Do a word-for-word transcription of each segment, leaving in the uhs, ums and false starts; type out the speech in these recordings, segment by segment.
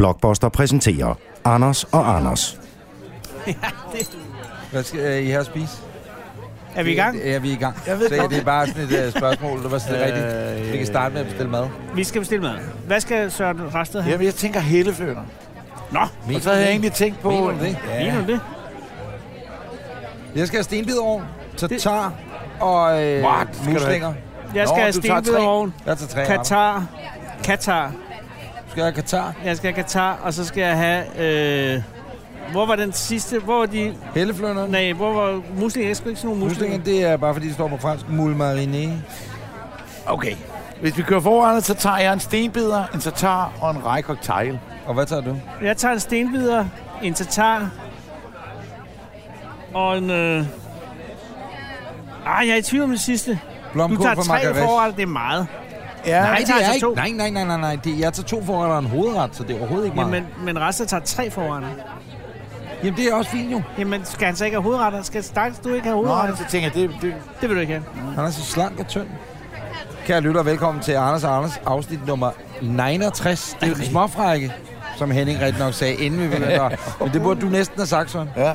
Blockbuster præsenterer Anders og Anders. Ja, det... Hvad skal I have at spise? Er vi i gang? Ja, vi er i gang. Jeg ved så, det er bare sådan et uh, spørgsmål. Det var sådan øh, rigtigt. Vi kan starte med at bestille mad. Vi skal bestille mad. Hvad skal Søren Rasted have? Jamen, jeg tænker hellefødder. Nå! Og så havde jeg egentlig tænkt på... Mener du det? Ja. Mener du det? Jeg skal have stenbiderovn, tatar og øh, muslinger. Jeg skal have stenbiderovn, Jeg tager tre. Katar, Katar. Skal jeg have Katar? Jeg skal have Katar, og så skal jeg have... Øh, hvor var den sidste? Hvor var de... Helleflønderne? Nej, hvor var muslinger? Jeg skal ikke sådan nogle muslinger. Muslinger, det er bare fordi, det står på fransk. Moule mariné. Okay. Hvis vi kører foran, så tager jeg en stenbider, en tatar og en rye cocktail. Og hvad tager du? Jeg tager en stenbider, en tatar og en... Øh... Ah, jeg er i tvivl om det sidste. Blomkål Du tager for tre margaret. forretter, det er meget. Ja, Nej, jeg det tager er altså ikke. to. Nej, nej, nej, nej, nej. Det, jeg tager to forretter og en hovedret, så det er overhovedet ikke meget. Jamen, men Rasted tager tre forretter. Jamen, det er også fint jo. Jamen, skal han så ikke have hovedretter? Skal Stakkels du ikke have Nå, hovedretter? så tænker jeg, det... det Det vil du ikke have. Han er så slank og tynd. Kære lytter, velkommen til Anders og Anders afsnit nummer niogtres. Det er jo den småfrække, som Henning rigtig nok sagde, inden vi begynder. Men det burde du næsten have sagt, sådan. ja.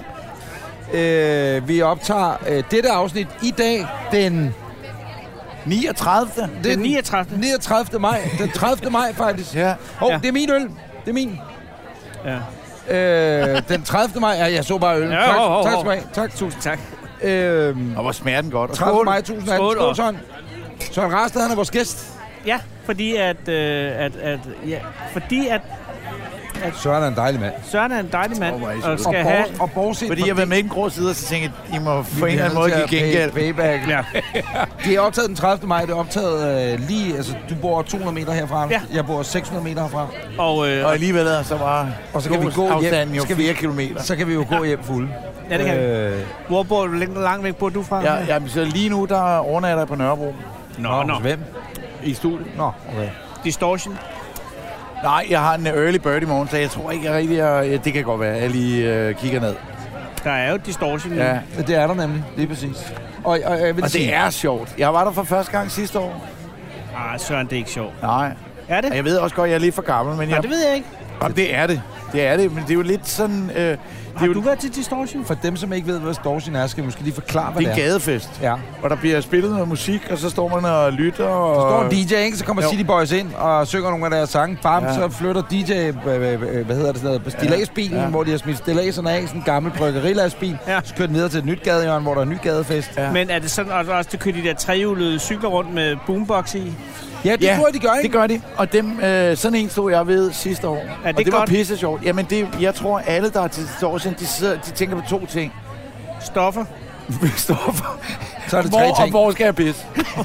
Øh, vi optager øh, dette afsnit i dag, den... niogtredivte Den niogtredivte niogtredivte maj. Den tredivte maj, faktisk. Ja. Hov, Ja. det er min øl. Det er min. Ja. Øh, den tredivte maj. Ja, jeg så bare øl. Ja, tak, hov, hov, tak hov. skal du have. Tak, tusind Tak. Øh, Og hvor smager den godt. Og tredivte skål. maj to tusind atten. Skål, Skål, og- Søren. Søren Rasted, han er vores gæst. Ja, fordi at, øh, at, at, ja, fordi at Søren er en dejlig mand. Søren er en dejlig mand Åh, hvor er I og søde. Og, skal have... bors, og bortset Fordi fra jeg var det- med i den grå side, og så tænkte jeg, I må Vi på en eller anden måde bliver give nødt til at gengæld. pay- Payback. Ja. Det er optaget den tredivte maj. Det er optaget øh, lige... Altså, du bor to hundrede meter herfra. Ja. Jeg bor seks hundrede meter herfra. Og, øh, Og alligevel er så var Og så kan vi gå hjem. afstanden jo Skal vi- fire kilometer. Så kan vi jo gå hjem fulde. ja, det kan vi. øh, Hvor bor du? Hvor langt væk bor du fra? Ja, ja, så lige nu, der overnatter jeg på Nørrebro Nå, nå. Hvem? i studiet. Nå, okay. Distortion. Nej, jeg har en early bird i morgen, så jeg tror ikke, jeg rigtig... Jeg, det kan godt være, at jeg lige øh, kigger ned. Der er jo Distortion. nu. Ja. Det er der nemlig. Det er præcis. Og, og jeg vil Og sige... det er sjovt. Jeg var der for første gang sidste år. Ah, Søren, det er ikke sjovt. Nej. Er det? Og jeg ved også godt, at jeg er lidt for gammel, men Nej, jeg... det ved jeg ikke. Jamen, det er det. Det er det, men det er jo lidt sådan... Øh, det Har er jo du været til Distortion? For dem, som ikke ved, hvad Distortion er, skal vi måske lige forklare, hvad det er det en er. gadefest, Ja. hvor der bliver spillet noget musik, og så står man og lytter. Og... Så står en D J, ikke? Så kommer Jo. City Boys ind og synger nogle af deres sange. Bam, Ja. så flytter D J, øh, øh, hvad hedder det, sådan noget, stilladsbilen, Ja. hvor de har smidt stilladserne af, sådan en gammel bryggerilastbil. Ja. Så kører den videre til et nyt gadehjørne, hvor der er en ny gadefest. Ja. Men er det sådan, at også du kører de der trehjulede cykler rundt med boombox i? Ja, det Ja, tror jeg, de gør, ikke? det gør de. Og dem, øh, sådan en stod jeg ved sidste år. Er det og det var godt? pisse sjovt. Jamen, det, jeg tror, alle, der er til Distortion, de, sidder, de tænker på to ting. Stoffer. Stoffer. Så er det Hvor tre og ting. hvor skal jeg pisse?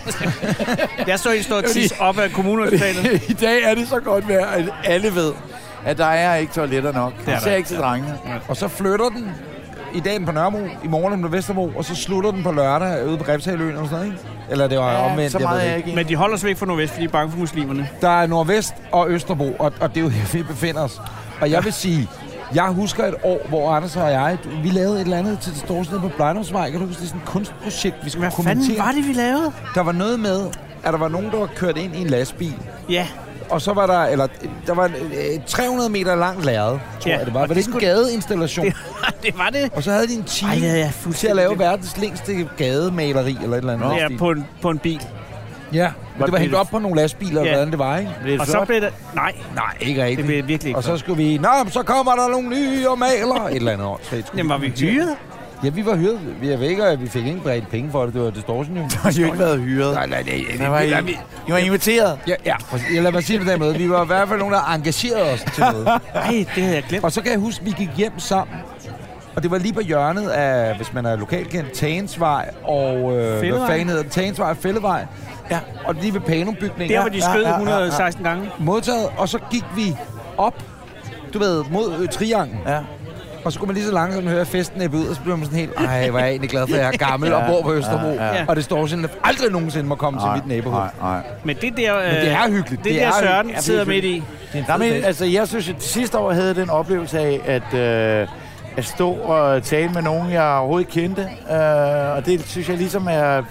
Jeg så I stå og tisse op af kommunhospitalet. I dag er det så godt vejr, at alle ved, at der er ikke toiletter nok. er Det ser der. ikke til drengene. Og så flytter den i dag er den på Nørrebro, i morgen er den på Vesterbro, og så slutter den på lørdag ude på Refshaløen eller sådan noget, ikke? Eller det var Ja, omvendt, så jeg meget ved er det jeg ikke. ikke. Men de holder sig væk fra Nordvest, fordi de er bange for muslimerne. Der er Nordvest og Østerbro, og, og det er jo her, vi befinder os. Og jeg vil sige, jeg husker et år, hvor Anders og jeg, vi lavede et eller andet til Distortion på Blejdomsvej. Kan du huske, det er sådan et kunstprojekt, vi skulle Hvad kommentere? fanden var det, vi lavede? Der var noget med, at der var nogen, der var kørt ind i en lastbil. Ja. Og så var der, eller der var et tre hundrede meter langt lærred, tror Ja, jeg det var. og Var det det ikke en skulle- gadeinstallation? Det, det var det. Og så havde de en time Ej, det havde jeg til fuldstændig at lave glemt. verdens længste gademaleri, eller et eller andet. Ja, stil. på en, på en bil. Ja, men det var hængt blev op på nogle lastbiler, eller Ja. hvordan det var, ikke? Det er Og så flot. blev det... Nej, Nej, ikke rigtigt. det blev virkelig ikke. Og så skulle vi... Nå, så kommer der nogle nye og maler. Et eller andet år. Så Jamen, var vi hyret? Ja, vi var hyret. Vi jeg ved ikke, at vi fik ikke bredt penge for det. Det var Distortion, jo. Jeg har jo ikke været hyret. Nej, nej, nej. Der var I, nej, vi, I var inviteret. ja, ja, præcis. Jeg lader mig sige det på den måde. Vi var i hvert fald nogen, der engagerede os til noget. Nej, det havde jeg glemt. Og så kan jeg huske, at vi gik hjem sammen. Og det var lige på hjørnet af, hvis man er lokalkendt, Tagensvej og... Øh, hvad Fællevej. fanden hedder det? Tagensvej og Fællevej. Ja, og lige ved Panum-bygningen. Der, hvor de Ja, skød ja, ja, ja. et hundrede og seksten gange. Modtaget, og så gik vi op, du ved, mod øh, Trianglen. Ja. Og så kunne man lige så langsomt høre festen ebbe ud, og så blev man sådan helt, ej, hvor er jeg egentlig glad for, at jeg er gammel og bor på Østerbro. Ja, ja. Og det står sådan, at aldrig nogensinde må komme Nej, til mit neighborhood. Nej, nej. Men det der... Øh, Men det er hyggeligt. Det, Det der er Søren hyggeligt. sidder Ja, det er midt i. Det er en Nej, fed men fest. altså, jeg synes, at sidste år havde jeg den oplevelse af, at, øh, at stå og tale med nogen, jeg overhovedet ikke kendte. Øh, og det synes jeg ligesom er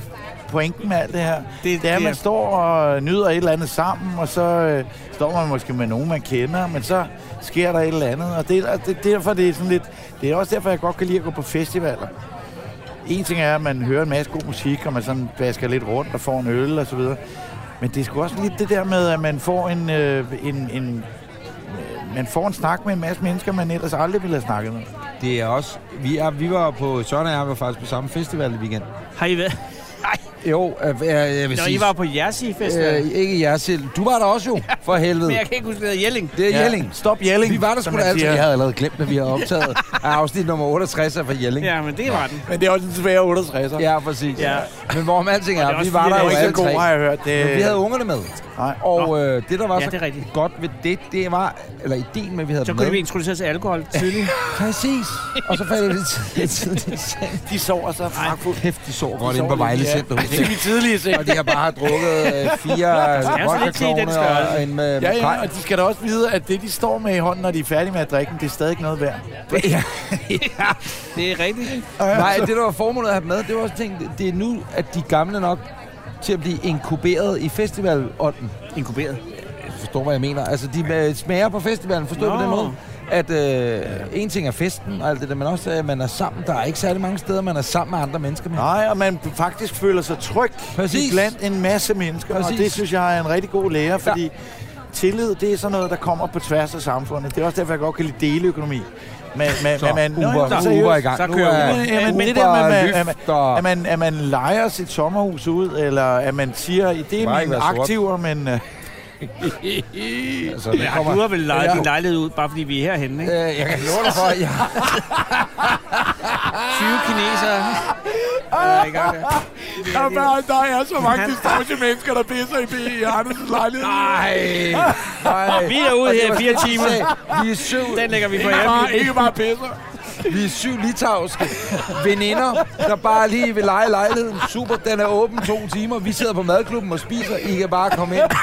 pointen med alt det her. Det, Det er, at det man er- står og nyder et eller andet sammen, og så øh, står man måske med nogen, man kender, men så sker der et eller andet. Og det, og det, derfor det er sådan lidt... Det er også derfor, jeg godt kan lide at gå på festivaler. En ting er, at man hører en masse god musik, og man sådan basker lidt rundt og får en øl og så videre. Men det er sgu også lidt det der med, at man får en, øh, en, en, man får en snak med en masse mennesker, man ellers aldrig ville have snakket med. Det er også... Vi, er, vi var på... Søren og jeg var faktisk på samme festival i weekend. Har I været? Jo, øh, jeg, jeg vil Når sige... I var på Jersey Festival. Øh, ikke jeg selv. Du var der også jo, for helvede. Men jeg kan ikke huske, det hedder Jelling. Det er Ja. Jelling. Stop Jelling, Vi var der som sgu da man altid. siger. Jeg havde allerede glemt, at vi havde optaget af afsnit nummer otteogtres af for Jelling. Ja, men det var den. Men det er også en svær otteogtresser. Ja, præcis. Ja. Men hvorom alting Og det er, er vi også var fordi, der det jo er ikke alle så god, har tre. jeg hørt. Det... Men vi havde ungerne med. Nej. Og øh, det, der var Ja, så det er rigtigt. godt ved det, det var... Eller ideen med, at vi havde Så dem kunne med. vi introducere til alkohol tidligt. Præcis. Og så faldt det tidligt. De sover så fragtfuldt. Kæft, de så godt De inde på sover Vejle lidt, ja. Centerhus. Det er vi tidlige seng. Og de har bare drukket øh, fire er jo sådan lidt til i den vodka-klovne størrelse. og en med Ja, ja, kaj. og de skal da også vide, at det, de står med i hånden, når de er færdige med at drikke, det er stadig ikke noget værd. Ja. Det er rigtigt. Nej, det der var formålet at have dem med, det var også tænkt, det er nu, at de gamle nok til at blive inkuberet i festivalånden. Inkuberet. Forstår, hvad jeg mener? Altså, de øh, smager på festivalen, forstår du på den Nå. måde? At øh, en ting er festen og alt det der, men også at man er sammen. Der er ikke særlig mange steder, man er sammen med andre mennesker med. Nej, og man faktisk føler sig tryg Præcis. blandt en masse mennesker. Præcis. Og det synes jeg er en rigtig god lære, fordi ja. tillid, det er sådan noget, der kommer på tværs af samfundet. Det er også derfor, jeg godt kan lide deleøkonomi. Men, men, Så, men, man, Uber, Nå, Uber seriøst. er i gang. Så Nu kører er Uber. Jamen, Uber, det der med, at man, Lyft at, og... at, man, at man lejer sit sommerhus ud, eller at man siger, det Bare er ikke mine være sort. aktiver, men... Uh, altså, det Ja, kommer... du har vel lejet Ja. din lejlighed ud, bare fordi vi er herhenne, ikke? Øh, jeg kan love dig for, at jeg... tyve kinesere. Er i gang der. der, der er så mange distortion mennesker, der pisser i, i Anders' lejlighed. Nej, nej. Vi er ude Og det her i var fire det, de timer. sagde. Vi er syv, Den lægger vi på Ikke bare, Airbnb. ikke bare pisser. vi er syv litauiske veninder, der bare lige vil lege lejligheden. Super, den er åben to timer. Vi sidder på madklubben og spiser. I kan bare komme ind.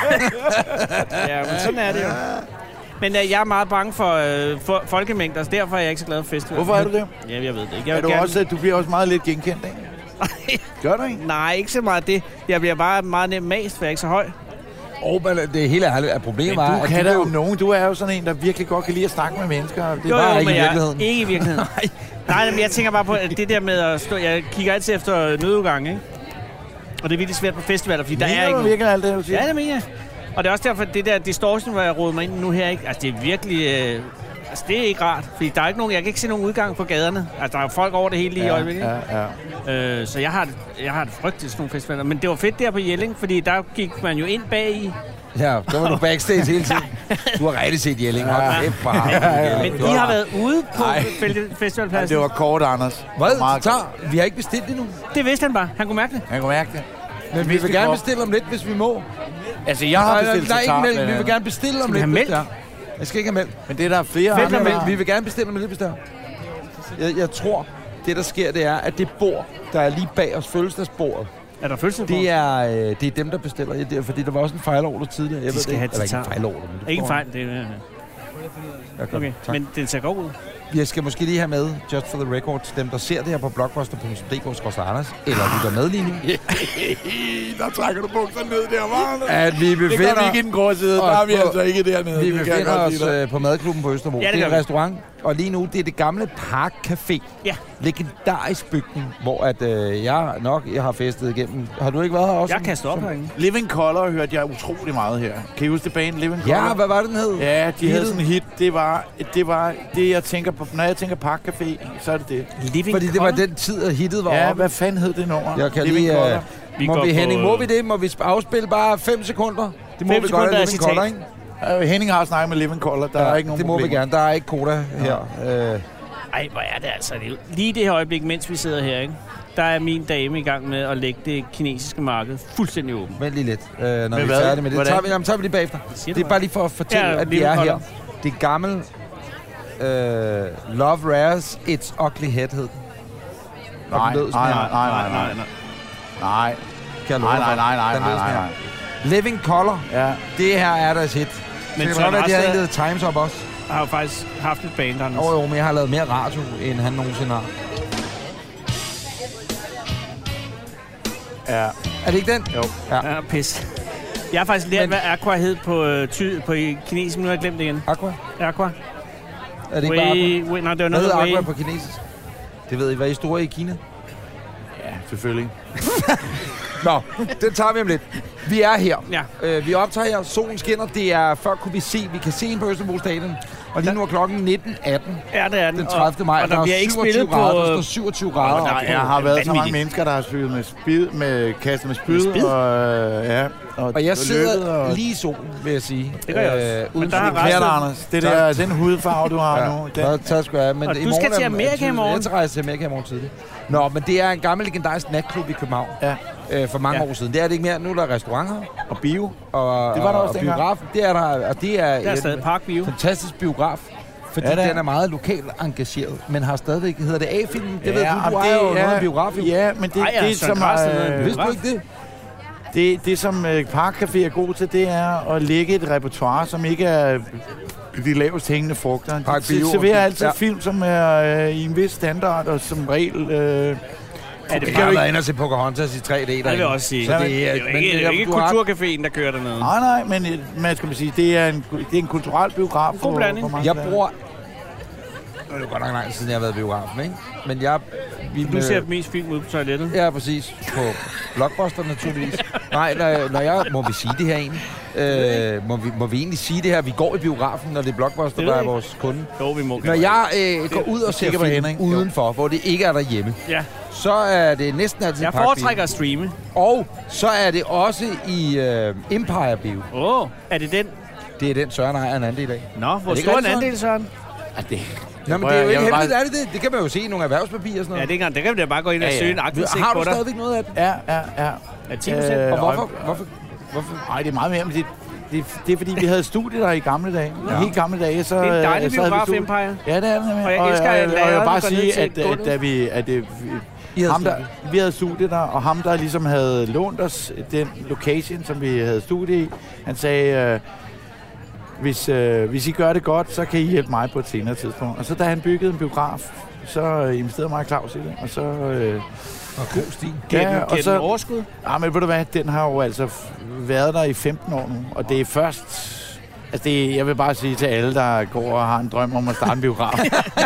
Ja, men sådan er det jo. Men uh, jeg er meget bange for, uh, for folkemængder, så derfor er jeg ikke så glad for festival. Hvorfor er du det? Ja, jeg ved det ikke. Jeg Er vil du, gerne... også, du bliver også meget lidt genkendt, ikke? Gør du ikke? Nej, ikke så meget det. Jeg bliver bare meget nemt mast, for jeg er ikke så høj. Oh, men det er helt ærligt, at problemet Men var, du at kan da jo... jo nogen. Du er jo sådan en, der virkelig godt kan lide at snakke med mennesker. Det er Jo, bare jo, ikke men i jeg- virkeligheden. Ikke i virkeligheden. Nej, men jeg tænker bare på at det der med at stå... Jeg kigger altid efter nødudgang, ikke? Og det er virkelig svært på festivaler, fordi der er Mener ikke du nogen. virkelig alt det, du siger? Ja, det mener jeg. Og det er også derfor, at det der distortion, hvor jeg roder mig ind nu her, ikke? Altså, det er virkelig... Øh, altså, det er ikke rart. Fordi der er ikke nogen... Jeg kan ikke se nogen udgang på gaderne. Altså, der er jo folk over det hele lige i øjeblikket. Ja, ja. Øh, så jeg har, det, jeg har det frygteligt til sådan nogle festivaler. Men det var fedt der på Jelling, fordi der gik man jo ind bag i. Ja, der var du backstage hele tiden. Du har rigtig set Jelling. Hold kæft for ham. Men I har været ude på fe- festivalpladsen. Det var kort, Anders. Hvad? Meget Så tager, vi har ikke bestilt endnu. Det vidste han bare. Han kunne mærke det. Jeg kan mærke det. Men vi vidste vil gerne godt. bestille om lidt, hvis vi må. Altså, jeg har Nej, bestilt der er ikke tatar, mælk. blandt Vi vil andet. gerne bestille om vi lidt. have hvis mælk? det er. Jeg skal ikke have mælk. Men det er der flere Hvem andre, har Vi, mælk? vi vil gerne bestille om lidt, hvis det er. Jeg, jeg tror, det der sker, det er, at det bord, der er lige bag os, fødselsdagsbordet, Er der følelse på? det er, øh, det er dem, der bestiller. Ja, det er, fordi der var også en fejlorder tidligere. Jeg De ved skal det have ikke. Eller ikke en tatar. fejlorder, men det Ikke forstår fejl. Det er, jeg. Ja, godt. okay. Tak. Men den ser god ud. Jeg skal måske lige have med, just for the record, til dem, der ser det her på blogbuster punktum d k skråstreg Anders, eller lytter med lige nu, Der trækker du bukserne ned der, var at vi Det gør vi befinder, ikke i den grå side. Der os er vi på- altså ikke dernede. vi Det kan jeg befinder godt os sige dig. øh, på madklubben på Østerbro. Ja, det det er gør en vi. restaurant, og lige nu, det er det gamle Park Café. Ja. Legendarisk bygning, hvor at, øh, jeg nok jeg har festet igennem. Har du ikke været her også? Jeg kaster op herinde. Living Colour hørte jeg utrolig meget her. Kan I huske det band, Living Colour? Ja, hvad var den hed? Ja, de havde Hittet. sådan en hit. Det var, det var det, jeg tænker på. Når jeg tænker Park Café, så er det det. Living Fordi det var Colour? den tid, at hittet var Ja, oppe. hvad fanden hed det nummer? Jeg kan Living lige... Colour. Øh, Vi må går vi, på- Henning, må vi det? Må vi afspille bare fem sekunder? Det må Fem vi sekunder godt af af Living citat. Colour, ikke? Øh, Henning har snakket med Living Colour. Der er ikke nogen det må vi problemer. gerne. Der er ikke koda her. Øh, Ej, hvor er det altså. Det er jo- lige i det her øjeblik, mens vi sidder her, ikke? Der er min dame i gang med at lægge det kinesiske marked fuldstændig åbent. vent lige lidt, øh, når vi er hvad? færdige med det. Hvordan? Tager vi, jamen, tager vi lige bagefter. Siger Det du er bare lige for at fortælle, Ja, ja, at vi Living er her. Colour. Det er gammel øh, Love Rares It's Ugly Head hed den. Og Nej, den lød nej, sådan her. nej, nej, nej, nej. Nej, Kan jeg love nej, dig nej, for. nej, nej, Den nej, lød sådan nej, her. nej. Living Colour. Ja, Det her er deres hit. Men Men så Søren kan godt være, de har Rasted hentet Times Up også. har jo faktisk haft et band, Anders. Jo, jo, men jeg har lavet mere radio, end han nogensinde har. ja. Er det ikke den? Jo. Ja. Ja, pis. Jeg har faktisk lært, Men- hvad aqua hed på, øh, ty, på kinesisk, nu har jeg glemt det igen. Aqua? Aqua. Er det ikke bare aqua? Way, way, nej, det var Hvad noget hedder way. aqua på kinesisk? Det ved I. Hvad er I store i Kina? Ja, selvfølgelig. Nå, den tager vi om lidt. Vi er her. Ja. Øh, vi optager her. Solen skinner. Det er før kunne vi se. Vi kan se en på Østerbro Stadion. Og lige nu er klokken nitten atten. Ja, det er den. Den tredivte maj. Og, og der bliver ikke syvogtyve spillet grader. på... Der står syvogtyve grader. Der Okay. er, har været så mange Vanvittigt. mennesker, der har spillet med spid, med kastet med spyd. Med spid? Og, ja, og, Og jeg sidder løbet, og, lige i solen, vil jeg sige. Det gør jeg også. uden Men der for har det resten- Klæder dig, Anders. Det der, den hudfarve, du har Ja, nu. Den, Nå, tak skal du have. Men Og i du skal morgen til er- Amerika i er- morgen. Jeg skal rejse til Amerika i morgen tidligt. Nå, men det er en gammel legendarisk natklub i København. Ja. Øh, for mange Ja. år siden. Det er det ikke mere. Nu er der restauranter og bio. og, Det var der også og dengang. biograf. Det er der, og det er, Der er en stadig Park View. fantastisk biograf. Fordi Ja, det er. den er meget lokalt engageret, men har stadigvæk, hedder det A-film? Det ved Ja, du, du og er det jo er- noget af biograf. jo. Ja, men det, Ej, ja, det, Søren som Carsten er en er, biograf. Vidste du ikke det? det, det, som øh, Park Café er god til, det er at lægge et repertoire, som ikke er de lavest hængende frugter. Park De Bio. serverer altid Ja. film, som er øh, i en vis standard, og som regel... Øh, Er det Jeg kan har du ikke- været inde og se Pocahontas i tre D. Det vil jeg også sige. Så Det det er, er jo men ikke, det er jo ikke du har- Kulturcaféen, der kører dernede. nej, nej, men øh, man skal man sige, det er en, det er en kulturel biograf. God blanding. Jeg bruger... Nu er det godt nok lang tid siden, jeg har været i biografen, ikke? Men jeg... Vi Du ser mest film ude på toilettet. Ja, præcis. På Blockbuster, naturligvis. Nej, når, når jeg... Må vi sige det her egentlig? Øh, må, vi, må vi egentlig sige det her? Vi går i biografen, når det er Blockbuster, Det ved der er jeg ikke. vores kunde. Jo, vi må Når jeg øh, går ud og ser kigger på film Henrik. udenfor, hvor det ikke er derhjemme, Ja, så er det næsten altid jeg Park foretrækker Bio. at streame. Og så er det også i øh, Empire Bio. Åh, oh, er det den? Det er den, Søren ejer en andel af. Nå, hvor det ikke stor en rigtigt, andel, Søren? Ja, det, Nå, men Prøv det er jo at- ikke jeg vil hemmeligt, bare- er det det? Det kan man jo se i nogle erhvervspapirer og sådan Ja, noget. det kan, det kan vi da bare gå ind og Ja, ja. søge en aktindsigt Har på du dig. stadigvæk noget af det? ja, ja, ja. Ja, ti procent. Øh, Og hvorfor? og- Hvorfor? Hvorfor? Nej, det er meget mere, men det, det, det er fordi, vi havde studie der i gamle dage. Ja. Ja. Helt gamle dage, så... Det er en dejlig øh, så havde vi biograf, studie. Empire. Ja, det er det nemlig. Og jeg og, elsker, og, at og, og jeg vil lærerne bare går sige, ned til at, at, gulvet. da vi, at det, I havde ham der, studie. vi havde studie der, og ham der ligesom havde lånt os den location, som vi havde studie i, han sagde, øh, hvis, øh, hvis I gør det godt, så kan I hjælpe mig på et senere tidspunkt. Og så da han byggede en biograf, så øh, investerede mig og Claus i det, og så... Øh, Og god stil. Giver Ja, den, og giver så- den overskud? Ja, men ved du hvad, den har jo altså f- været der i femten år nu, og det er først... Altså, det, jeg vil bare sige til alle, der går og har en drøm om at starte en biograf,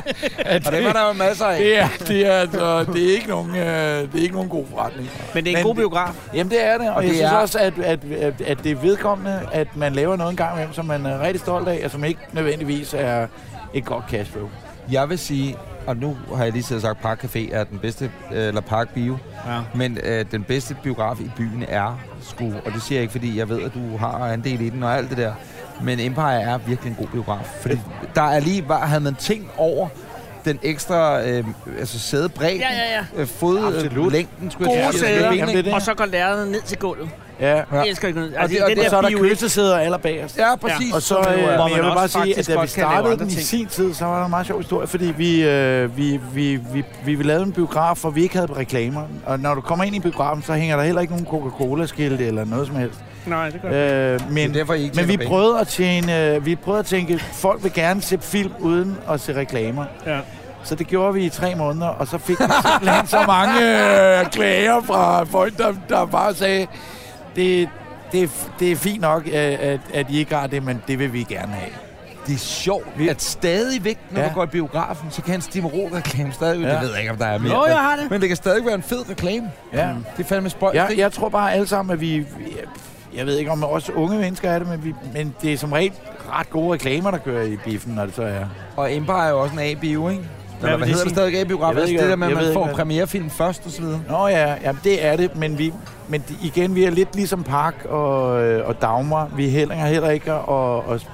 at Og det var der jo masser af. det er, det er, altså, det er ikke nogen, øh, det er ikke nogen god forretning. Men det er en Men god det- biograf. Jamen, det er det, og, Og jeg det synes er- også, at, at, at, at det er vedkommende, at man laver noget en gang imellem, som man er rigtig stolt af, og som ikke nødvendigvis er et godt cashflow. Jeg vil sige, og nu har jeg lige siddet og sagt, Park Café er den bedste, øh, eller Park Bio, Ja. men øh, den bedste biograf i byen er sgu, og det siger jeg ikke, fordi jeg ved, at du har andel i den og alt det der, men Empire er virkelig en god biograf. Fordi der er lige, var, havde man tænkt over den ekstra, øh, altså sædebredden, Ja, ja, ja. øh, fodlængden, Absolut. skulle jeg Gode sige. sæder, Jamen, det er det. og så går lærerne ned til gulvet. Ja. Ja. Jeg elsker ikke noget. Og Altså, det- og den det- der Så er der bio- kølsesæder allerbagerst. Ja, præcis. Ja. Og så, Som øh, det jo er. hvor men man jeg vil også bare sige, faktisk at da vi godt kan lave startede andre den i ting. sin tid, så var der en meget sjov historie, fordi vi, øh, vi, vi, vi, vi, vi lavede en biograf, hvor vi ikke havde reklamer. Og når du kommer ind i biografen, så hænger der heller ikke nogen Coca-Cola-skilte eller noget som helst. Nej, det gør jeg. Øh, men, Det er derfor, I ikke men vi tjener penge. prøvede at tjene, øh, vi prøvede at tænke, folk vil gerne se film uden at se reklamer. Ja. Så det gjorde vi i tre måneder, og så fik vi simpelthen så mange øh, klager fra folk, der, der bare sagde, det, det, det er fint nok, at, at, at I ikke har det, men det vil vi gerne have. Det er sjovt, at stadigvæk, når Ja. du går i biografen, så kan en Stimorol-reklame stadig... Ja. Det ved jeg ikke, om der er mere. Nå, men- jeg har det. Men det kan stadig være en fed reklame. Ja. Det er fandme spøjt. Jeg, jeg tror bare alle sammen, at vi... vi jeg ved ikke, om også unge mennesker er det, men, vi, men det er som regel ret gode reklamer, der kører i biffen, når det så er. Og Empire er jo også en A-bio, ikke? Hvad Eller vil hvad det hedder det sige? stadig A-biograf? Jeg ved Altså ikke, det der med, jeg at ved man ikke, får hvad- premierefilm først og så videre. Nå ja, ja det er det, men, vi, men de- igen, vi er lidt ligesom Park og, øh, og Dagmar. Vi heller heller ikke og, og,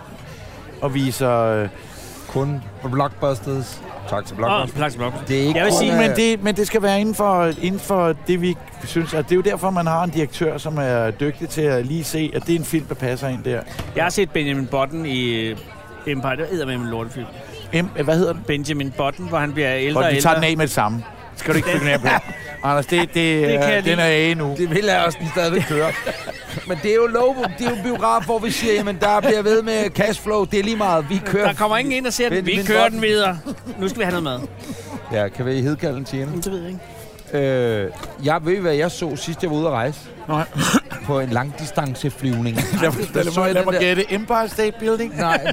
og viser... Øh, Kun på Blockbusters. Tak til Åh, Blockbusters. plads blok. Det er ikke Jeg vil kun, sige, øh, men, det, men det skal være inden for, inden for det, vi synes. Og det er jo derfor, man har en direktør, som er dygtig til at lige se, at det er en film, der passer ind der. Jeg har set Benjamin Button i øh, Empire. Det hedder med en lortefilm. M, hvad hedder den? Benjamin Button, hvor han bliver ældre Og og vi tager den ældre. af med det samme. Skal du ikke spekulere på? Anders, det, det, Det det kan jeg den er af nu. Det vil jeg også den stadigvæk køre. Men det er jo lov, det er jo en biograf, hvor vi siger, jamen der bliver ved med cashflow. Det er lige meget, vi kører. Der kommer ingen ind og siger, den. Vi Benjamin kører Button. den videre. Nu skal vi have noget mad. Ja, kan vi i Hedkalden tjene? Det ved jeg ikke. Øh, jeg ved, hvad jeg så sidst, jeg var ude at rejse. Nej. På en langdistanceflyvning. Lad mig, lad mig, lad mig gætte. Empire State Building? Nej.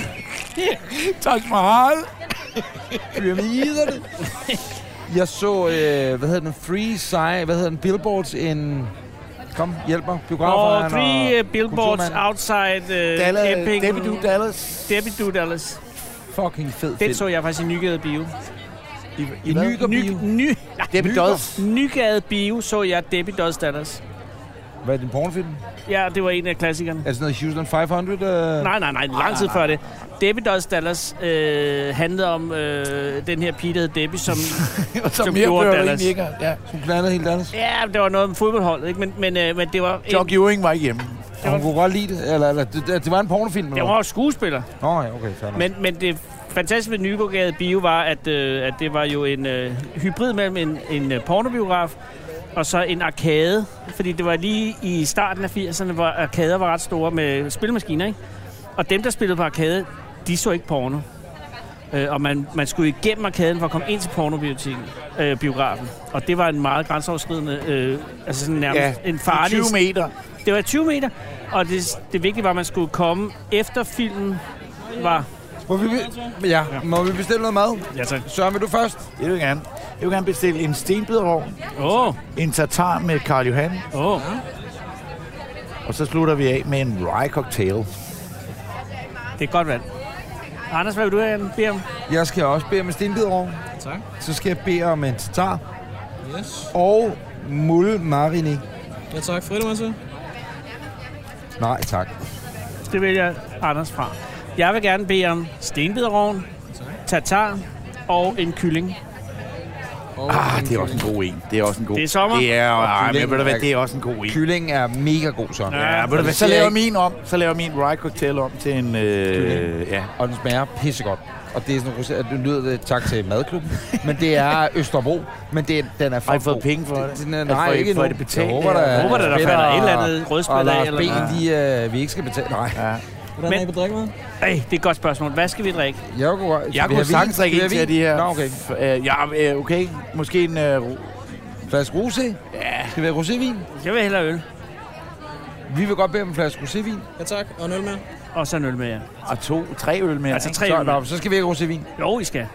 Taj Mahal. Pyramiderne. Jeg så, øh, hvad hedder den, Free Sci, hvad hedder den, Billboards in... Kom, hjælp mig. Biograferen og Three uh, Billboards kulturmanden. Outside uh, Dallas, Epping. Debbie Do Dallas. Debbie Do Dallas. Fucking fed Den film. så jeg faktisk i Nygade Bio. I, i Nyger Ny, Bio. ny, Debbie Does. Nygade Bio så jeg Debbie Does Dallas. Hvad er det, en pornofilm? Ja, det var en af klassikerne. Er det sådan noget Houston fem hundrede? Uh... Nej, nej, nej, lang tid før det. Debbie Does Dallas øh, handlede om øh, den her pige, der hed Debbie, som, Og så som mere gjorde blev Dallas. ikke. Ja. Hun blandede helt andet. Ja, det var noget med fodboldholdet, ikke? Men, men, øh, men det var... Jock Ewing var ikke hjemme. Og hun kunne godt lide det, eller, eller det, det, det var en pornofilm? Det var jo skuespiller. Nå ja, okay, fair nok. Men, men det fantastiske ved Nygade Bio var, at, øh, at det var jo en øh, hybrid mellem en, en øh, pornobiograf og så en arkade. Fordi det var lige i starten af firserne, hvor arkader var ret store med spilmaskiner, ikke? Og dem, der spillede på arkade, de så ikke porno. Øh, og man, man skulle igennem arkaden for at komme ind til pornobiografen. Øh, biografen. Og det var en meget grænseoverskridende, øh, altså sådan nærmest Ja, en farlig... tyve meter. Det var tyve meter, og det, det vigtige var, at man skulle komme efter filmen var... Må vi, ja, må vi bestille noget mad? Ja, tak. Søren, vil du først? Det vil jeg gerne. Jeg vil gerne bestille en stenbidervogn, Åh, oh, en tartar med Karl Johan, åh. Oh. og så slutter vi af med en rye cocktail. Det er godt valg. Anders, hvad vil du have, bede om? Jeg skal også bede om en stenbiderov. Tak. Så skal jeg bede om en tartar Yes. og mulle mariné. Ja, tak. Frederik, så. Nej, tak. Det vælger Anders fra. Jeg vil gerne bede om stenbiderrovn, tartar og en kylling. Ah, det er også en god en. Det er også en god. Det er sommer. Det er, ah, men kyllingen ved du hvad, er- det er også en god en. Kyllingen er mega god så. Ja. Ja, ved du hvad, så siger laver jeg min om. Så laver min rye cocktail om til en... Øh, ja. Og den smager pissegodt. Og det er sådan, at det lyder det, tak til madklubben. Men det er Østerbro. Men det, den er for Har I fået god. penge for det? Den er, Altså, nej, får I- ikke får I nu. det betalt? Jeg håber, der, Jeg håber, der, der Peter falder et eller og- andet Og rødspil af. Lars Eller Ben, de, øh, vi ikke skal betale. Nej. Ja. Hvordan Men- er I på drikke med? Ej, det er et godt spørgsmål. Hvad skal vi drikke? Jeg kunne, godt- skal Jeg vi kunne have sagtens vin? drikke Skal vi en have til de her... vin? Nå, okay. F- øh, ja, øh, okay. Måske en... Øh, ro- Flaske rosé? Ja. Skal vi have rosévin? Jeg vil hellere øl. Vi vil godt bede om en flaske rosévin. Ja, tak. Og en øl med. Og så en øl med jer. og to, tre øl mere. Altså ikke? tre Så, øl nå, med. så skal vi have rosévin. Jo, I skal.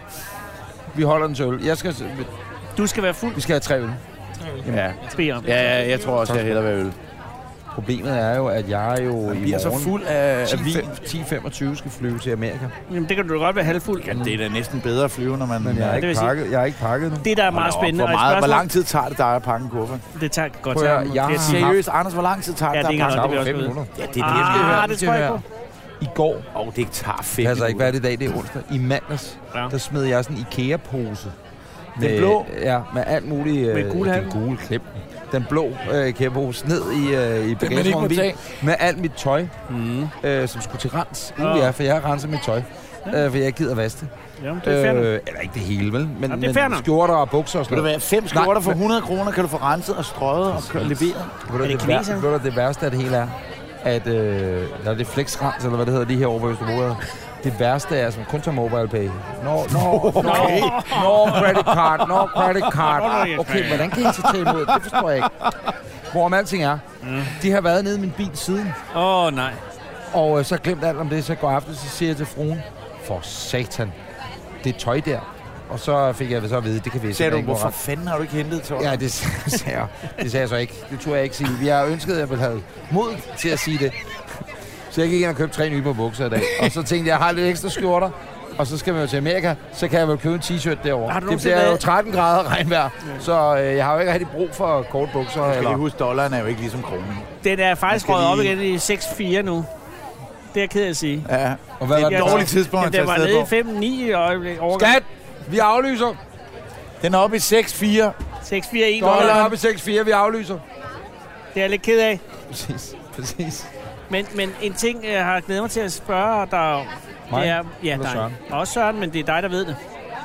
Vi holder den til øl. Jeg skal, Du skal være fuld. vi skal have tre øl. Ja. Bede om. Ja, ja, jeg tror også, jeg hellere vil øl. Problemet er jo, at jeg jo Man i bliver så morgen fuld af, af vin. ti femogtyve skal flyve til Amerika. Jamen, det kan du da godt være halvfuld. Ja, det er da næsten bedre at flyve, når man... Men jeg er det ikke vil sige- pakket, jeg er ikke pakket nu. Det, der er meget Hold da op, spændende, Hvor, og et meget, hvor spørgsmål, lang tid tager det dig at pakke en kuffert? det tager godt Prøv til at ham. høre, jeg Det er har seriøst. Seriøst, Anders, hvor lang tid tager Ja, det det dig er at ikke pakke? noget, det vil fem jeg også minutter. Ja, det er det, jeg skal Ah, høre. det tror jeg ikke på. I går, Åh, det tager fem altså ikke hvad er minutter. det i dag, det er onsdag. I mandags, Ja. der smed jeg sådan en IKEA-pose. Den blå? Ja, med alt muligt. Med gule den gule klip. Den blå øh, IKEA-pose ned i, øh, i bagagerummet ikke må tage. med alt mit tøj, Mm. øh, som skulle til rens. Nå. Uh, ja, for jeg har renset mit tøj. Øh, for jeg ikke gider vaske det. Jamen, det er fair nok. Øh, eller ikke det hele, vel? Men, det er fair men nok. skjorter og bukser og Vil sådan du noget. være fem skjorter for men- hundrede kroner, kan du få renset og strøget og kø- leveret? Ved du, Er det det, kineserne? vær, ved du, det værste af det hele er, at øh, eller det er flexrens, eller hvad det hedder lige herovre på Østerbro. Det værste er, som kun tager mobile pay. Nå, nå, okay. Nå, credit card, nå, credit card. Okay, hvordan kan I så tage imod? Det forstår jeg ikke. Hvorom alting er, de har været nede i min bil siden, Åh, oh, nej. og øh, så har jeg glemt alt om det, så går aften, så siger jeg til fruen, for satan, det er tøj der. Og så fik jeg så at vide, det kan vi Sagde du, ikke hvorfor ret. fanden har du ikke hentet tøj? Ja, det sagde jeg. Det sagde jeg så ikke. Det tror jeg ikke sige. Vi har ønsket, at jeg ville have mod til at sige det. Så jeg gik ind og købte tre nye på bukser i dag. Og så tænkte jeg, jeg har lidt ekstra skjorter. Og så skal vi jo til Amerika, så kan jeg vel købe en t-shirt derovre. Har du Det nogensinde bliver jo været- tretten grader regnvejr, så øh, jeg har jo ikke rigtig brug for kort bukser. Skal lige Eller... huske, dollaren er jo ikke ligesom kronen. Den er faktisk skal røget op lige- igen i seks fire nu. Det er jeg ked af at sige. Ja, Og hvad var det er det? et dårligt tidspunkt at Jamen, tage den var afsted nede i på. fem ni i øjeblik. Overgang. Skat! Vi aflyser! Den er oppe i seks fire. seks fire en Dollar dollar. op i seks fire, vi aflyser. Det er jeg lidt ked af. Præcis, præcis. Men, men en ting, jeg har glædet mig til at spørge dig om, Mig? det er... Ja, Eller dig. Søren? Også Søren, men det er dig, der ved det.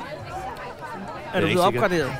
Er du ikke blevet sikkert. opgraderet?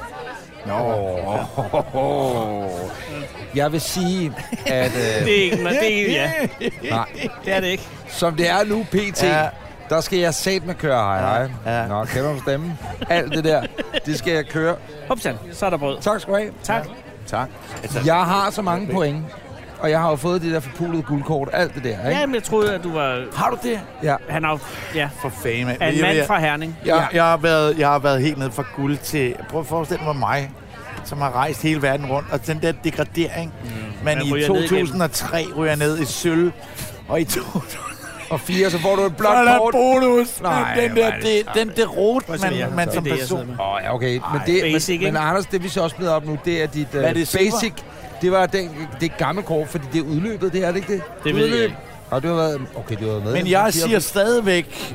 Nå. Jeg vil sige, at øh, Det er ikke... Det er ikke ja. nej, Det er det ikke. som det er nu, P T, Ja. Der skal jeg sat med køre, hej hej. Ja. Nå, kender du stemmen? Alt det der, det skal jeg køre. Hopsan, så er der brød. Tak skal du have. Tak. Tak. Altså, Jeg har så mange point, og jeg har jo fået det der forpulede guldkort, alt det der, ikke? Ja, men jeg troede, at du var... har du det? Ja. Han er jo, ja, For fame. er en mand fra Herning. Jeg, jeg, har været, jeg har været helt ned fra guld til... Prøv at forestille mig mig, som har rejst hele verden rundt. Og den der degradering, mm. man, Man i ryger to ned tusind og tre ryger ned i sølv. Og i to tusind Og fire, så får du et så blåt er der kort. bonus. Nej, Men den der, hvor er det det, den der rot, Prøv at se, man, jeg- man det som er det, jeg sidder person... med. Åh, ja, okay. Men, det, Basic, men, men ikke? Anders, det vi så også blevet op nu, det er dit uh, Hvad er det, silver? basic. Det var den, det gamle kort, fordi det er udløbet, det er det ikke det? Det ved jeg Udløb. ikke. Og du har været... Okay, du har været med. Men jeg siger stadigvæk...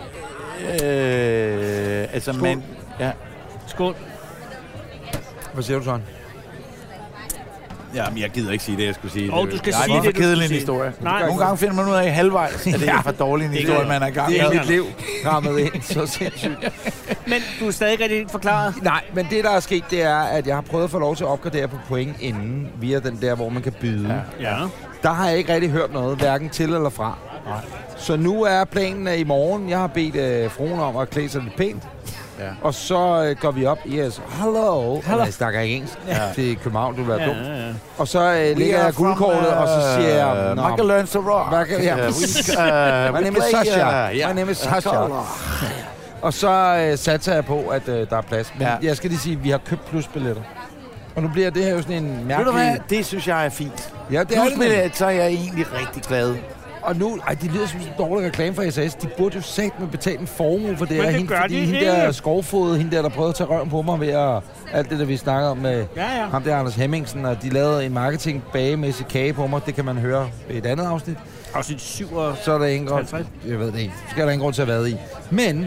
Øh, altså, Skål. man... Ja. Skål. Hvad siger du, Søren? Jamen, jeg gider ikke sige det, jeg skulle sige. Åh, Det- du skal Nej, sige det. er det, for du kedelig en skulle sige. historie. Nej. Nogle gange finder man ud af halvvejs, at det er for dårlig en Det er historie, godt. man er i gang Det er med. mit liv rammet ind så sindssygt. Men du er stadig rigtig forklaret. Nej, men det, der er sket, det er, at jeg har prøvet at få lov til at opgradere på point inden, via den der, hvor man kan byde. Ja. Ja. Der har jeg ikke rigtig hørt noget, hverken til eller fra. Nej. Så nu er planen at i morgen. Jeg har bedt øh, fruen om at klæde sig lidt pænt. Ja. Og så øh, går vi op. Yes, hello. Hello. Jeg snakker ikke engelsk. Ja. Det er København, du vil være Ja, dum. ja, ja. Og så øh, lægger jeg guldkortet, og så siger jeg... Man kan learn to rock. Hvad kan- ja. Uh, we, uh, My we name is play, Sasha. uh, yeah. My name is Sasha. Og så øh, satser jeg på, at øh, der er plads. Men Ja. jeg skal lige sige, at vi har købt plusbilletter. Og nu bliver det her jo sådan en Ved du mærkelig... hvad? Det synes jeg er fint. Ja, det er Plus det. med nemlig. det, så er jeg egentlig rigtig glad. Og nu, ej, det lyder som sådan en dårlig reklame for S A S. De burde jo satme betale en formue for det. Men her, det hende, gør fordi de hende ikke. der skovfod, hende der, der prøvede at tage røven på mig ved at... Alt det, der vi snakker om med Ja, ja. ham der, Anders Hemmingsen, og de lavede en marketing bagemæssig kage på mig. Det kan man høre i et andet afsnit. Afsnit syv og... Så er der ingen grund... halvtreds. Jeg ved det ikke. Så skal der ingen grund til at være i. Men...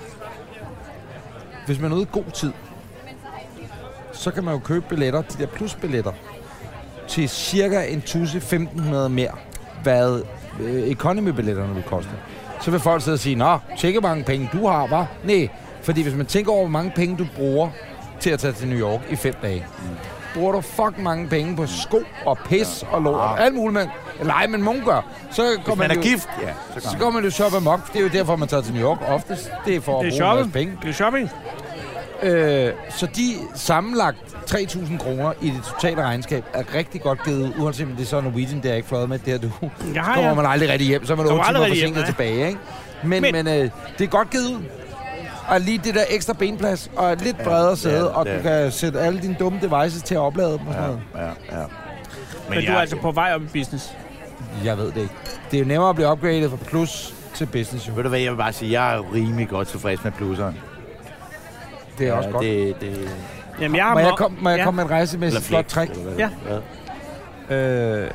Hvis man er ude i god tid, så kan man jo købe billetter, de der plusbilletter, til cirka en tusind femten hundrede mere, hvad øh, economy-billetterne vil koste. Så vil folk sidde og sige, nå, tjek hvor mange penge du har, hva'? Nej, fordi hvis man tænker over, hvor mange penge du bruger til at tage til New York i fem dage, bruger du fucking mange penge på sko og pis og lort, Ja. alt muligt, man. Eller ej, men nogen gør. Så går Hvis man er jo, gift, ja, så så kan går man jo shoppe amok. Det er jo derfor, man tager til New York oftest. Det er for at Det er bruge en masse shopping. penge. Det er shopping. Øh, så de sammenlagt tre tusind kroner i det totale regnskab er rigtig godt givet ud, uanset om det er så Norwegian, der er ikke fløjet med, der du Ja, kommer ja. man aldrig rigtig hjem, så er man Kommer otte timer aldrig forsinket hjem, tilbage, ikke? Men, men, Men- men øh, det er godt givet ud. Og lige det der ekstra benplads, og et lidt bredere sæde, det er- og det du er- kan sætte alle dine dumme devices til at oplade dem og sådan noget. Ja, ja. Men du er altså på vej op i business. Jeg ved det ikke. Det er jo nemmere at blive upgradet fra plus til business, jo. Ved du hvad, jeg vil bare sige, jeg er jo rimelig godt tilfreds med plusseren. Det er også ja, godt. Det, det, Jamen, jeg har... Må jeg, mo- kom, må jeg ja. komme med et rejsemæssigt flot træk? eller hvad? Ja. Hvad? Øh,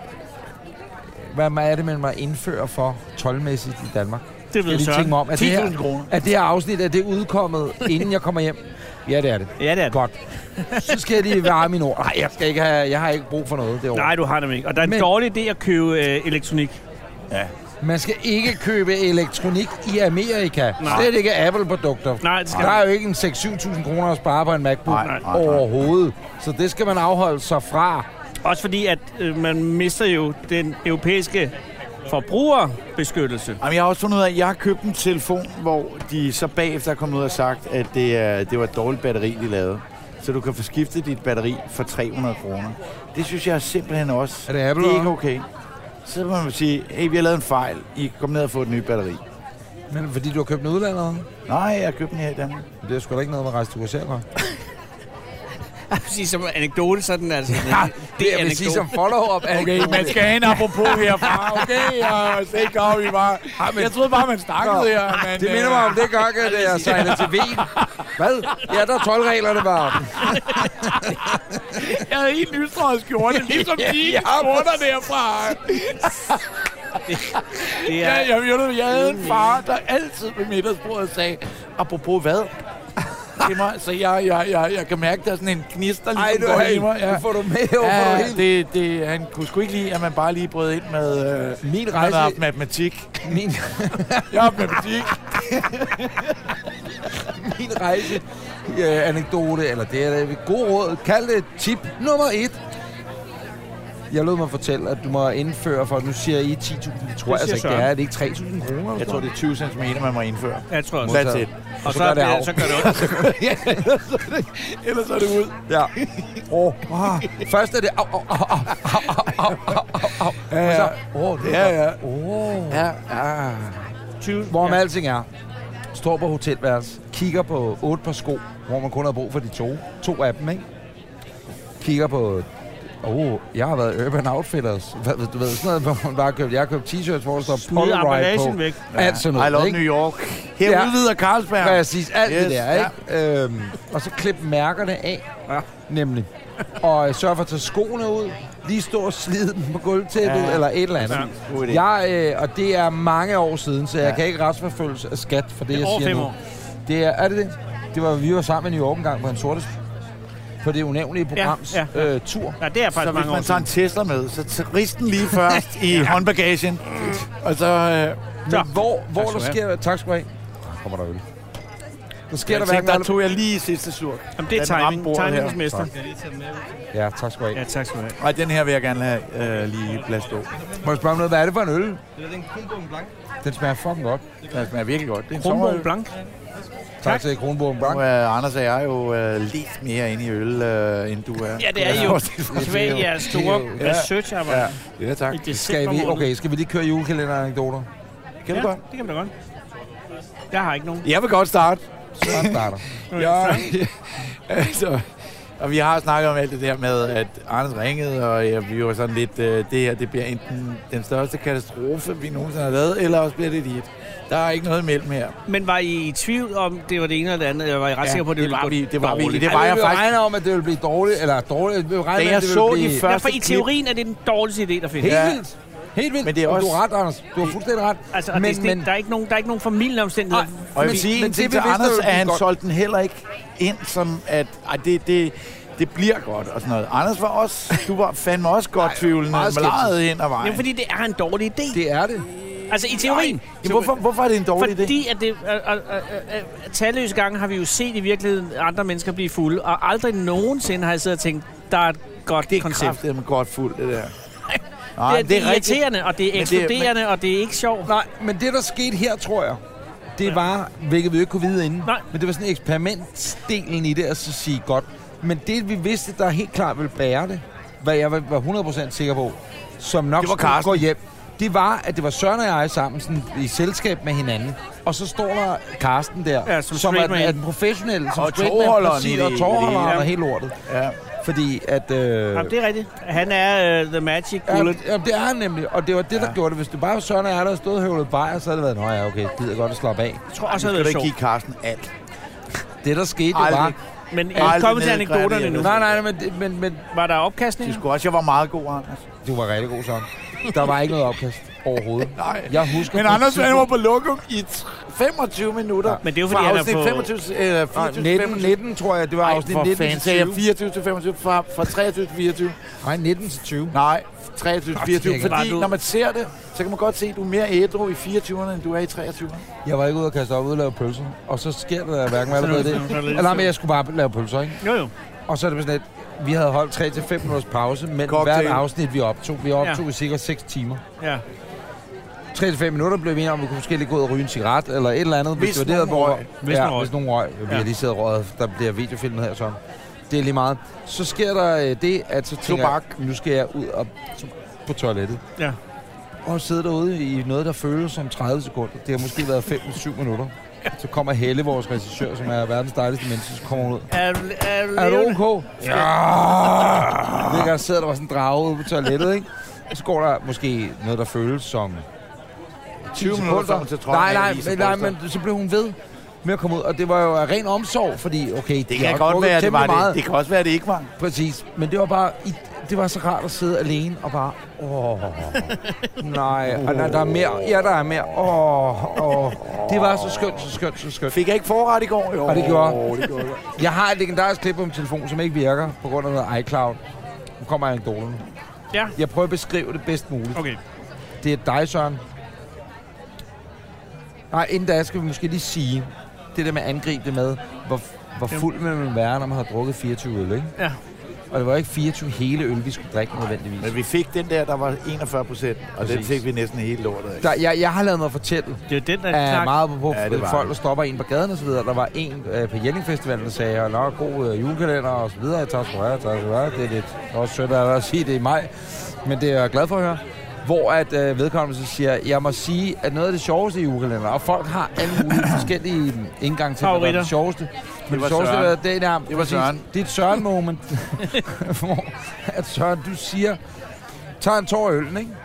hvad er det, man må indføre for tolvmæssigt i Danmark? Det Jeg ved lige tænke Søren. mig om, at det, ti her, tusind kroner. at det her afsnit, er det udkommet, inden jeg kommer hjem? Ja, det er det. Ja, det er det. Godt. Så skal jeg lige være mine ord. Nej, jeg, skal ikke have, jeg har ikke brug for noget det år. Nej, du har dem ikke. Og der er en Men- dårlig idé at købe øh, elektronik. Ja. Man skal ikke købe elektronik i Amerika. Nej. Slet ikke Apple-produkter. Nej, det skal Der man er jo ikke en seks til syv tusind kroner at spare på en MacBook Nej, nej, nej. overhovedet. Så det skal man afholde sig fra. Også fordi, at øh, man mister jo den europæiske forbrugerbeskyttelse. Jamen, jeg har også fundet ud af, at jeg har købt en telefon, hvor de så bagefter er kommet ud og sagt, at det, er, det var et dårligt batteri, de lavede. Så du kan få skiftet dit batteri for tre hundrede kroner. Det synes jeg simpelthen også. Er det Apple, Det er ikke eller? okay. Så må man sige, hey, vi har lavet en fejl. I kom ned og få et nyt batteri. Men fordi du har købt en udlandet? Nej, jeg har købt den her i Danmark. Det er sgu da ikke noget med at rejse til U S A, hva'? Præcis som anekdote, sådan altså. Ja, det jeg vil sige som follow-up. Okay, man skal hen apropos herfra. Okay, jeg er sikker om, vi var... Jeg troede bare, man snakkede Nå, her. Men, Det minder mig om det gang, at jeg sejlede til Wien. Hvad? Ja, der er tolvreglerne bare. Jeg havde helt lystrøget skjorte, ligesom Ja, de ja, skjorter derfra. Det Ja, er, jeg, jeg, jeg havde en far, der altid ved middagsbordet sagde, apropos hvad? Til mig, så jeg, jeg, jeg, jeg kan mærke, der er sådan en gnister, Ej, ligesom du, går hey, i mig. Ja. du får du med over, får du Ja, helt... det, det, han kunne sgu ikke lide, at man bare lige brød ind med... Øh, Min han rejse... havde haft matematik. Min, Jeg har haft matematik. min rejse øh, anekdote, eller det er et god råd. Kald det tip nummer et. Jeg lød mig fortælle, at du må indføre, for nu siger I ti tusind, det tror jeg altså ikke, det er. Er det ikke tre tusind kroner? Jeg tror, det er tyve centimeter, man må indføre. Jeg tror også. That's it. Og så, så gør det bliver- af. så gør det ondt. Ja, ellers er det, ellers er det ud. Ja. Oh, ah. Først er det au, au, au, au, au, au, au, au. Ja, Og så, ja. åh, det er Ja, ja. oh. Ja, ja. tyve Hvorom ja. alting er, står på hotelværelse, kigger på otte par sko, hvor man kun har brug for de to. To af dem, ikke? Kigger på... Åh, oh, jeg har været i Urban Outfitters. Hvad, du ved, sådan noget, hvor man bare har købt... Jeg har købt t-shirts, hvor der står Smid Polaroid på. emballagen væk. Alt sådan noget, I love ikke? New York. Her Ja. udvider Carlsberg. Præcis, alt yes, Yes, det der, ikke? Ja. Øhm, og så klip mærkerne af, ja. nemlig. Og øh, sørg for at tage skoene ud, lige stå og slide dem på gulvtæppet, Ja. eller et eller andet. God idé. Jeg, øh, og det er mange år siden, så jeg Ja. kan ikke retsforfølges af skat for det, Det er jeg over siger fem nu. år. Det er, er det det? Det var, vi var sammen i New York en gang på en sorte på det unævnlige programs Ja, ja, ja. Øh, tur. Ja, det er Så faktisk hvis mange år man tager siden. en Tesla med, så t- rist den lige først i håndbagagen. Og så... Øh, Men Så. hvor, hvor Tak der skal du sker... Tak skal du have. Der kommer der øl. Der sker jeg der tænkte, hverken... der tog jeg lige sidste surk. Jamen, det er Den ramte timing. bordet her. Timingsmester. Ja, tak skal du have. Ja, tak skal du have. Nej, den her vil jeg gerne have øh, lige blæst på. Må jeg spørge om noget? Hvad er det for en øl? Det er den Kronborg Blanc. Den smager fucking godt. Den smager virkelig godt. Det er en Kronborg sommerøl. Blanc. Tak til Kronborg Blanc. Nu er Anders og jeg jo øh, lidt mere inde i øl, øh, end du er. Ja, det er I jo. Kvæg jeres store Ja. researcharbejde Ja, tak. i Skal december vi, måned. okay, skal vi lige køre julekalenderanekdoter? Kan Ja, du godt? det kan man da godt. Jeg har ikke nogen. Jeg vil godt starte. Søren starter. Ja, altså, og vi har snakket om alt det der med, at Anders ringede, og ja, vi var sådan lidt, øh, det her, det bliver enten den største katastrofe, vi nogensinde har lavet, eller også bliver det et hit. Der er ikke noget imellem her. Men var I i tvivl om, det var det ene eller det andet? Jeg var I ret Ja, sikker på, at det, det ville var gå vi- det var vi- dårligt? det Ej, var jeg vi faktisk- regner om, at det vil blive dårligt, eller dårligt. Vi regner Da med, jeg at det så vil de blive... første Ja, for i klip- teorien er det den dårligste idé, der findes. Helt Ja. vildt. Helt vildt. Men det er Og også- du har ret, Anders. Du har fuldstændig ret. Altså, og men, det, men, det, der, er ikke nogen, der er ikke nogen familielige omstændigheder. Nej. Og jeg vil Men- sige men en ting det til vi vidste, Anders, det ville at han blive godt. solgte den heller ikke ind som, at ej, det, det, det bliver godt og sådan noget. Anders var også, du var fandme også godt tvivlende, meget skeptisk. meget hen ad vejen. Det er fordi, det er en dårlig idé. det er det. Altså i teorien. Jamen, hvorfor, hvorfor er det en dårlig idé? Fordi at det, øh, øh, øh, øh, talløse gange har vi jo set i virkeligheden andre mennesker blive fulde, og aldrig nogensinde har jeg siddet og tænkt, der er et godt Det er koncept. kraftedeme godt fuldt, det der. Det er, det er rigtigt. irriterende, og det er Men det er- ekskluderende, og det er ikke sjovt. Nej, men det, der skete her, tror jeg, det var, hvilket vi jo ikke kunne vide inden, Nej. men det var sådan en eksperimentdelen i det, at så sige godt. Men det, vi vidste, der helt klart ville bære det, hvad jeg var var hundrede procent sikker på, som nok Det var skulle Carsten. gå hjem, det var, at det var Søren og jeg sammen sådan, i selskab med hinanden. Og så står der Carsten der, Ja, som som er, straight den- man. er den professionelle, som Og straight man, tovholderen præcis, i det- og tovholderen i det- og helt lortet. Ja. Fordi at... Øh, Jamen, det er rigtigt. Han er uh, the magic bullet. Ja, det er han nemlig, og det var det, der gjorde det. Hvis det bare var Søren og jeg, der stod og høvlet bajer, så havde det været, nå ja, okay, gider godt at slappe af. Jeg tror også, Så det kan er du ikke sjovt. give Carsten alt. Det, der skete, det Aldrig. var... Men I er Aldrig ikke kommet til nedgraderet. anekdoterne nu. Nej, nej, men, det- men, men Var der Det opkastning? skulle også, jeg var meget god, Anders. du var rigtig god sådan. Der var ikke noget opkast overhovedet. Nej. Jeg husker... Men på Anders, tidspunkt- han var på lokum i femogtyve minutter. Ja. Men det er jo Fra fordi, han er afsnit på... femogtyve, eller Nej, fireogtyve til nitten, femogtyve. nitten, tror jeg, det var Nej, afsnit for nitten fanden til sagde jeg tyve. fireogtyve til femogtyve, fra, fra treogtyve til fireogtyve. Nej, nitten til tyve. Nej, treogtyve til fireogtyve, det kan fordi bare du- når man ser det, så kan man godt se, at du er mere ædru i fireogtyverne, end du er i treogtyverne. Jeg var ikke ude og kaste op ud og lave pølser. Og så sker der hverken hvad Så der er ved det- det. så er det lidt Eller men jeg skulle bare lave pølser, ikke? Jo, jo. Og så er det sådan lidt, vi havde holdt tre til fem minutters pause, men Cocktail. hvert afsnit, vi optog, vi optog Ja. i sikkert seks timer. Ja. tre til fem minutter blev vi enige om, vi kunne måske lige gå ud og ryge en cigaret, eller et eller andet. Hvis det var det, der nogen var- røg. Hvis ja, nogen røg. hvis nogen røg. Vi Ja. har lige siddet og røget, der bliver videofilmet her sådan. Det er lige meget. Så sker der øh, det, at så tænker Tobak. jeg, nu skal jeg ud og på toilettet. Ja. Og sidde derude i noget, der føles som tredive sekunder. Det har måske været fem til syv minutter. Så kommer Helle, vores regissør, som er verdens dejligste menneske, så kommer hun ud. Er, er, Er du levende? ok? Ja. Det kan sidder der var sådan en drage ude på toilettet, ikke? Og så går der måske noget, der føles som tyve minutter frem til trøjen Nej, af nej, Lise men, nej, Bolster. men så blev hun ved med at komme ud. Og det var jo af ren omsorg, fordi okay, Det kan godt være, det var det. Det kan også være, det ikke var. Præcis. Men det var bare, i, det var så rart at sidde alene og bare, åh, nej, og der, der er mere, ja, der er mere, åh, åh. Det var så skønt, så skønt, så skønt. Fik jeg ikke forret i går? Jo, Og det gjorde. det gjorde jeg. Jeg har et legendarisk klip på min telefon, som ikke virker på grund af noget iCloud. Nu kommer anekdoterne. Ja. Jeg prøver at beskrive det bedst muligt. Okay. Det er dig, Søren. Nej, inden da skal vi måske lige sige, det der med at angribe det med, hvor, hvor fuld vil man være, når man har drukket fireogtyve øl, ikke? Ja. Og det var ikke fireogtyve hele øl, vi skulle drikke nødvendigvis. Men vi fik den der, der var enogfyrre procent, og Præcis. den fik vi næsten hele lortet af. Der, jeg, jeg har lavet mig fortælle, det er den, der er meget på, på ja, folk, der stopper en på gaden og så videre. Der var en øh, på Jelling Festivalen, der sagde, nå, god øh, julekalender og så videre. Jeg tager sgu her, tager sgu her. Det er lidt også sødt at sige det i maj, men det er jeg glad for at høre. Hvor at øh, vedkommende så siger, jeg må sige, at noget af det sjoveste i julekalender, og folk har alle mulige forskellige indgang til, hvad der er det sjoveste. Men det, det sjoveste er det der, det var Søren. Det er et Søren-moment, hvor at Søren, du siger, tager en tår af øllen, ikke?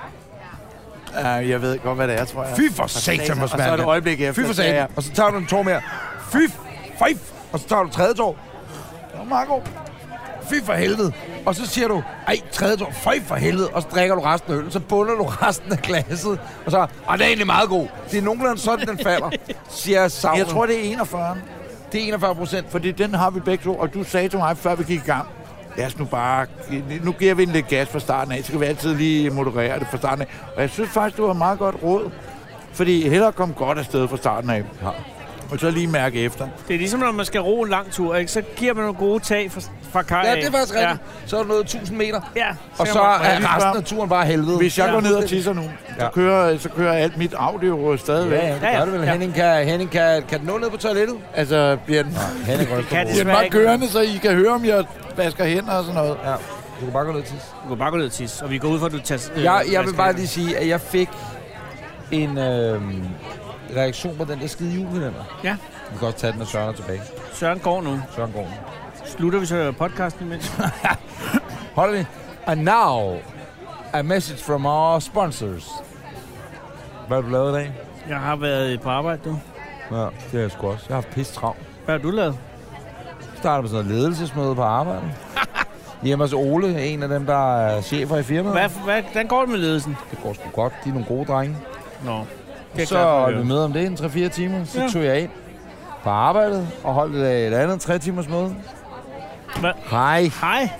Ja, jeg ved godt, hvad det er, tror jeg. Fy for satan, hvor smager. Og så er det øjeblik efter. Fy for satan, og så tager du en tår mere. Fy, fejf, og så tager du tredje tår. Det var meget god. Fy for helvede. Og så siger du, ej, tredje tår, føj for helvede, og så drikker du resten af øllen, så bunder du resten af glasset, og så, ah, det er egentlig meget god. Det er nogenlunde sådan, den falder, siger Savlen. Jeg tror, det er enogfyrre. Det er enogfyrre procent. Fordi den har vi begge to, og du sagde til mig, før vi gik i gang, lad os nu bare, nu giver vi en lidt gas fra starten af, så kan vi altid lige moderere det fra starten af. Og jeg synes faktisk, det var meget godt råd, fordi hellere kom godt afsted fra starten af. Ja. Og så lige mærke efter. Det er ligesom, når man skal ro en lang tur, ikke? Så giver man nogle gode tag fra, fra kaj. Ja, det er faktisk rigtigt. Ja. Så er det noget tusind meter. Ja. Og så er resten af turen bare helvede. Hvis jeg ja. går ned og tisser nu, ja. så, kører, så kører alt mit audio stadigvæk. Ja, ja, det gør det vel. Ja. Henning, kan, Henning kan, kan den nå ned på toilettet? Altså, bliver den, ja, Henning det kan den bare kørende, så I kan høre, om jeg vasker hænder og sådan noget. Ja. Du kan bare gå ned og tisse. Du kan bare gå ned og tisse, og vi går ud for, at du tager... Øh, jeg, jeg vil bare lige sige, at jeg fik en øh, reaktion på den der skide julekalender. Ja. Vi kan også tage den, og Søren er tilbage. Søren går nu. Søren går nu. Slutter vi så podcasten imens? Holder vi. And now, a message from our sponsors. Hvad har du lavet i dag? Jeg har været på arbejde, du. Ja, det har jeg sgu også. Jeg har haft pisse travlt. Hvad har du lavet? Jeg startede med sådan noget ledelsesmøde på arbejde. Hjemme hos Ole, en af dem, der er chefer i firmaet. Hvad, hvad, hvordan går det med ledelsen? Det går sgu godt. De er nogle gode drenge. Nå. Så var vi med om det en tre fire timer. Så ja. tog jeg ind på arbejdet og holdt et andet tre timers møde. Hva? Hej. Hej.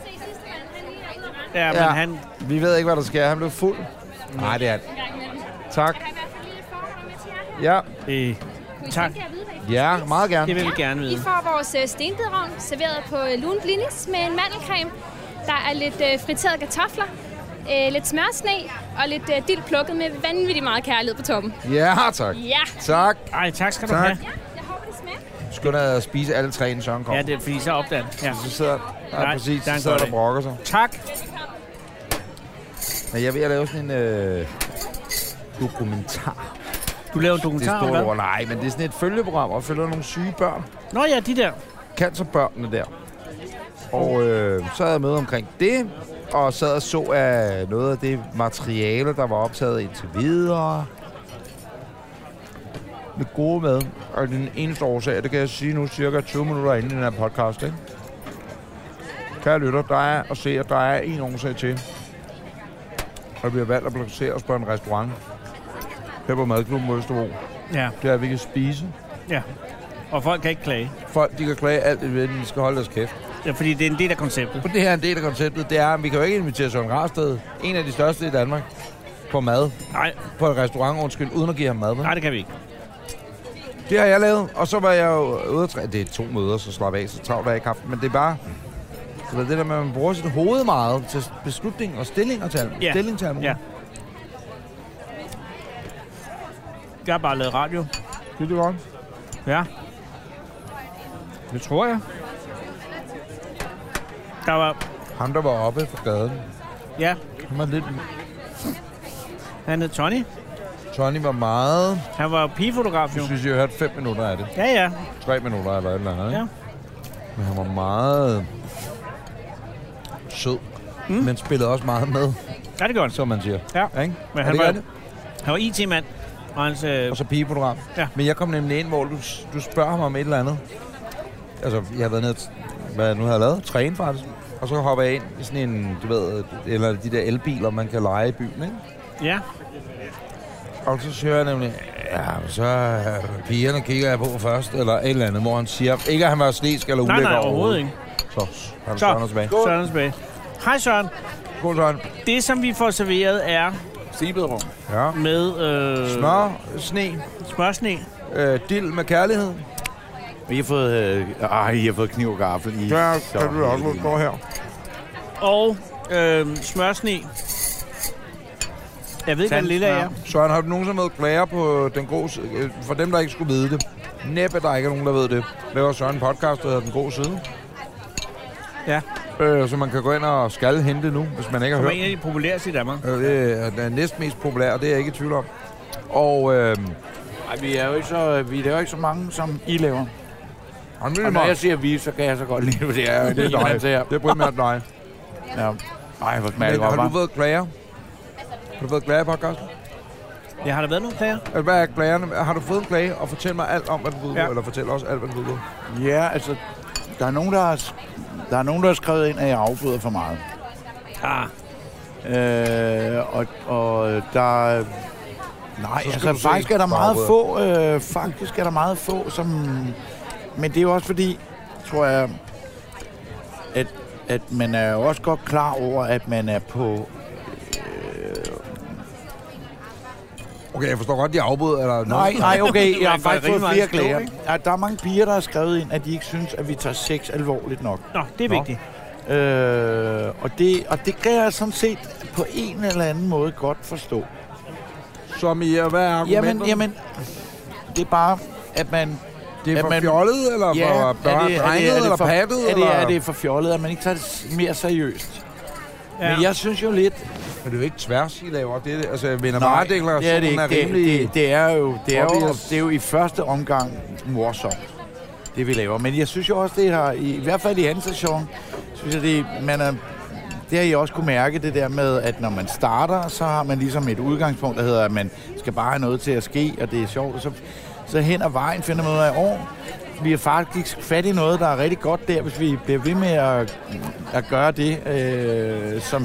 Ja, men ja. han... Vi ved ikke, hvad der sker. Han blev fuld. Nej, det er han. Tak. Ja. Øh, tak. Ja, meget gerne. Det vil vi gerne vide. I får vores uh, stenbiderravn serveret på Lune Blinis med en mandelcreme. Der er lidt uh, friterede kartofler, uh, lidt smørsne og lidt uh, dild plukket med vanvittigt meget kærlighed på toppen. Ja, tak. Ja. Tak. Ej, tak skal tak. du have. Ja, jeg håber, det smager. Skynd dig at spise alle tre, inden Søren kommer. Ja, det er fordi, så opdager den. Ja. Så sidder der, Nej, præcis, der så sidder der og brokker sig. Tak. Men jeg vil lave sådan en øh, dokumentar. Du laver en dokumentar, det er stort, nej, men det er sådan et følgeprogram, og følger nogle syge børn. Nå ja, de der. Cancerbørnene der. Og øh, så havde jeg med omkring det, og sad og så af noget af det materiale, der var optaget indtil videre. Med gode med. Og den eneste årsag, det kan jeg sige nu, cirka tyve minutter inde i den her podcast, ikke? Kære lytter, der er at se, at der er en årsag til, at vi har valgt at placere os på en restaurant her på Madklubben Østerbro. Ja. Det er, at vi kan spise. Ja. Og folk kan ikke klage. Folk, de kan klage alt det ved, de skal holde deres kæft. Ja, fordi det er en del af konceptet. Og det her er en del af konceptet. Det er, at vi kan jo ikke invitere Søren Rarsted, en af de største i Danmark, på mad. Nej. På et restaurant, undskyld, uden at give ham mad. Nej, det kan vi ikke. Det har jeg lavet, og så var jeg jo ude at træne. Det er to møder, så slap af, så travlt er jeg ikke haft. Men det er bare det, er det der med, at man bruger sit hoved meget til beslutning og stilling og til ja. stilling til alt ja. Jeg har bare lavet radio. Det er det godt. Ja. Det tror jeg. Der var... Han, der var oppe fra gaden. Ja. Han var lidt... Han hed Tony. Tony var meget... Han var pigefotograf, jo. Jeg synes, jeg hørte fem minutter af det. Ja, ja. Tre minutter eller et eller andet. Ja. Men han var meget... sød. Mm. Men spillede også meget med. Ja, det godt. Som man siger. Ja. Ja, ikke? Men han, var, han var I T-mand. Og, hans, øh... og så pigefotograf. Ja. Men jeg kom nemlig ind, hvor du, du spørger ham om et eller andet. Altså, jeg har været nede, hvad jeg nu har lavet, træne faktisk. Og så hopper jeg ind i sådan en, du ved, eller de der elbiler, man kan leje i byen, ikke? Ja. Og så siger jeg nemlig, ja, så øh, pigerne kigger jeg på først, eller et eller andet, hvor han siger, ikke at han var slæsk eller ulækker. Nej, nej, overhovedet ikke. Så, han er Søren tilbage. Søren tilbage. Hej Søren. God Søren. Det, som vi får serveret, er... Stenbiderravn. Ja. Med... Øh... Smør, sne. Smørsne. Øh, dild med kærlighed. I har fået, øh, ah, I har fået kniv og gaffel i. Ja, kan du også gå her. og øh, smørsne. Jeg ved ikke, hvad det lille er. Søren, har du nogensinde været klager på den grå side? For dem, der ikke skulle vide det. Næppe, der ikke er nogen, der ved det. Laver Søren en podcast, der hedder Den Grå Side. Ja. Øh, så man kan gå ind og skal hente nu, hvis man ikke har hørt. Det er en af de populæreste i Danmark. Øh, det er den næst mest populære, og det er jeg ikke i tvivl om. Og... Øh, Ej, vi er jo ikke så, vi laver ikke så mange, som I laver. Og når jeg siger vi, så kan jeg så godt lide, for det er jo det, dig. Det er primært dig. Ja. Ej, hvor smager det godt, har du været klager? Har du været klager i podcasten? Ja, har der været nogle klager? Hvad er klagerne? Har du fået en klage, og fortæl mig alt om, hvad du ved, ja. Eller fortæl os alt, hvad du ved. Ja, altså, der er nogen, der har, der er nogen, der har skrevet ind, at jeg afbryder for meget. Ah. Øh, og, og der... Nej, altså faktisk er der meget få, øh, faktisk er der meget få, som... Men det er jo også fordi, tror jeg, at, at man er jo også godt klar over, at man er på... Øh... Okay, jeg forstår godt, de afbryder, eller... Nej, nej, okay, jeg har faktisk fået flere klager. Ja, der er mange piger, der har skrevet ind, at de ikke synes, at vi tager sex alvorligt nok. Nå, det er Nå. vigtigt. Øh, og, det, og det kan jeg sådan set på en eller anden måde godt forstå. Som i, hvad er argumentet? Jamen, jamen, det er bare, at man... Det er at for man, fjollet, eller ja, for drenget, eller for, pattet? Er det, er det for fjollet, at man ikke tager det mere seriøst? Ja. Men jeg synes jo lidt... Men det er jo ikke tværs, I laver. Det er, altså, jeg mener, Nej, varedeklarationen det er, det er rimelig... Det, det, det, er jo, det, er jo, det er jo i første omgang morsomt, det vi laver. Men jeg synes jo også, det har, i, i hvert fald i anden sæson, synes jeg, det, man er, det har I også kunne mærke, det der med, at når man starter, så har man ligesom et udgangspunkt, der hedder, at man skal bare have noget til at ske, og det er sjovt. Og så, så hen ad vejen finder man ud af, år. Vi er faktisk fat i noget, der er rigtig godt der, hvis vi bliver ved med at, at gøre det, øh, som...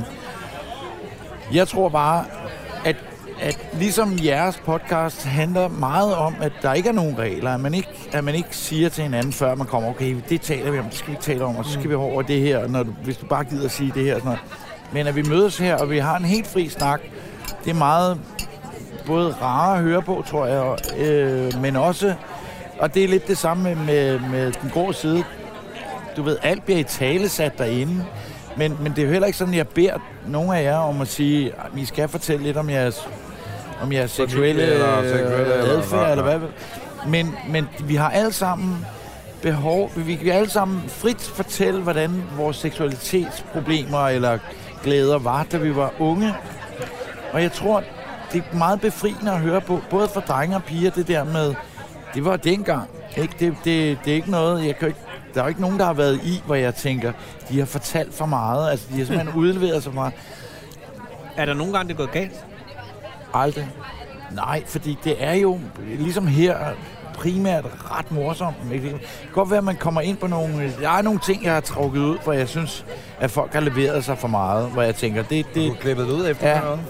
Jeg tror bare, at, at ligesom jeres podcast handler meget om, at der ikke er nogen regler, at man ikke, at man ikke siger til hinanden, før man kommer, okay, det taler vi om, det skal vi tale om, og så skal vi over det her, når du, hvis du bare gider at sige det her. Sådan noget. Men at vi mødes her, og vi har en helt fri snak, det er meget både rare at høre på, tror jeg, og, øh, men også, og det er lidt det samme med, med, med den grå side. Du ved, alt bliver i tale sat derinde. Men, men det er jo heller ikke sådan, at jeg beder nogle af jer om at sige, at I skal fortælle lidt om jeres, om jeres seksuelle, eller seksuelle adfærd, eller hvad. Men, men vi har alle sammen behov, vi kan alle sammen frit fortælle, hvordan vores seksualitetsproblemer eller glæder var, da vi var unge. Og jeg tror, det er meget befriende at høre på, både for drenge og piger, det der med, det var dengang. Ikke? Det, det, det er ikke noget, jeg kan ikke, der er ikke nogen, der har været i, hvor jeg tænker, de har fortalt for meget. Altså, de har simpelthen udleveret så meget. Er der nogle gange, det er gået galt? Aldrig. Nej, fordi det er jo, ligesom her, primært ret morsomt. Det kan godt være, at man kommer ind på nogle... Der er nogle ting, jeg har trukket ud, hvor jeg synes, at folk har leveret sig for meget. Hvor jeg tænker, det... det du har klippet ud efter ja. noget?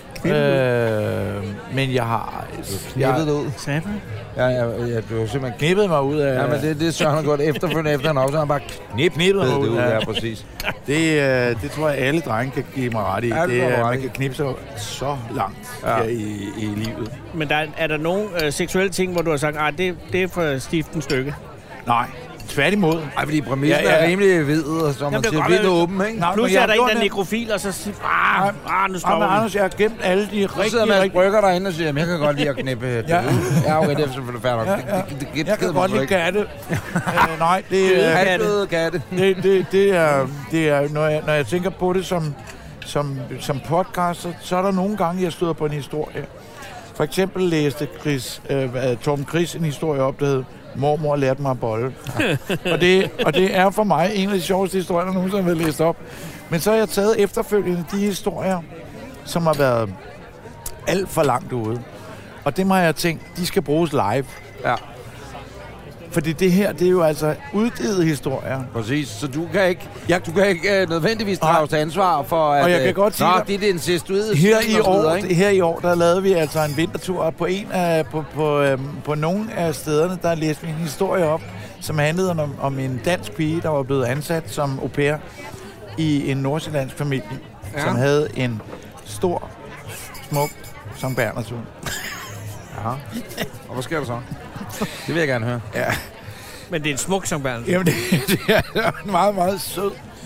Øh, men jeg har... Knippet det ud? Sagde du? Ja, ja, ja, du har simpelthen knippet mig ud af... Ja, men det, det så han har gået efterfølgende efter han også, så han bare knip, knippet mig ud af. Ja, ja, præcis. Det, øh, det tror jeg, alle drenge kan give mig ret i. Ja, det det, er, man kan knippe sig så langt ja. her i, i livet. Men der, er der nogle øh, seksuelle ting, hvor du har sagt, at det, det er for stift en stykke? Nej. Tværtimod. Ej, fordi præmissen ja, ja. er rimelig hvid, og så man siger vidt åben, ikke? Pludselig er der en, der er nekrofil, og så siger, ah, ah, nu stopper vi. Anders, jeg har gemt alle de rigtige... Så sidder Mads Brygger derinde og siger, jeg kan godt lide at knippe det ja. ud. Ja, okay, det er selvfølgelig færdigt. Ja, ja. Det, det, det, jeg kan godt lide katte. uh, nej, det er... katte. Det, det, det er... Det er når, jeg, når jeg tænker på det som, som, som podcast, så, så er der nogle gange, jeg støder på en historie. For eksempel læste Chris, øh, Torben Chris en historie op, der hed Mormor lærte mig at bolle. Ja. og, det, og det er for mig en af de sjoveste historier, der nogensinde har været læst op. Men så har jeg taget efterfølgende de historier, som har været alt for langt ude. Og dem har jeg tænkt, de skal bruges live. Ja. Fordi det her, det er jo altså udgivet historier. Præcis, så du kan ikke, ja, du kan ikke uh, nødvendigvis drage til ansvar for, at og jeg kan godt sige, nå, det er det incestuede her i år, videre, her i år, der lavede vi altså en vintertur på en af, på, på, øhm, på nogle af stederne, der læste vi en historie op, som handlede om, om en dansk pige, der var blevet ansat som au pair i en nordsjællandsk familie, ja. som havde en stor, smuk Sankt Bernhardshund. Ja. Og hvad sker der så? Det vil jeg gerne høre. Ja. Men det er en smuk Sankt Bernhardshund. Jamen, det, det er en meget, meget sød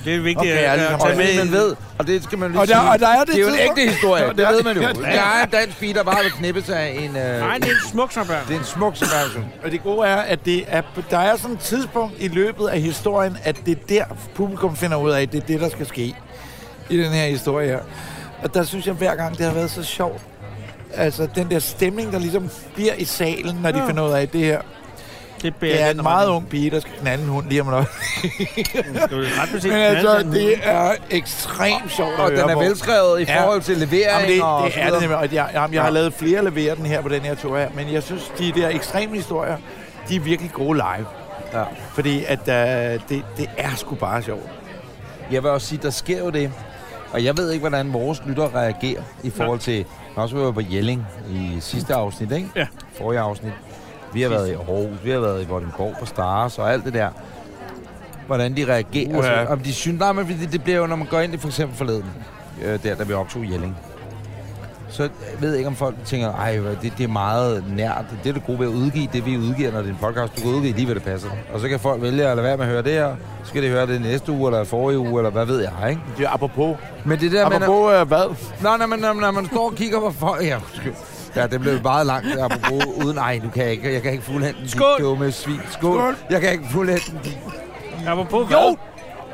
Det er vigtigt Okay, at, jeg at ligesom tage Og med. det, man ved, og det skal man lige Og der- sige, og der er det det er jo en tidspunkt. ægte historie, det Der- ved man jo. Ja. Der er en dansk pige, der bare vil knippe sig en... Øh, Nej, det er en smuk som børn. det er en smuk version. Og det gode er, at det er, der er sådan et tidspunkt i løbet af historien, at det er der, publikum finder ud af, at det er det, der skal ske i den her historie her. Og der synes jeg, hver gang det har været så sjovt. Altså, den der stemning, der ligesom bliver i salen, når de Ja. finder ud af, at det her Det, det er en meget ung pige, der skal knalde en hund lige om noget. Men altså, det er ekstremt sjovt at Og høre den er på. velskrevet i Ja. forhold til levering Jamen, det, og det så er det videre. nemlig. Og jeg, jamen, jeg har Ja. lavet flere levere den her på den her tur her. Men jeg synes, de der ekstreme historier, de er virkelig gode live. Ja. Fordi at uh, det, det er sgu bare sjovt. Jeg vil også sige, der sker jo det. Og jeg ved ikke, hvordan vores lytter reagerer i forhold til... Når også vi var på Jelling i sidste afsnit, ikke? Ja. Forrige afsnit. Vi har været i Aarhus, vi har været i Vordingborg på Stars og alt det der. Hvordan de reagerer. Uha. Altså, om de synes, nej, men det, det bliver jo, når man går ind i for eksempel forleden, øh, der, da vi optog Jelling. Så jeg ved ikke, om folk tænker, ej, det, det er meget nært. Det er det gode ved at udgive, det vi udgiver, når det er en podcast, du kan udgive lige, hvad det passer. Og så kan folk vælge at lade være med at høre det her. Så skal de høre det næste uge, eller forrige uge, eller hvad ved jeg, ikke? Det er apropos. Men det der, Apropos uh, hvad? Nej, nej, men når, når man står og kigger på folk... Ja, undskyld. Ja, det blev meget langt, apropos, uden... Ej, du kan ikke, jeg kan ikke fuldhænde den. Skål! Det var med svin. Skål! Skål! Jeg kan ikke fuldhænde den. Apropos Jo! hvad?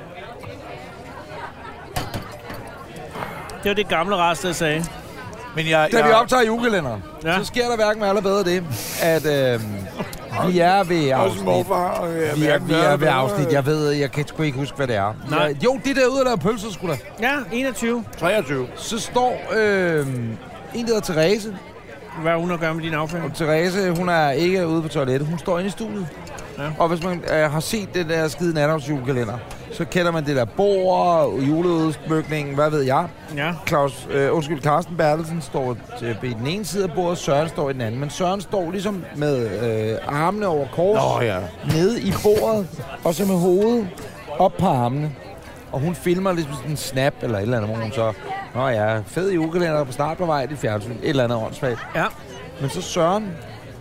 Det var det gamle Rasted sagde. Men jeg, Da jeg, vi optager julekalenderen, Ja. så sker der hverken med eller bedre det, at øh, vi er ved også afsnit... morfar. Og, jeg, Vi er, vi er ved afsnit. Jeg ved, jeg kan sgu ikke huske, hvad det er. Nej. Jeg, jo, det der ude, der er pølser, sgu da. Ja, enogtyve. treogtyve. Så står øh, en, der hedder Therese. Hvad er hun at gøre med din affald? Og Therese, hun er ikke ude på toilettet. Hun står inde i studiet. Ja. Og hvis man øh, har set den der skide nathavsjulekalender, så kender man det der bord, juleudsmykningen, hvad ved jeg. Ja. Claus, øh, undskyld, Carsten Bertelsen står øh, på den ene side af bordet, Søren står i den anden. Men Søren står ligesom med øh, armene over kors, Nå ja. nede i bordet, og så med hovedet op på armene. Og hun filmer ligesom sådan en snap eller et eller andet, hvor hun så, nå ja, fed julekalender på start på vej i fjernsyn, et eller andet åndssvagt. Ja. Men så Søren,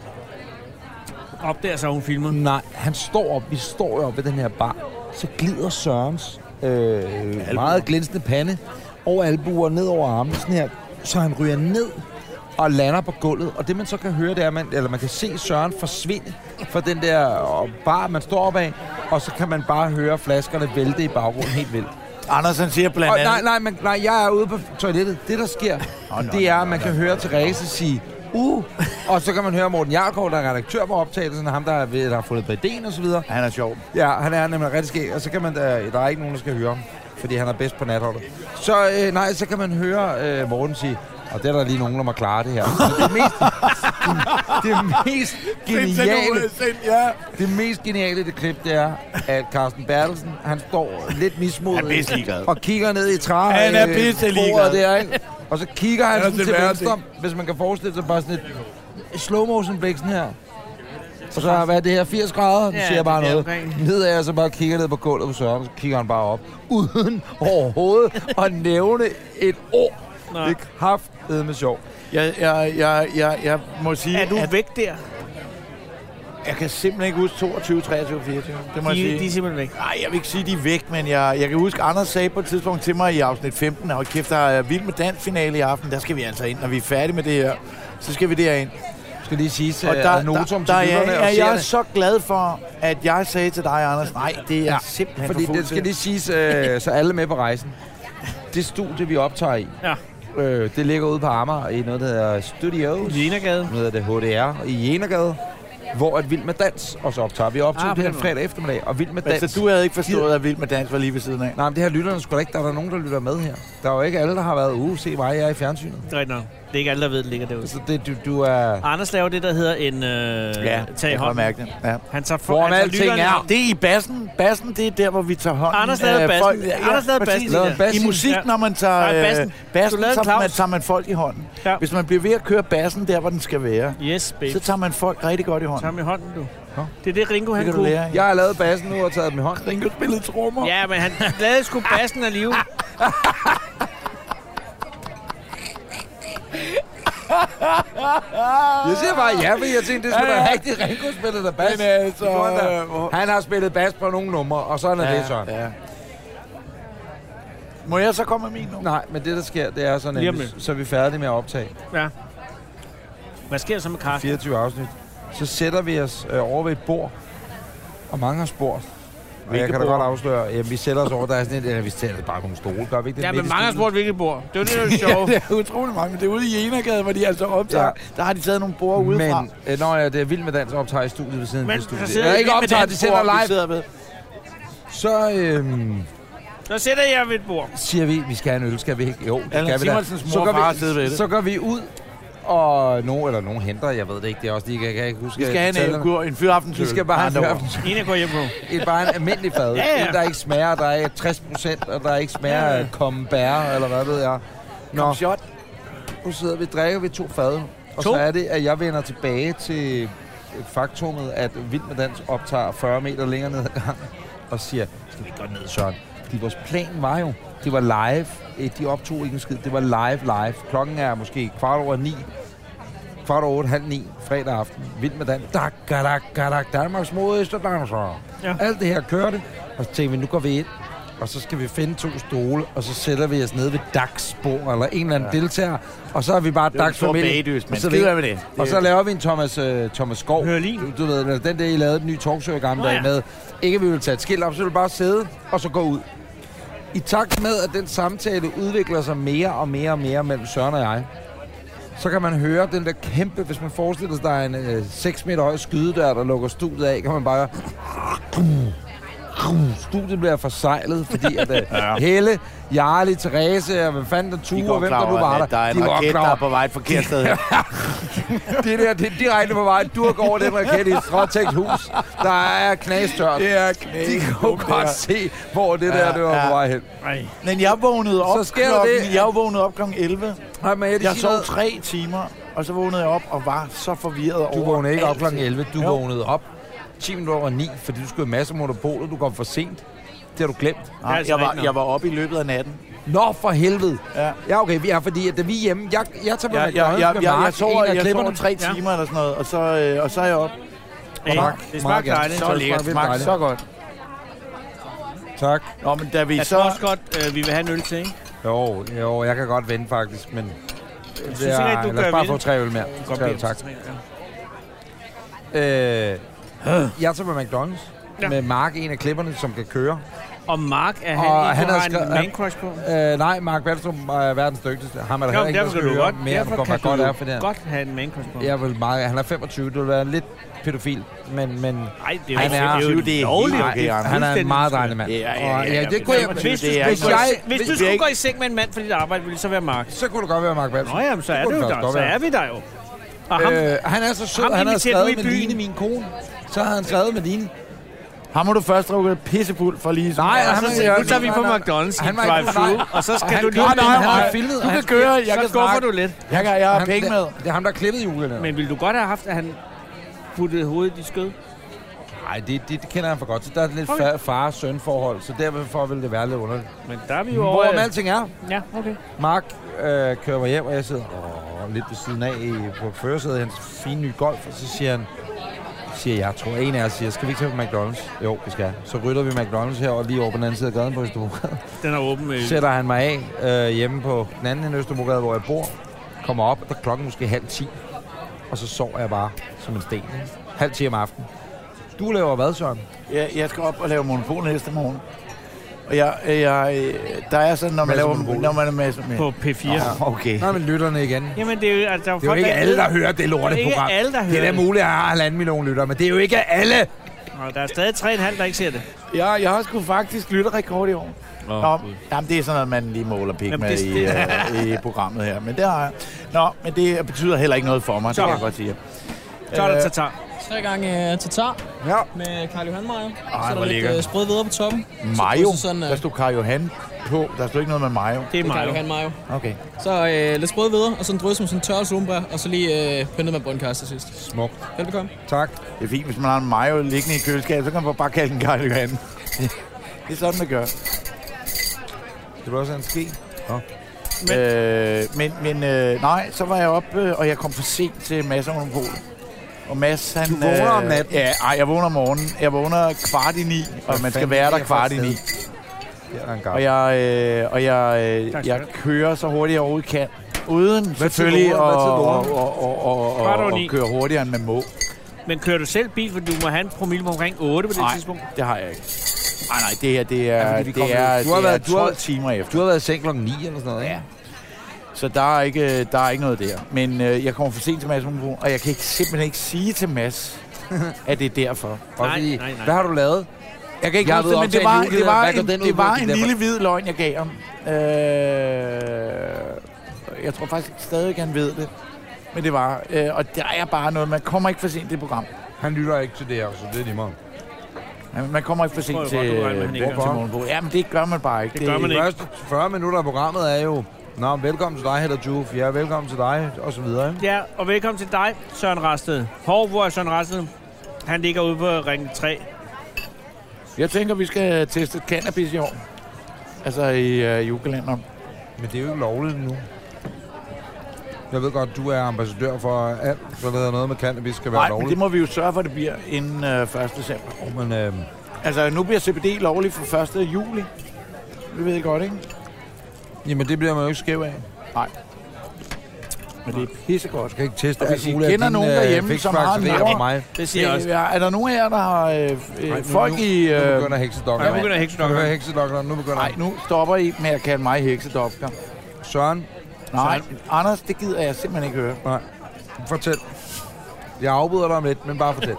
Opdager så, hun filmer. nej, han står op, vi står jo op ved den her bar, så glider Sørens øh, meget glinsende pande over albuer, ned over armene, sådan her, så han ryger ned og lander på gulvet. Og det man så kan høre, det er, man, eller man kan se Søren forsvinde fra den der øh, bar, man står op af, og så kan man bare høre flaskerne vælte i baggrunden helt vildt. Anders, han siger blandt Og, andet... nej, nej, men, nej, jeg er ude på toilettet. Det, der sker, Nå, nå, det er, nå, at man nå, kan nå, høre nå. Therese sige, uh, og så kan man høre Morten Jarkov, der er redaktør på optagelsen, ham, der, er, ved- der har fundet på ideen og så videre. Han er sjov. Ja, han er nemlig rigtig skæg, og så kan man, der, der er ikke nogen, der skal høre ham, fordi han er bedst på natholdet. Så øh, nej, så kan man høre øh, Morten sige, og det er der lige nogen, der må klare det her. Det mest, det, det mest geniale, Ja. det mest geniale i det klip, det er, at Carsten Bertelsen, han står lidt mismodet Han er pisse ligeglad. og kigger ned i træ. Han er pisse ligeglad. der, ikke? Og så kigger han, Han er sådan til til værre venstre, hvis man kan forestille sig bare sådan et slow motion blik sådan her. Og så har hvad er det her firs grader, nu Ja, siger jeg bare det er noget. omkring. Nedad, og så bare kigger ned på gulvet på Søren, så kigger han bare op, uden overhovedet at nævne et ord. Nå. Det er kraftedeme sjov. Jeg, jeg, jeg, jeg, jeg må sige, Er du at væk der? jeg kan simpelthen ikke huske toogtyve, treogtyve, fireogtyve. Det må jeg De, sige. de er simpelthen væk. Nej, jeg vil ikke sige, de er væk, men jeg, jeg kan huske, Anders sagde på et tidspunkt til mig i afsnit femten, og kæft, der er Vild med Dans finale i aften, der skal vi altså ind. Når vi er færdige med det her, så skal vi derind. Skal lige sige Og til der, notum der, der til er, lytterne er og jeg seerne. så glad for, at jeg sagde til dig, Anders, nej, det er Ja, ja, simpelthen Fordi for det fuldt skal til. lige siges, øh, så alle er med på rejsen. Det studie, vi optager i, Ja. øh, det ligger ude på Amager i noget, der hedder Studios. Jenergade. Noget af det H D R i Jenergade, hvor et Vild med Dans også optager. Vi optager Ah, ah, på det her den fredag eftermiddag, og Vild med Dans. Men så du havde ikke forstået, at Vild med Dans var lige ved siden af? Nej, men det her lytterne sgu da ikke. Der er der nogen, der lytter med her. Der er jo ikke alle, der har været ude. Se mig, jeg er i fjernsynet. Det er rigtigt nok. Det er ikke alle, der ved, det ligger derude. Så det, du, du er... Anders laver det, der hedder en øh, Ja, tag i jeg kan hånden. mærke det. Ja. Han tager for, Foran han tager alting lytterne- er- Det er i bassen. Bassen, det er der, hvor vi tager hånden. Anders lavede af bassen. folk. Anders lavede præcis. bassen. Lavede bassen. I musik, Ja. når man tager Nej, øh, bassen. bassen, Du lavede så Claus. man, tager man folk i hånden. Ja. Hvis man bliver ved at køre bassen der, hvor den skal være, Yes, babe. så tager man folk rigtig godt i Tag hånden. ham i hånden, du. Nå. Det er det, Ringo Det han kan du kunne. lære. Jeg har lavet bassen nu og taget dem i hånd. Ringo spillede trommer. Ja, men han lavede sgu bassen alligevel. Jeg siger bare ja, fordi jeg tænkte, det skulle Ja, da ja. rigtig Ringo spillet der bas. Men altså, Det gjorde han da. øh, hvor- Han har spillet bas på nogle numre, og sådan er det, Søren. Ja. Må jeg så komme med min nu? Nej, men det der sker, det er sådan, at så er vi færdige med at optage. Ja. Hvad sker så med Carsten? fireogtyve afsnit. Så sætter vi os øh, over ved et bord, og mange har spurgt. Og jeg kan da godt afsløre, at vi sætter os over, der er sådan et, eller vi sætter bare nogle stole, gør vi ikke det? Ja, men mange har spurgt, hvilket bord. Det var det, der var sjovt. Ja, det er utrolig mange, men det er ude i Energade, hvor de altså optager. Ja. Der har de taget nogle bord udefra. Men, øh, når jeg, det er Vild med Dans optager i studiet ved siden af studiet. Men, ikke optager, de sender live. Ved. Så, øhm, så sætter jeg ved et bord. Siger vi, vi skal have en øl, skal vi ikke? Jo, det Allan skal vi da. Så går vi, ved det. Så går vi ud, og nogen eller nogen henter, jeg ved det ikke, det er også lige, jeg kan ikke huske. Vi skal have en, en fyraftensøl. Vi skal bare have en fyraftensøl. En, jeg går hjem på. Et bare en almindelig fad. Ja, ja. En, der ikke smager, der er tres procent, og der ikke smager af komme bær, eller hvad ved jeg. Nå, shot. Nu sidder vi, drikker vi to fad, og to? Så er det, at jeg vender tilbage til faktummet, at Vild med Dans optager fyrre meter længere ned ad gangen, og siger, skal vi ikke godt ned, Søren? Fordi vores plan var jo, det var live. De optog ikke en skid, det var live, live. Klokken er måske kvart over ni. Kvart over otte, halv ni, fredag aften. Vild med Dans. Dak, dak, dak, Danmarks modigste danser. Ja. Alt det her kørte. Og så tænkte vi, nu går vi ind. Og så skal vi finde to stole, og så sætter vi os ned ved Dagsbord, eller en eller anden ja. deltager. Og så er vi bare Dagsfamilie. Og, så vi, det. og så laver vi en Thomas, uh, Thomas Skov. Hørlin. Du, du ved, den der, I lavede den nye talkshow i gamle oh, ja. med. Ikke vi vil tage et skilt op, så vil vi bare sidde, og så gå ud. I takt med, at den samtale udvikler sig mere og mere og mere mellem Søren og jeg, så kan man høre den der kæmpe, hvis man forestiller sig, der er en øh, seks meter høj skyde der, der lukker studiet af, kan man bare... Studiet bliver forsejlet, fordi at uh, ja. Helle, Jarli, Therese og hvem fanden der Tue og hvem der nu var der. Der er en de raket, der er på vej et forkert sted her. det der, det er direkte på vej. Du går over den raket i et stråtægt hus. Der er knastørt. Det er knæs. De kan jo godt se, hvor det der, ja, det var ja. på vej hen. Ej. Men jeg vågnede op så sker klokken, det. Jeg vågnede op klokken elleve. Ej, men jeg jeg sov noget? tre timer, og så vågnede jeg op og var så forvirret over. Du vågnede ikke op klokken elleve, du jo. vågnede op ti minutter over ni, fordi du skulle have masser af monopoler, du kom for sent. Det har du glemt. Nej, jeg, jeg, var, jeg var oppe i løbet af natten. Nå, for helvede. Ja, ja okay, ja, fordi at da vi er hjemme, jeg, jeg tager på ja, McDonald's ja, ja, med ja, Mark, jeg sover, en af jeg sover tre timer ja. eller sådan noget, og så, øh, og så er jeg op. Hey, Mark, det smagte dejligt. Så lækkert, det smagte så godt. Tak. Nå, men da vi jeg så... tror også godt, øh, vi vil have en øl til, ikke? Jo, jo, jeg kan godt vente faktisk, men... Jeg synes ikke, at du lad os bare få tre øl mere. Godt tre øl, tak. Øh, jeg tager med McDonald's. Ja. Med Mark, en af klipperne, som kan køre. Og Mark, er han og ikke, han har skrevet, en man crush på? Øh, nej, Mark Wallström er verdens dygtigste. Han er der heller ikke, der skal køre mere. Derfor kan godt du er for det. godt have en man crush på. Jeg vil meget, han er femogtyve, det vil være lidt pædofil, men... men nej, det er jo han er, femogtyve, det er dårligt. Okay, han er en meget drejende mand. Ja, ja, ja, ja, det kunne jeg, hvis du, hvis jeg, hvis du skulle gå i seng med en mand for dit arbejde, ville det så være Mark? Så kunne det godt være Mark Wallström. Nå jamen, så er det jo der. Så er vi der jo. Han er så sød, han har skrevet med Line, min kone. Så har han skrevet med Line. Ham må du først drukket pissefuld for lige... Nej, og så nu tager vi på McDonald's han drive-thru, og så skal du lige... Nej, han har filmet. Du kan køre, jeg kan skuffer du lidt. Jeg, kan, jeg har penge med. Det er ham, der har klippet julen. Men ville du godt have haft, at han puttede hovedet i skød? Nej, det, det, det kender han for godt. Så der er lidt okay. far-søn-forhold, så derfor vil det være lidt underligt. Men der er vi jo over... Hvorom alting er. Ja, okay. Mark øh, kører mig hjem, og jeg sidder åh, lidt ved siden af i, på førersædet i hans fine nye Golf, og så siger han... siger jeg, tror en af jer siger, skal vi ikke tage på McDonald's? Jo, vi skal. Så rydder vi McDonald's her og lige over på den anden side af gaden på Østerbrogade. Den er åben. Øh. Sætter han mig af øh, hjemme på den anden ende Østerbrogade, hvor jeg bor. Kommer op, og der klokken måske halv ti. Og så sover jeg bare som en sten. Halv ti om aftenen. Du laver hvad, Søren? Ja, jeg skal op og lave Monopol næste morgen. Og jeg, jeg, der er sådan, når man laver Monopol. Når man er med, med. På P fire. Oh, okay. Nå, men lytterne igen. Jamen, det er jo, altså, det er jo ikke alle, der hører det lorteprogram. Det er ikke alle, der hører det. Det er da muligt, at jeg har halvanden million lyttere, men det er jo ikke alle. Nå, der er stadig tre komma fem, der ikke ser det. Ja, jeg har sgu faktisk lytterrekord i år. Oh, Nå, jamen, det er sådan noget, man lige måler pik jamen, med det, i, uh, i programmet her. Men det har jeg. Nå, men det betyder heller ikke noget for mig, så. Det kan jeg godt sige. Så er der tatar. Tre gange uh, tatar ja. med Karl Johan mayo. Ej, så er der lidt uh, sprød videre på toppen. Mayo? Sådan, uh, der stod Karl Johan på. Der stod ikke noget med mayo. Det er, det er Karl Johan mayo. Okay. Så uh, lidt sprød videre, og så en drøs med sådan en tør sombra, og så lige uh, pyntet med brøndkast til sidst. Smukt. Velbekomme. Tak. Det er fint, hvis man har en mayo liggende i køleskabet, så kan man bare kalde den Karl Johan. Det er sådan, det gør. Det var også en ski. Ja. Men, øh, men, men øh, nej, så var jeg oppe, og jeg kom for sent til Mads og Monopolet. Og Mads, han... Du vågner om natten? Ja, ej, jeg vågner om morgenen. Jeg vågner kvart i ni, og man skal være der kvart i ni. Her er en Og jeg, øh, og jeg, øh, jeg kører så hurtigt jeg overhovedet kan. Uden Hvad selvfølgelig at og, og, og, og, og, og, og køre hurtigere end man må. Men kører du selv bil, for du må have en promille på omkring otte på det nej, tidspunkt? det har jeg ikke. Nej, nej, det her, det er, ja, det er, du har det været, er tolv tolv timer efter. Du har været i seng klokken ni eller sådan noget, ikke? Ja. Så der er ikke, der er ikke noget der. Men øh, jeg kommer for sent til Mads, og jeg kan ikke, simpelthen ikke sige til Mads, at det er derfor. Nej, nej, nej. Hvad har du lavet? Jeg kan ikke jeg huske det, men det var, det var, en, det det var en lille hvid løgn, jeg gav ham. Øh, jeg tror faktisk stadig, han ved det. Men det var, øh, og der er bare noget, man kommer ikke for sent i det program. Han lytter ikke til det her, så det er lige meget. Man kommer ikke for sent til, øh, til morgenbrug. Jamen, det gør man bare ikke. Det, det gør man ikke. De første fyrre minutter af programmet er jo, nå, velkommen til dig, Hedder Juf. Ja, velkommen til dig, og så videre. Ikke? Ja, og velkommen til dig, Søren Rasted. Hov, hvor er Søren Rasted? Han ligger ude på ring tre. Jeg tænker, vi skal teste cannabis i år. Altså i uh, julekalenderen. Men det er jo ikke lovligt nu. Jeg ved godt, du er ambassadør for alt, så der er noget med cannabis skal være Nej, lovligt. men det må vi jo sørge for, at det bliver inden uh, første december. Oh, men, øh... Altså, nu bliver C B D lovligt fra første juli. Det ved jeg godt, ikke? Jamen, det bliver man jo ikke skæv af. Nej. Men det er pissegodt. Jeg skal ikke teste og hvis I kender nogen derhjemme, som har en mig. Det siger jeg også. Er, er der nogen af jer, der har øh, øh, Nej, nu, folk nu, i... Øh, nu begynder heksedoktor. Nu begynder heksedoktor. heksedoktor. Nu begynder Nej, nu stopper I med at kalde mig heksedoktor. Søren? Nej, Søren. Anders, det gider jeg simpelthen ikke høre. Nej. Fortæl. Jeg afbryder dig om lidt, men bare fortæl.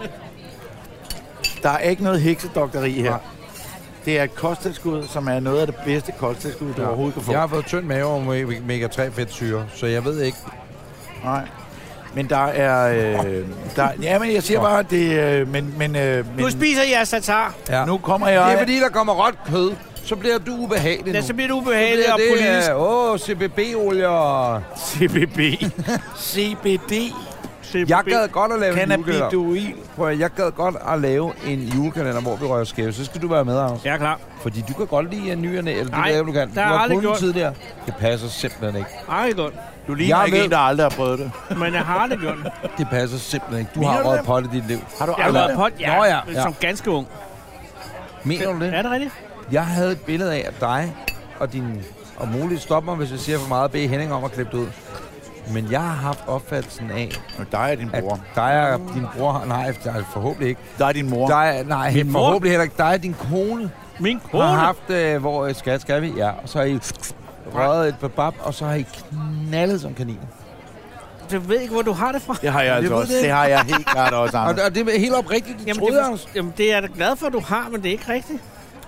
Der er ikke noget heksedokteri her. Nej. Det er et kosttilskud, som er noget af det bedste kosttilskud, du ja. overhovedet kan få. Jeg har fået tynd mave og omega tre fedtsyre, så jeg ved ikke. Nej. Men der er... Øh, der, ja, men jeg siger bare, at det... Øh, men, men, øh, men, nu spiser jeg satar. Ja. Nu kommer jeg... Det er fordi, der kommer råt kød. Så bliver du ubehagelig nu. Ja, så bliver du ubehagelig og det, politisk. Åh, oh, C B B-olier. C B B. C B D. C B B. Jeg gad godt at lave en julekalender. Prøv at, jeg gad godt at lave en julekalender, hvor vi rører skæve. Så skal du være med, Anders. Jeg er klar. Fordi du kan godt lide en ny eller det Nej, du kan. der du har aldrig gjort. Tidligere. Det passer simpelthen ikke. Aldrig godt. Du ligner ikke ved... en, der aldrig har prøvet det. Men jeg har aldrig gjort det. Det passer simpelthen ikke. Du Mener har røget pot i dit liv. Har du jeg aldrig? Jeg har røget pot, ja, Nå, ja, ja. Som ganske ung. Mener du det? Er det rigtigt? Jeg havde et billede af, at dig og din... Og muligt stop mig, hvis jeg siger for meget, bede Henning om at klippe det ud. Men jeg har haft opfattelsen af... Og dig er din bror. At dig er din bror... Nej, forhåbentlig ikke. Der er din mor. Dig, nej, min mor? forhåbentlig heller ikke. Dig er din kone. Min kone? Har haft... Øh, hvor skal, skal vi? Ja. Og så har I røget et babab, og så har I knaldet som kaniner. Jeg ved ikke, hvor du har det fra. Det har jeg altså også. Det. det har jeg helt klart også, Anders. Og, og det er helt oprigtigt, det jamen, troede det, jeg også. Jamen, det er jeg da glad for, at du har, men det er ikke rigtigt.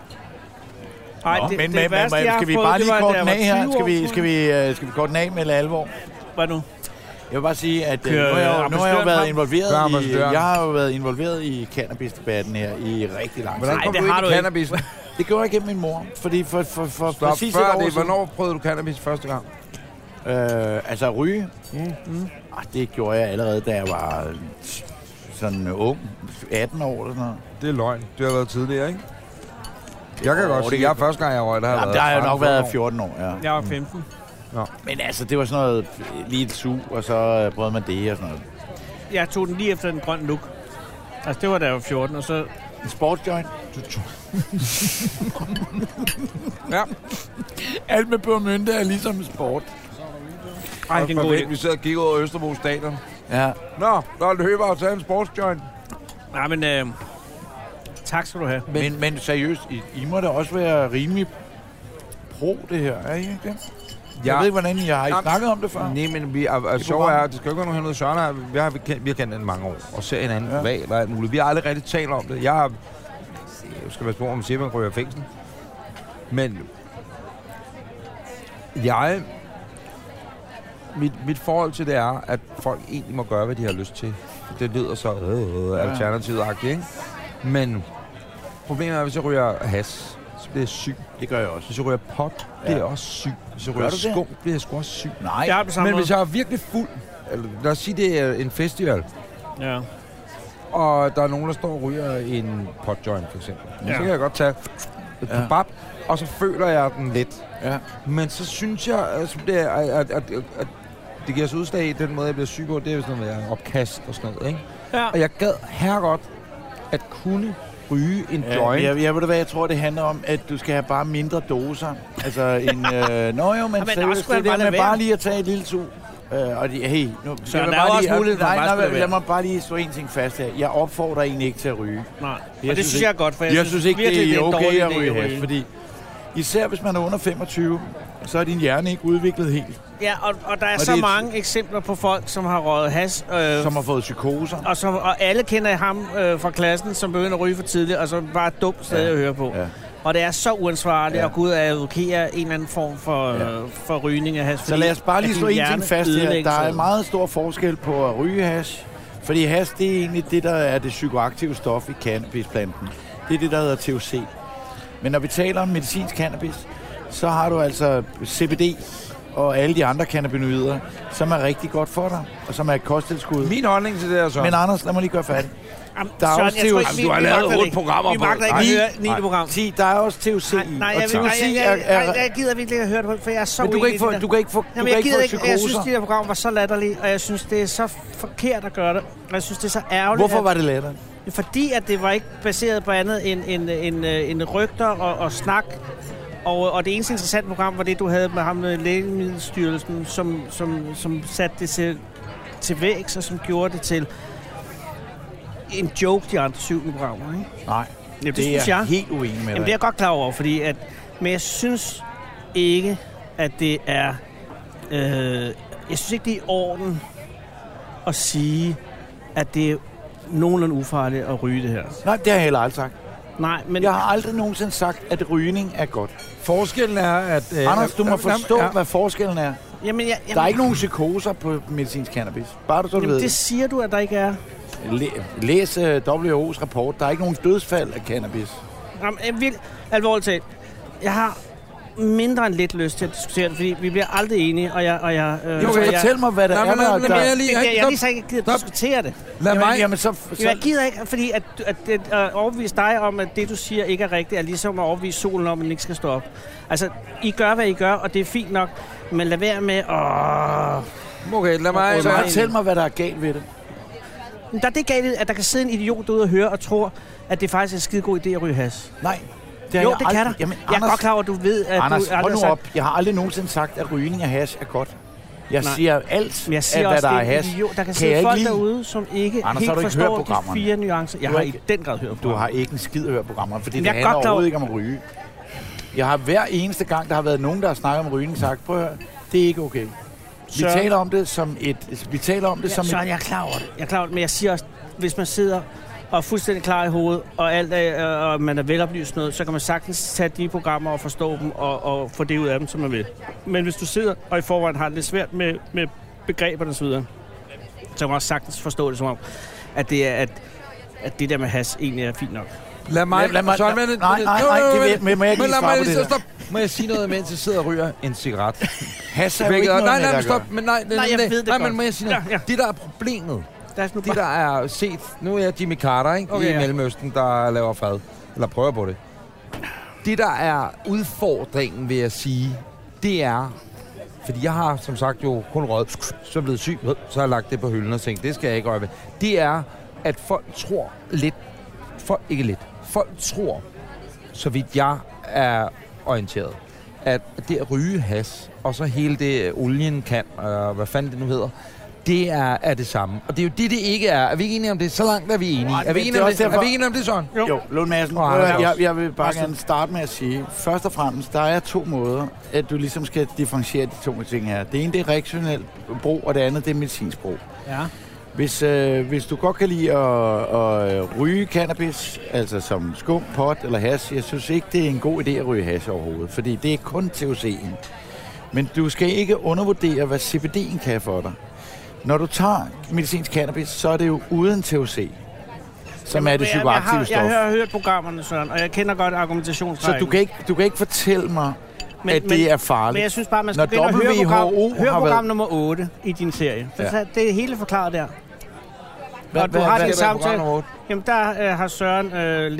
Ej, Nå, det, men, det men, værste, men, skal vi bare lige korte den af her? Skal vi, skal, vi, uh, skal vi korte den af med eller alvor? Hvad nu? Jeg vil bare sige, at uh, nu, har jeg, nu har jeg jo været involveret i, jeg har jo været involveret i cannabis-debatten her i rigtig lang tid. Hvordan kom du ind i cannabis? Det gjorde jeg gennem min mor, fordi for, for, for Stop, præcis før et år det, hvornår prøvede du cannabis første gang? Øh, altså at ryge? Mm. Mm. Arh, det gjorde jeg allerede, da jeg var sådan ung, atten år eller sådan noget. Det er løgn. Det har været tidligere, ikke? Jeg kan oh, godt sige, at jeg første gang, jeg røg, der har ja, været... Der har jeg nok været fjorten år, ja. Jeg var femten. Nå. Men altså, det var sådan noget, lige et sug, og så prøvede man det og sådan noget. Jeg tog den lige efter den grønne look. Altså, det var da jeg var fjorten, og så... En sportsjoint? Ja. Alt med pørmynte er ligesom sport. Ej, det er en god idé. Vi sidder og kigger over Østerbro Stadion. Ja. Nå, der er det højere at tage en sportsjoint. Nej, men... Øh, tak skal du have. Men, men, men seriøst, I, I må da også være rimelig pro det her, er I ikke det? Jeg ja. ved, hvordan I har I snakket om det før. Nej, men vi er, er sjovt er, det skal jo ikke være nogen hernede. Søren er, vi har, vi, kendt, vi har kendt den mange år, og ser hinanden ja. Valg og alt muligt. Vi har aldrig rigtig talt om det. Jeg, har, jeg skal være spurgt, om man siger, at man ryger i fængsel. Men jeg... Mit, mit forhold til det er, at folk egentlig må gøre, hvad de har lyst til. Det lyder så øh, alternativt-agtigt, ikke? Men problemet er, hvis jeg ryger has, så bliver jeg syg. Det gør jeg også. Hvis jeg ryger pot, bliver jeg også syg. Hvis jeg ryger skum, bliver jeg sgu også syg. Nej, jeg men måde. Hvis jeg er virkelig fuld, eller lad os sige, det er en festival, ja. Og der er nogen, der står og ryger en potjoint, for eksempel. Ja. Så kan jeg godt tage et ja. Babab, og så føler jeg den lidt. Ja. Men så synes jeg, altså, det er, at, at, at, at det giver sig udslag i den måde, jeg bliver syg på, det er jo sådan noget med opkast og sådan noget, ikke? Ja. Og jeg gad herregodt at kunne ryge en Ja, joint. jeg, jeg ved hvad, jeg tror, det handler om, at du skal have bare mindre doser. Altså en... Øh, nå jo, men også seriøst, skulle det der han bare med lade bare være. lige at tage et lille sug. Øh, og de, hey, nu... Så jeg vil der er bare jo også lige, mulighed for, at nej, man bare nej, skulle lad lade mig bare lige slå en ting fast her. Jeg opfordrer egentlig ikke til at ryge. Nej, Jeg og det synes synes ikke- jeg er godt, for jeg, Jeg synes ikke, virkelig, det er en okay dårlig at idé ryge hash, fordi især hvis man er under femogtyve, så er din hjerne ikke udviklet helt, Ja, og, og der er Og så det er- mange eksempler på folk, som har røget hash, øh, som har fået psykoser. og, som, og alle kender ham øh, fra klassen, som begynder at ryge for tidligt, og så bare dumt stadig Ja, at høre på. ja. Og det er så uansvarligt Ja. at gå ud og advokere en eller anden form for, Ja. øh, for rygning af hash. Så lad os bare lige slå en ting fast her. Der er meget... meget stor forskel på at ryge hash. Fordi hash, det er egentlig det, der er det psykoaktive stof i cannabisplanten. Det er det, der hedder T H C. Men når vi taler om medicinsk cannabis, så har du altså C B D og alle de andre cannabinoider, som er rigtig godt for dig, og som er et kosttilskud. Min holdning til det er så. Men Anders, lad mig lige gøre færdig. Jamen, der er Søren, også jeg tror T H C. ikke, vi- Du har vi lavet magter det otte ikke. programmer Vi på- magter ikke Nej, at høre nej. ni program. Ti, der er også T H C i. Nej, nej, og jeg, T H nej, C jeg, er, jeg, er, jeg, jeg gider virkelig ikke at høre det, for jeg er så men du kan uenig ikke i få, det der. du kan ikke få, du Jamen, kan jeg ikke gider få ikke. Jeg synes, psykoser. det her program var så latterligt, og jeg synes, det er så forkert at gøre det. Og jeg synes, det er så ærgerligt. Hvorfor at- var det lettere? Fordi at det var ikke baseret på andet end, end, end, end rygter og, og snak. Og, og det eneste interessante program var det, du havde med ham med Lægemiddelstyrelsen, som, som, som satte det til, til vægs, og som gjorde det til en joke, de andre syv programmer. Ikke? Nej, Jamen, det er synes jeg jeg. helt uenig med Jamen, dig. det er jeg godt klar over, fordi at, men jeg synes ikke, at det er... Øh, jeg synes ikke, det er i orden at sige, at det er nogenlunde ufarligt at ryge det her. Nej, det har jeg heller aldrig sagt. Nej, men... Jeg har aldrig nogensinde sagt, at rygning er godt. Forskellen er, at... Øh, Anders, du må forstå, ja. hvad forskellen er. Jamen, jeg, jamen, Der er ikke nogen psykoser på medicinsk cannabis. Bare du så Jamen, ved. det siger du, at der ikke er. Læ- Læs uh, W H O's rapport. Der er ikke nogen dødsfald af cannabis. Jamen, jeg vil, alvorligt talt. Jeg har mindre end lidt lyst til at diskutere det, fordi vi bliver aldrig enige, og jeg... Og jeg øh, Jo, og så jeg, fortæl mig, hvad der Nej, er, men lad- der... lad der- mig lige- jeg, jeg, jeg, Stop. lige så ikke gider Stop. diskutere det. Lad Jamen, mig... jamen, så, så, Jeg gider ikke, fordi at, at, at, at overbevise dig om, at det, du siger, ikke er rigtigt, er ligesom at overbevise solen om, at den ikke skal stå op. Altså, I gør, hvad I gør, og det er fint nok, men lad være med at... Okay, lad mig... Og så Nej. fortæl mig, hvad der er galt ved det. Der er det galt, at der kan sidde en idiot derude og høre og tror, at det faktisk er en skide god idé at ryge hash. Nej, det har Jo, jeg det kan aldrig... der. Jamen, Jeg er Anders, godt klar over, at du ved, at Anders, du aldrig hold nu har sagt... op. Jeg har aldrig nogensinde sagt, at rygning af hash er godt. Jeg Nej. siger alt, Men jeg siger af, hvad også, der det er er en hash. idiot. Der kan, Kan sidde jeg folk ikke lide- derude, som ikke Anders, helt har du ikke hørt forstår de programmerne? fire nuancer. Jeg Du har har i ikke- den grad hørt Du har programmerne. ikke en skid at høre programmerne, fordi Men det jeg er handler godt klar over- overhovedet ikke om at ryge. Jeg har hver eneste gang, der har været nogen, der har snakket om rygning, sagt, prøv at høre, det er ikke okay. Vi Søren. taler om det som et... Vi taler om det Ja, som Søren, et... jeg er klar over det. Jeg er klar over det, men jeg siger også, hvis man sidder og er fuldstændig klar i hovedet, og, alt er, og man er veloplyst noget, så kan man sagtens tage de programmer og forstå dem, og, og få det ud af dem, som man vil. Men hvis du sidder og i forvejen har det lidt svært med, med begreberne og så videre, så kan man også sagtens forstå det som om, at det, er, at, at det der med hash egentlig er fint nok. Lad mig... Lad- lad mig- Søren, nej, vent- nej, vent- nej, Jo, nej, jo, det vent. vil- men må jeg ikke Men lige lad svare mig på lige det så stop. Må jeg sige noget, mens jeg sidder og ryger en cigaret? Hash er jo Begge- ikke noget nej, med nej, det men at stop. gøre. Men nej, nej, Nej, jeg nej, ved det nej, godt. men må jeg sige noget? Ja, ja. Det, der er problemet, Der er sådan de der er set... Nu er jeg Jimmy Carter, ikke? Okay, I ja. Mellemøsten, der laver fad. Eller prøver på det. Det, der er udfordringen, vil jeg sige, det er... Fordi jeg har, som sagt, jo kun røget, så er blevet syg, så har jeg lagt det på hylden og tænkt, det skal jeg ikke røre ved. Det er, at folk tror lidt... Folk, ikke lidt. Folk tror, så vidt jeg er orienteret, at det at ryge hash, og så hele det olien kan, øh, hvad fanden det nu hedder, det er, er det samme. Og det er jo det, det ikke er. Er vi ikke enige om det? Så langt er vi enige. Nej, Er vi men enige det er om også det? Er derfor- vi enige om det, Søren? Jo. Jo, Lund Madsen, Og prøv at høre, Anders jeg, også. jeg vil bare gerne starte med at sige, først og fremmest, der er to måder, at du ligesom skal differentiere de to ting her. Det ene, det er rekreationelt brug, og det andet, det er medicinsk brug. Ja. Hvis, øh, hvis du godt kan lide at, at ryge cannabis, altså som skum, pot eller hash, jeg synes ikke, det er en god idé at ryge hash overhovedet, fordi det er kun T H C'en. Men du skal ikke undervurdere, hvad C B D'en kan for dig. Når du tager medicinsk cannabis, så er det jo uden T H C, som er det Jeg, jeg, psykoaktive har, stof. jeg har hørt programmerne, Søren, og jeg kender godt Så argumentationsrækken. du kan ikke, du kan ikke fortælle mig, Men- at men- det er farligt. Men jeg synes bare, man skal Når gå ind og høre program, W H O høre har program været- nummer otte i din serie. For Ja. ja. Det er hele forklaret der. Hvad- og du hvad- har hvad- din Skal der i program samtale. nummer otte? Jamen, der øh, har Søren øh,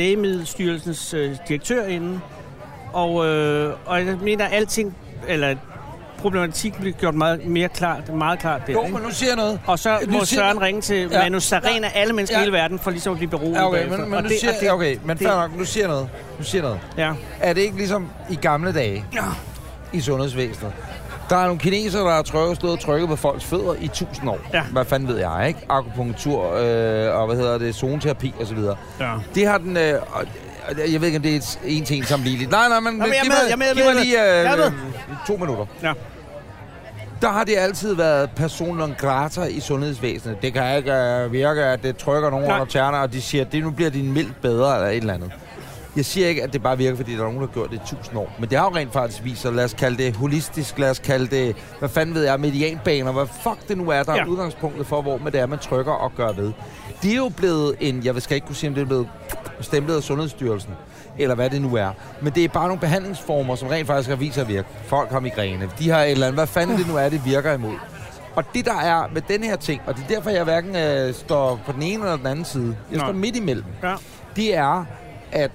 Lægemiddelstyrelsens øh, direktør inde. Og, øh, og jeg mener, alting, eller problematikken blive gjort meget mere klart, meget klart der. Jo, men nu siger jeg noget. Og så nu må Søren ringe til ja. Manu Sareen af alle mennesker i ja. hele verden, for ligesom at blive beroliget. Ja, okay, men, men, nu, det, siger, det, okay, men det, fair nok, nu siger jeg noget. Nu siger jeg noget. Ja. Er det ikke ligesom i gamle dage ja. i sundhedsvæsenet? Der er nogle kinesere, der har trykket, stået og trykket på folks fødder i tusind år. Ja. Hvad fanden ved jeg, ikke? Akupunktur øh, og hvad hedder det, zoneterapi og så videre. Ja. Det har den... Øh, jeg ved ikke, om det er en til en sammenligneligt. Nej, nej, men... Nå, men jeg med, jeg med, giv mig lige øh, øh, to minutter. Ja. Der har det altid været person non grata i sundhedsvæsenet. Det kan ikke øh, virke, at det trykker nogen under tjerner, og de siger, at det nu bliver din mildt bedre eller et eller andet. Jeg siger ikke, at det bare virker, fordi der er nogen, der har gjort det i tusind år. Men det har jo rent faktisk vist sig, lad os kalde det holistisk, lad os kalde det, hvad fanden ved jeg, medianbaner, hvad fuck det nu er, der ja. er udgangspunktet for, hvor med det er, man trykker og gør ved. De er jo blevet en, jeg skal ikke kunne sige, om det er blevet stemplet af Sundhedsstyrelsen, eller hvad det nu er. Men det er bare nogle behandlingsformer, som rent faktisk har vist sig at virke. Folk har migræne, de har et eller andet, hvad fanden det nu er, det virker imod. Og det der er med den her ting, og det er derfor, jeg hverken øh, står på den ene eller den anden side, jeg står midt imellem, ja. det er, at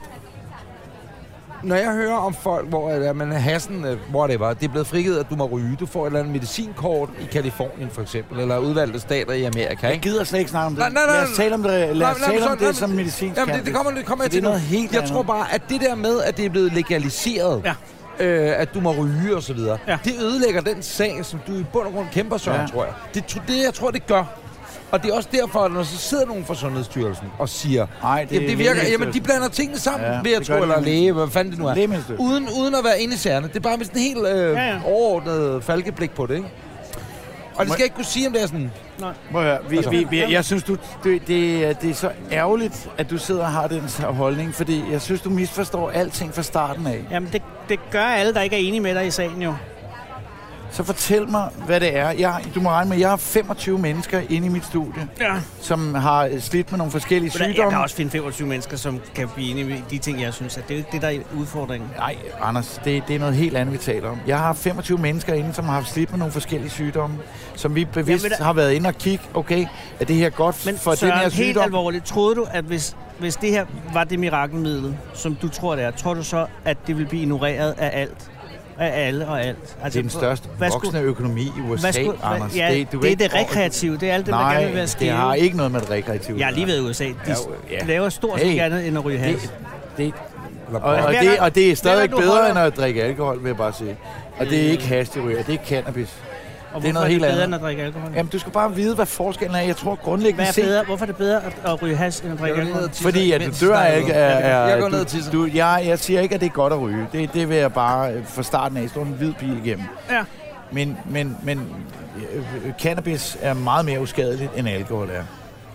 når jeg hører om folk, hvor at man hassen, hvor det var, det er blevet frigivet, at du må ryge. Du får et eller andet medicinkort i Kalifornien for eksempel, eller udvalgte stater i Amerika, ikke? Jeg gider slet ikke snakke om det. Nej, nej, nej, lad os tale om det, lad os nej, tale nej, om nej, det som medicinsk jamen, det, det kommer, det kommer jeg til nu. Helt jeg andet. tror bare, at det der med, at det er blevet legaliseret, ja. øh, at du må ryge og så videre, ja. det ødelægger den sag, som du i bund og grund kæmper, Søren, ja. tror jeg. Det, det, jeg tror, det gør. Og det er også derfor, at når så sidder nogen fra Sundhedsstyrelsen og siger, Ej, det, jamen, det virker, jamen de blander tingene sammen, ja, ved at tro, eller læge, hvad fanden det nu er. Uden, uden at være inde i sagerne. Det er bare med sådan en helt øh, ja, ja. overordnet falkeblik på det, ikke? Og det skal jeg ikke kunne sige, om det er sådan... Nej. Må jeg, vi, altså. vi, vi, jeg synes, du, det, det, det er så ærgerligt, at du sidder og har den holdning, fordi jeg synes, du misforstår alting fra starten af. Jamen, det, det gør alle, der ikke er enige med dig i sagen, jo. Så fortæl mig, hvad det er. Jeg, du må regne med, at jeg har femogtyve mennesker inde i mit studie, ja. som har slidt med nogle forskellige sygdomme. Jeg kan også finde femogtyve mennesker, som kan blive enige med de ting, jeg synes. At det er ikke det, der er udfordringen. Nej, Anders, det, det er noget helt andet, vi taler om. Jeg har femogtyve mennesker inde, som har haft slidt med nogle forskellige sygdomme, som vi bevidst ja, der... har været inde og kigge, okay, er det her godt men, for Søren, den her sygdom? helt alvorligt, troede du, at hvis, hvis det her var det mirakelmiddel, som du tror, det er, tror du så, at det vil blive ignoreret af alt? Af alle og alt. Altså, det er den største voksne økonomi i U S A, skulle, Anders. Ja, det, det er det rekreative. Det er alt det, nej, der gerne vil være skæve. det har ikke noget med det rekreative. Jeg har lige været i U S A. De ja, ja. laver stort set hey, andet end at ryge has. Det, det, og, og, det, og det er stadig bedre end at drikke alkohol, vil jeg bare sige. Og det er ikke has, de ryger. Det er cannabis. Og det er noget er det helt bedre andet. end at drikke alkohol? Jamen, du skal bare vide, hvad forskellen er. Jeg tror grundlæggende hvad er bedre? Hvorfor er det bedre at, at ryge has end at drikke alkohol? Fordi at du dør ikke af... Jeg går ned til du, jeg, jeg siger ikke, at det er godt at ryge. Det, det vil jeg bare fra starten af stå en hvid pil igennem. Ja. Men, men, men cannabis er meget mere uskadeligt, end alkohol er.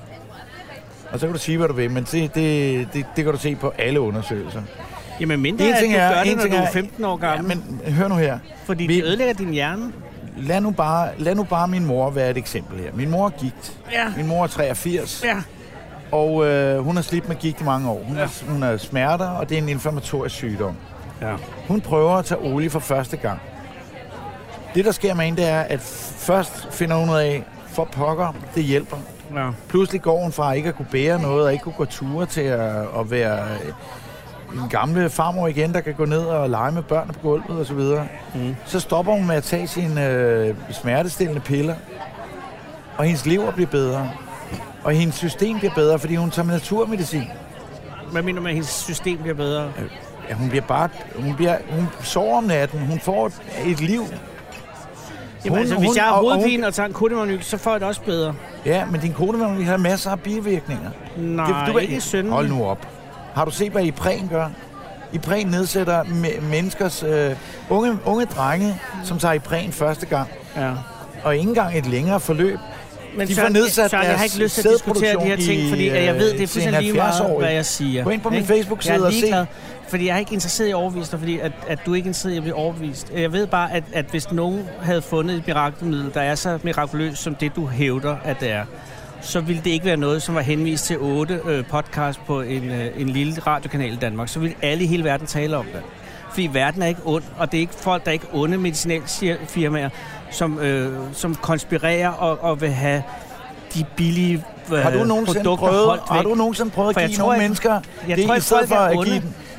Og så kan du sige, hvad du vil, men det, det, det, det kan du se på alle undersøgelser. Jamen mindre, at du er, gør det, når du er femten år gammel. Ja, men hør nu her. Fordi Vi, det ødelægger din hjerne. Lad nu, bare, lad nu bare min mor være et eksempel her. Min mor er gigt. Ja. Min mor er treogfirs. Ja. Og øh, hun har slidt med gigt i mange år. Hun, ja. har, hun har smerter, og det er en inflammatorisk sygdom. Ja. Hun prøver at tage olie for første gang. Det, der sker med hende, det er, at først finder hun ud af, for pokker, det hjælper. Ja. Pludselig går hun fra ikke at kunne bære noget, og ikke kunne gå ture til at, at være en gamle farmor igen, der kan gå ned og lege med børn på gulvet og så videre. Mm. Så stopper hun med at tage sine øh, smertestillende piller, og hendes lever bliver bedre. Og hendes system bliver bedre, fordi hun tager naturmedicin. Hvad mener du med, at hendes system bliver bedre? Ja, hun bliver bare... Hun, bliver, hun sover om natten. Hun får et, et liv. Jamen, hun, altså, hvis hun, jeg har hovedpine og, og tager en kodimonyk, så får jeg det også bedre. Ja, men din kodimonyk har masser af bivirkninger. Nej, det, du, ikke synden. Hold nu op. Har du set, hvad Ipren gør? Ipren nedsætter me- menneskers... Øh, unge, unge drenge, som tager Ipren første gang. Ja. Og ikke engang et længere forløb. Men de Søren, får nedsat Søren, jeg har ikke lyst til at diskutere de her ting, fordi jeg ved, det er fuldstændig lige meget, hvad jeg siger. Gå ind på min Facebook-side og se. Fordi jeg er ikke interesseret i at overbevise dig, fordi at, at du ikke er interesseret i at blive overbevist. Jeg ved bare, at, at hvis nogen havde fundet et mirakelmiddel, der er så mirakuløst som det, du hævder, at det er, så ville det ikke være noget, som var henvist til otte øh, podcast på en, øh, en lille radiokanal i Danmark. Så ville alle i hele verden tale om det. Fordi verden er ikke ond, og det er ikke folk, der er ikke onde medicinalfirmaer, som, øh, som konspirerer og, og vil have de billige øh, har du nogensinde produkter prøvet, holdt væk. Har du nogensinde prøvet at give nogle mennesker jeg det, tror, i stedet for at give dem?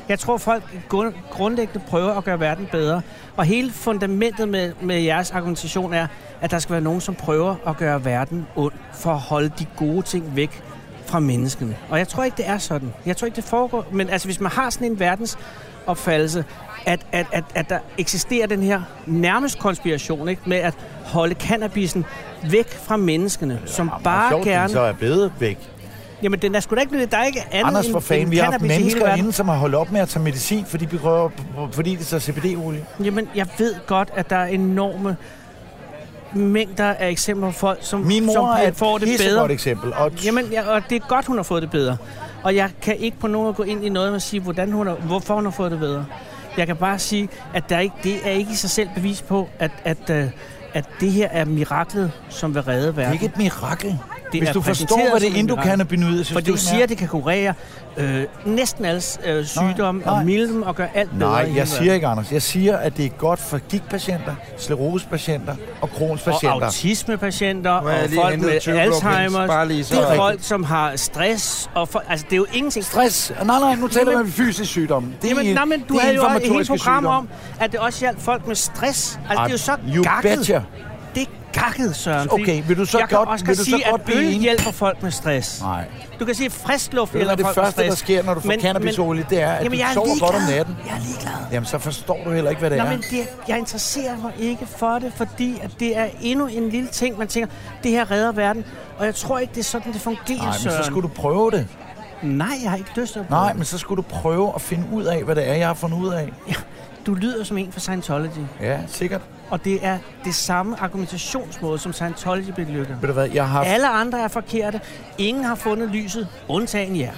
Jeg tror, folk grund, grundlæggende prøver at gøre verden bedre. Og hele fundamentet med, med jeres argumentation er, at der skal være nogen, som prøver at gøre verden ond, for at holde de gode ting væk fra menneskene. Og jeg tror ikke, det er sådan. Jeg tror ikke, det foregår. Men altså, hvis man har sådan en verdensopfattelse, at, at, at, at der eksisterer den her nærmest konspiration, ikke, med at holde cannabisen væk fra menneskene, som ja, bare sjovt, gerne... så er blevet væk. Jamen, den er sgu da ikke blevet... Der er ikke andet Anders, for end, fanden, end vi har haft cannabis i hele mennesker verden. inden, som har holdt op med at tage medicin, fordi, de prøver, fordi det er C B D-olie. Jamen, jeg ved godt, at der er enorme mængder af eksempler på folk, som, Min mor som er et får det pissegodt bedre. eksempel. Og Jamen, ja, og det er godt, hun har fået det bedre. Og jeg kan ikke på nogen måde gå ind i noget med at sige, hvordan hun har, hvorfor hun har fået det bedre. Jeg kan bare sige, at der ikke, det er ikke i sig selv bevis på, at, at, at, at det her er miraklet, som vil redde verden. det er ikke et mirakel. Det Hvis er du forstår, præsenteret hvad som det et endokannabinoide system For du siger, er. at det kan kurere øh, næsten alle øh, sygdomme nej. og milde dem og gøre alt bedre. i Nej, hele jeg siger verden. ikke, Anders. Jeg siger, at det er godt for gigtpatienter, sklerosepatienter og Crohn's Og patienter. autismepatienter, Må jeg og lige folk hente med Tyrblå Pins? Alzheimer's, Bare lige så. Det er og rigtigt. folk, som har stress. Og for, altså, det er jo ingenting. Stress. Nej, nej, nu taler vi om fysisk sygdom. Det er, Jamen, nej, men du det er havde jo også et helt inflammatoriske program sygdomme. om, at det også hjalp folk med stress. Altså, det er jo så You gakket. betcha. Det er gakket, Søren. fordi Okay, vil du så jeg godt- kan også vil du så sige, godt at blive øl enig? hjælper folk med stress. Nej. Du kan sige, at frisk luft Ved du, hvad hjælper det folk med første, stress. der sker, når du får Men- cannabisolie, det er, at Jamen, jeg du er sover ligeglad. godt om natten. Jeg er ligeglad. Jamen, så forstår du heller ikke, hvad det Nå, er. men det, jeg interesserer mig ikke for det, fordi at det er endnu en lille ting, man tænker, det her redder verden. Og jeg tror ikke, det er sådan, det fungerer, Nej, men Søren. så skulle du prøve det. Nej, jeg har ikke lyst til at prøve Nej, det. men så skulle du prøve at finde ud af, hvad det er, jeg har fundet ud af. Ja, du lyder som en fra Scientology. Ja, sikkert. Og det er det samme argumentationsmåde, som Scientology benytter. Ved du hvad, jeg har... Alle andre er forkerte. Ingen har fundet lyset, undtagen jer.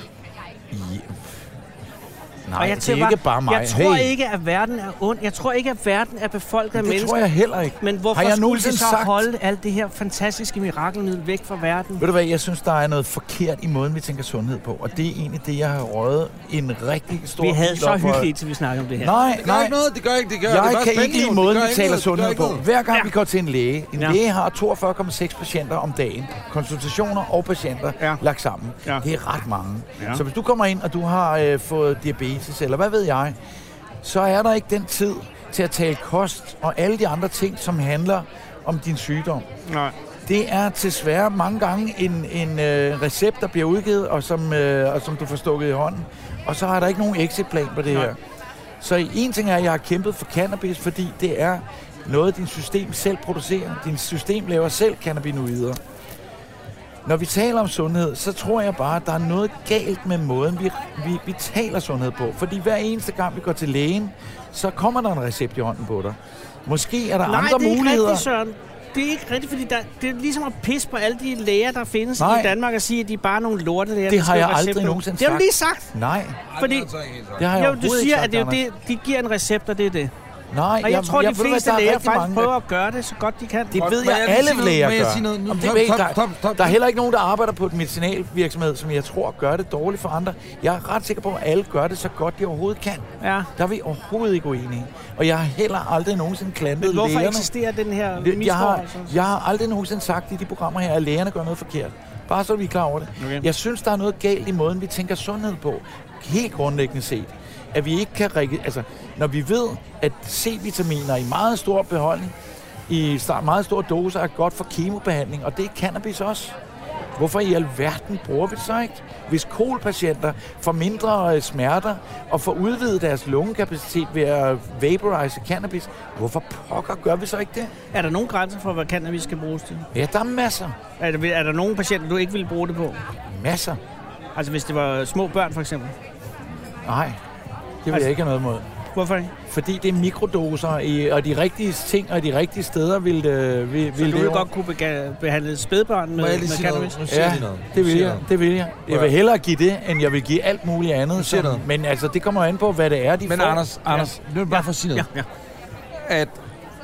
Nej, og jeg det tænker er ikke bare mig. Jeg tror Hey. ikke, at verden er ond. Jeg tror ikke, at verden er befolket af Det mennesker. tror jeg heller ikke. Men hvorfor Har jeg skulle nogensinde de så sagt- holde alt det her fantastiske mirakelmiddel væk fra verden? Ved du hvad, jeg synes, der er noget forkert i måden, vi tænker sundhed på. Og det er egentlig det, jeg har røget en rigtig stor Vi havde bil så op for- hyggeligt, til vi snakkede om det her. Nej, Det gør nej. ikke noget, det gør ikke, det gør. det er Jeg bare kan ikke spændende, lide det måden, gør vi ikke taler noget, det sundhed gør ikke på. noget. Hver gang Ja. vi går til en læge, en Ja. læge har toogfyrre komma seks patienter om dagen, konsultationer og patienter Ja. lagt sammen. Ja. Det er ret mange. Ja. Så hvis du kommer ind, og du har øh, fået diabetes, eller hvad ved jeg, så er der ikke den tid til at tale kost og alle de andre ting, som handler om din sygdom. Nej. Det er desværre mange gange en, en øh, recept, der bliver udgivet, og som, øh, og som du får stukket i hånden. Og så er der ikke nogen exitplan på det Nej. her. Så en ting er, at jeg har kæmpet for cannabis, fordi det er noget, din system selv producerer. Din system laver selv cannabinoider. Når vi taler om sundhed, så tror jeg bare, at der er noget galt med måden, vi, vi, vi taler sundhed på. Fordi hver eneste gang, vi går til lægen, så kommer der en recept i hånden på dig. Måske er der Nej, andre det er ikke muligheder. rigtigt, Søren. Det er ikke rigtigt, fordi der, det er ligesom at pisse på alle de læger, der findes Nej. i Danmark, og sige, at de er bare nogle lortelæger. Det der har skriver jeg aldrig recepter. nogensinde Det har du sagt. lige sagt. Nej, Fordi, det har jeg jo, du overhovedet siger, ikke at det er jo sagt, det, de giver en recept, og det er det. Nej, Og jeg, tror, de ved, hvad, fleste der er læger rigtig faktisk mange- prøver at gøre det så godt de kan. Det ved Må jeg, jeg lige alle sige noget? læger Må jeg gør. sige noget? Nu- Om det stop, ved, stop, der, stop, stop. der er heller ikke nogen, der arbejder på et medicinalvirksomhed, som jeg tror gør det dårligt for andre. Jeg er ret sikker på, at alle gør det så godt, de overhovedet kan. Ja. Der er vi overhovedet ikke uenige. Og jeg har heller aldrig nogensinde klantet Men hvorfor lægerne. eksisterer den her Det- jeg, har, misforhold? jeg har aldrig nogensinde sagt i de programmer her, at lægerne gør noget forkert. Bare så er vi klar over det. Okay. Jeg synes, der er noget galt i måden, vi tænker sundhed på. Helt grundlæggende set. At vi ikke kan... regi- Altså, når vi ved, at C-vitaminer i meget stor beholdning, i sta- meget store doser, er godt for kemobehandling, og det er cannabis også. Hvorfor i alverden bruger vi det så ikke? Hvis kolpatienter får mindre øh, smerter og får udvidet deres lungekapacitet ved at vaporize cannabis, hvorfor pokker gør vi så ikke det? Er der nogen grænser for, hvad cannabis skal bruges til? Ja, der er masser. Er der, er der nogen patienter, du ikke vil bruge det på? Masser. Altså hvis det var små børn for eksempel. Nej, det vil Altså- jeg ikke have noget imod. Hvorfor ikke? Fordi det er mikrodoser, i, og de rigtige ting og de rigtige steder vil det vil, Så vil du det vil over. godt kunne bega- behandle spædbørn med, Må jeg lige med sige noget? cannabis? Nu siger Ja, de noget. det vil Siger jeg. noget. Det vil jeg. Jeg vil hellere give det, end jeg vil give alt muligt andet. siger Som, noget. men altså, det kommer an på, hvad det er, de Men får. Anders, Anders, nu er det bare for at sige Ja, noget. ja. At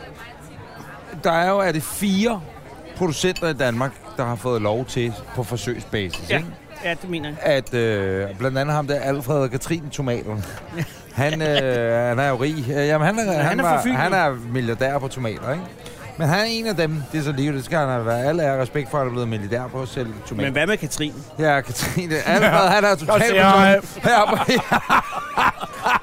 der er jo er det fire producenter i Danmark, der har fået lov til på forsøgsbasis, Ja. ikke? Ja, det mener jeg. At øh, blandt andet ham der, Alfred og Katrine Tomaterne. Han, øh, han er jo rig. Øh, Jamen, han er, han, han er var, fra Fyn, han jo. er milliardær på tomater, ikke? Men han er en af dem, det er så lige, det skal han have været. Alle er respekt for, at han er blevet milliardær på at sælge tomater. Men hvad med Katrine? Ja, Katrine. Alfred, han er Godt totalt se, hej. på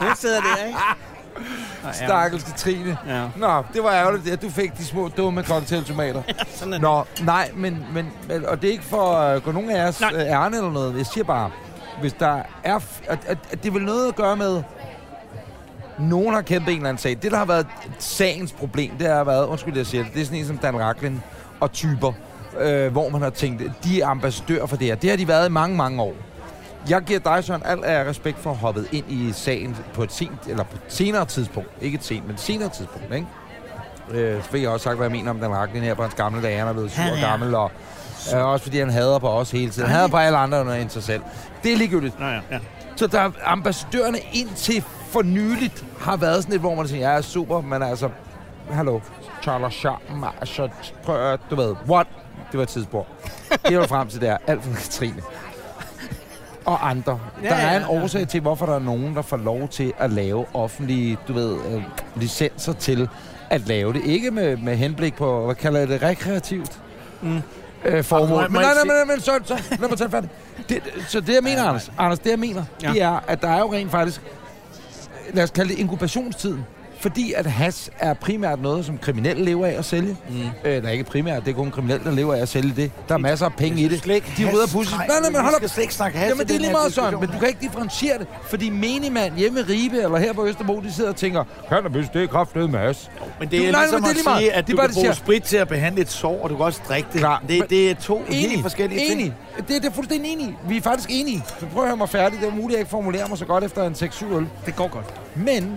Hun sidder der, ikke? Stakkels Katrine. Ja. Nå, det var ærgerligt, at du fik de små dumme cocktailtomater. Sådan er Nå, nej, men, men, men... Og det er ikke for at gå nogen af jeres Nej. ærne eller noget. Jeg siger bare, hvis der er... At, at, at det vil noget at gøre med... Nogen har kæmpet en eller anden sag. Det, der har været sagens problem, det har været... Undskyld, jeg siger det. Det er sådan en som Dan Rachlin og typer, øh, hvor man har tænkt, de er ambassadører for det her. Det har de været i mange, mange år. Jeg giver dig, Søren, alt af respekt for at hoppe ind i sagen på et sent, eller på et senere tidspunkt. Ikke et sent, men et senere tidspunkt, ikke? Øh, så fik jeg også sagt, hvad jeg mener om Dan Rachlin her på hans gamle dage. Han er blevet sur og gammel, og øh, også fordi han hader på os hele tiden. Han hader på alle andre end sig selv. Det er ligegyldigt. Nå, ja, ja. Så der ambassadørerne indtil for nyligt har været sådan lidt, hvor man siger, ja, super, men altså, hallo, Charles Charm, altså, prøv, du ved, what? Det var et tidsspor. Det var frem til der, alt for Katrine. Og andre. Ja, der er ja, en årsag til, hvorfor der er nogen, der får lov til at lave offentlige, du ved, øh, licenser til at lave det. Ikke med, med henblik på, hvad kalder jeg det, rekreativt mm. øh, formål. Men nej, nej, nej, men så, så lad mig tage fat. Det, så det, jeg mener, ja, Anders, Anders, det jeg mener, ja. det er, at der er jo rent faktisk, lad os kalde det inkubationstiden. Fordi at hash er primært noget, som kriminelle lever af at sælge. Mm. Øh, der er ikke primært, det er kun kriminelle, der lever af at sælge det. Der er masser af penge i det. De er ude af pusse. Nej, nej, men hold op. Vi skal slet ikke snakke hash. Jamen, det er lige meget sådan, men du kan ikke differentiere det. Fordi menigmand hjemme i Ribe eller her på Østerbro, de sidder og tænker, cannabis, det er kraftedeme med hash. Men det er du, ligesom nej, at det er sige, at det du er kan bruge sprit til at behandle et sår, og du kan også drikke det. Klar, det, det er to enig, helt forskellige enig. ting. Det, det er fuldstændig enig. Vi er faktisk enige. Så prøv at høre mig færdig. Det er muligt, at jeg ikke formulerer mig så godt efter en seks syv øl. Det går godt. Men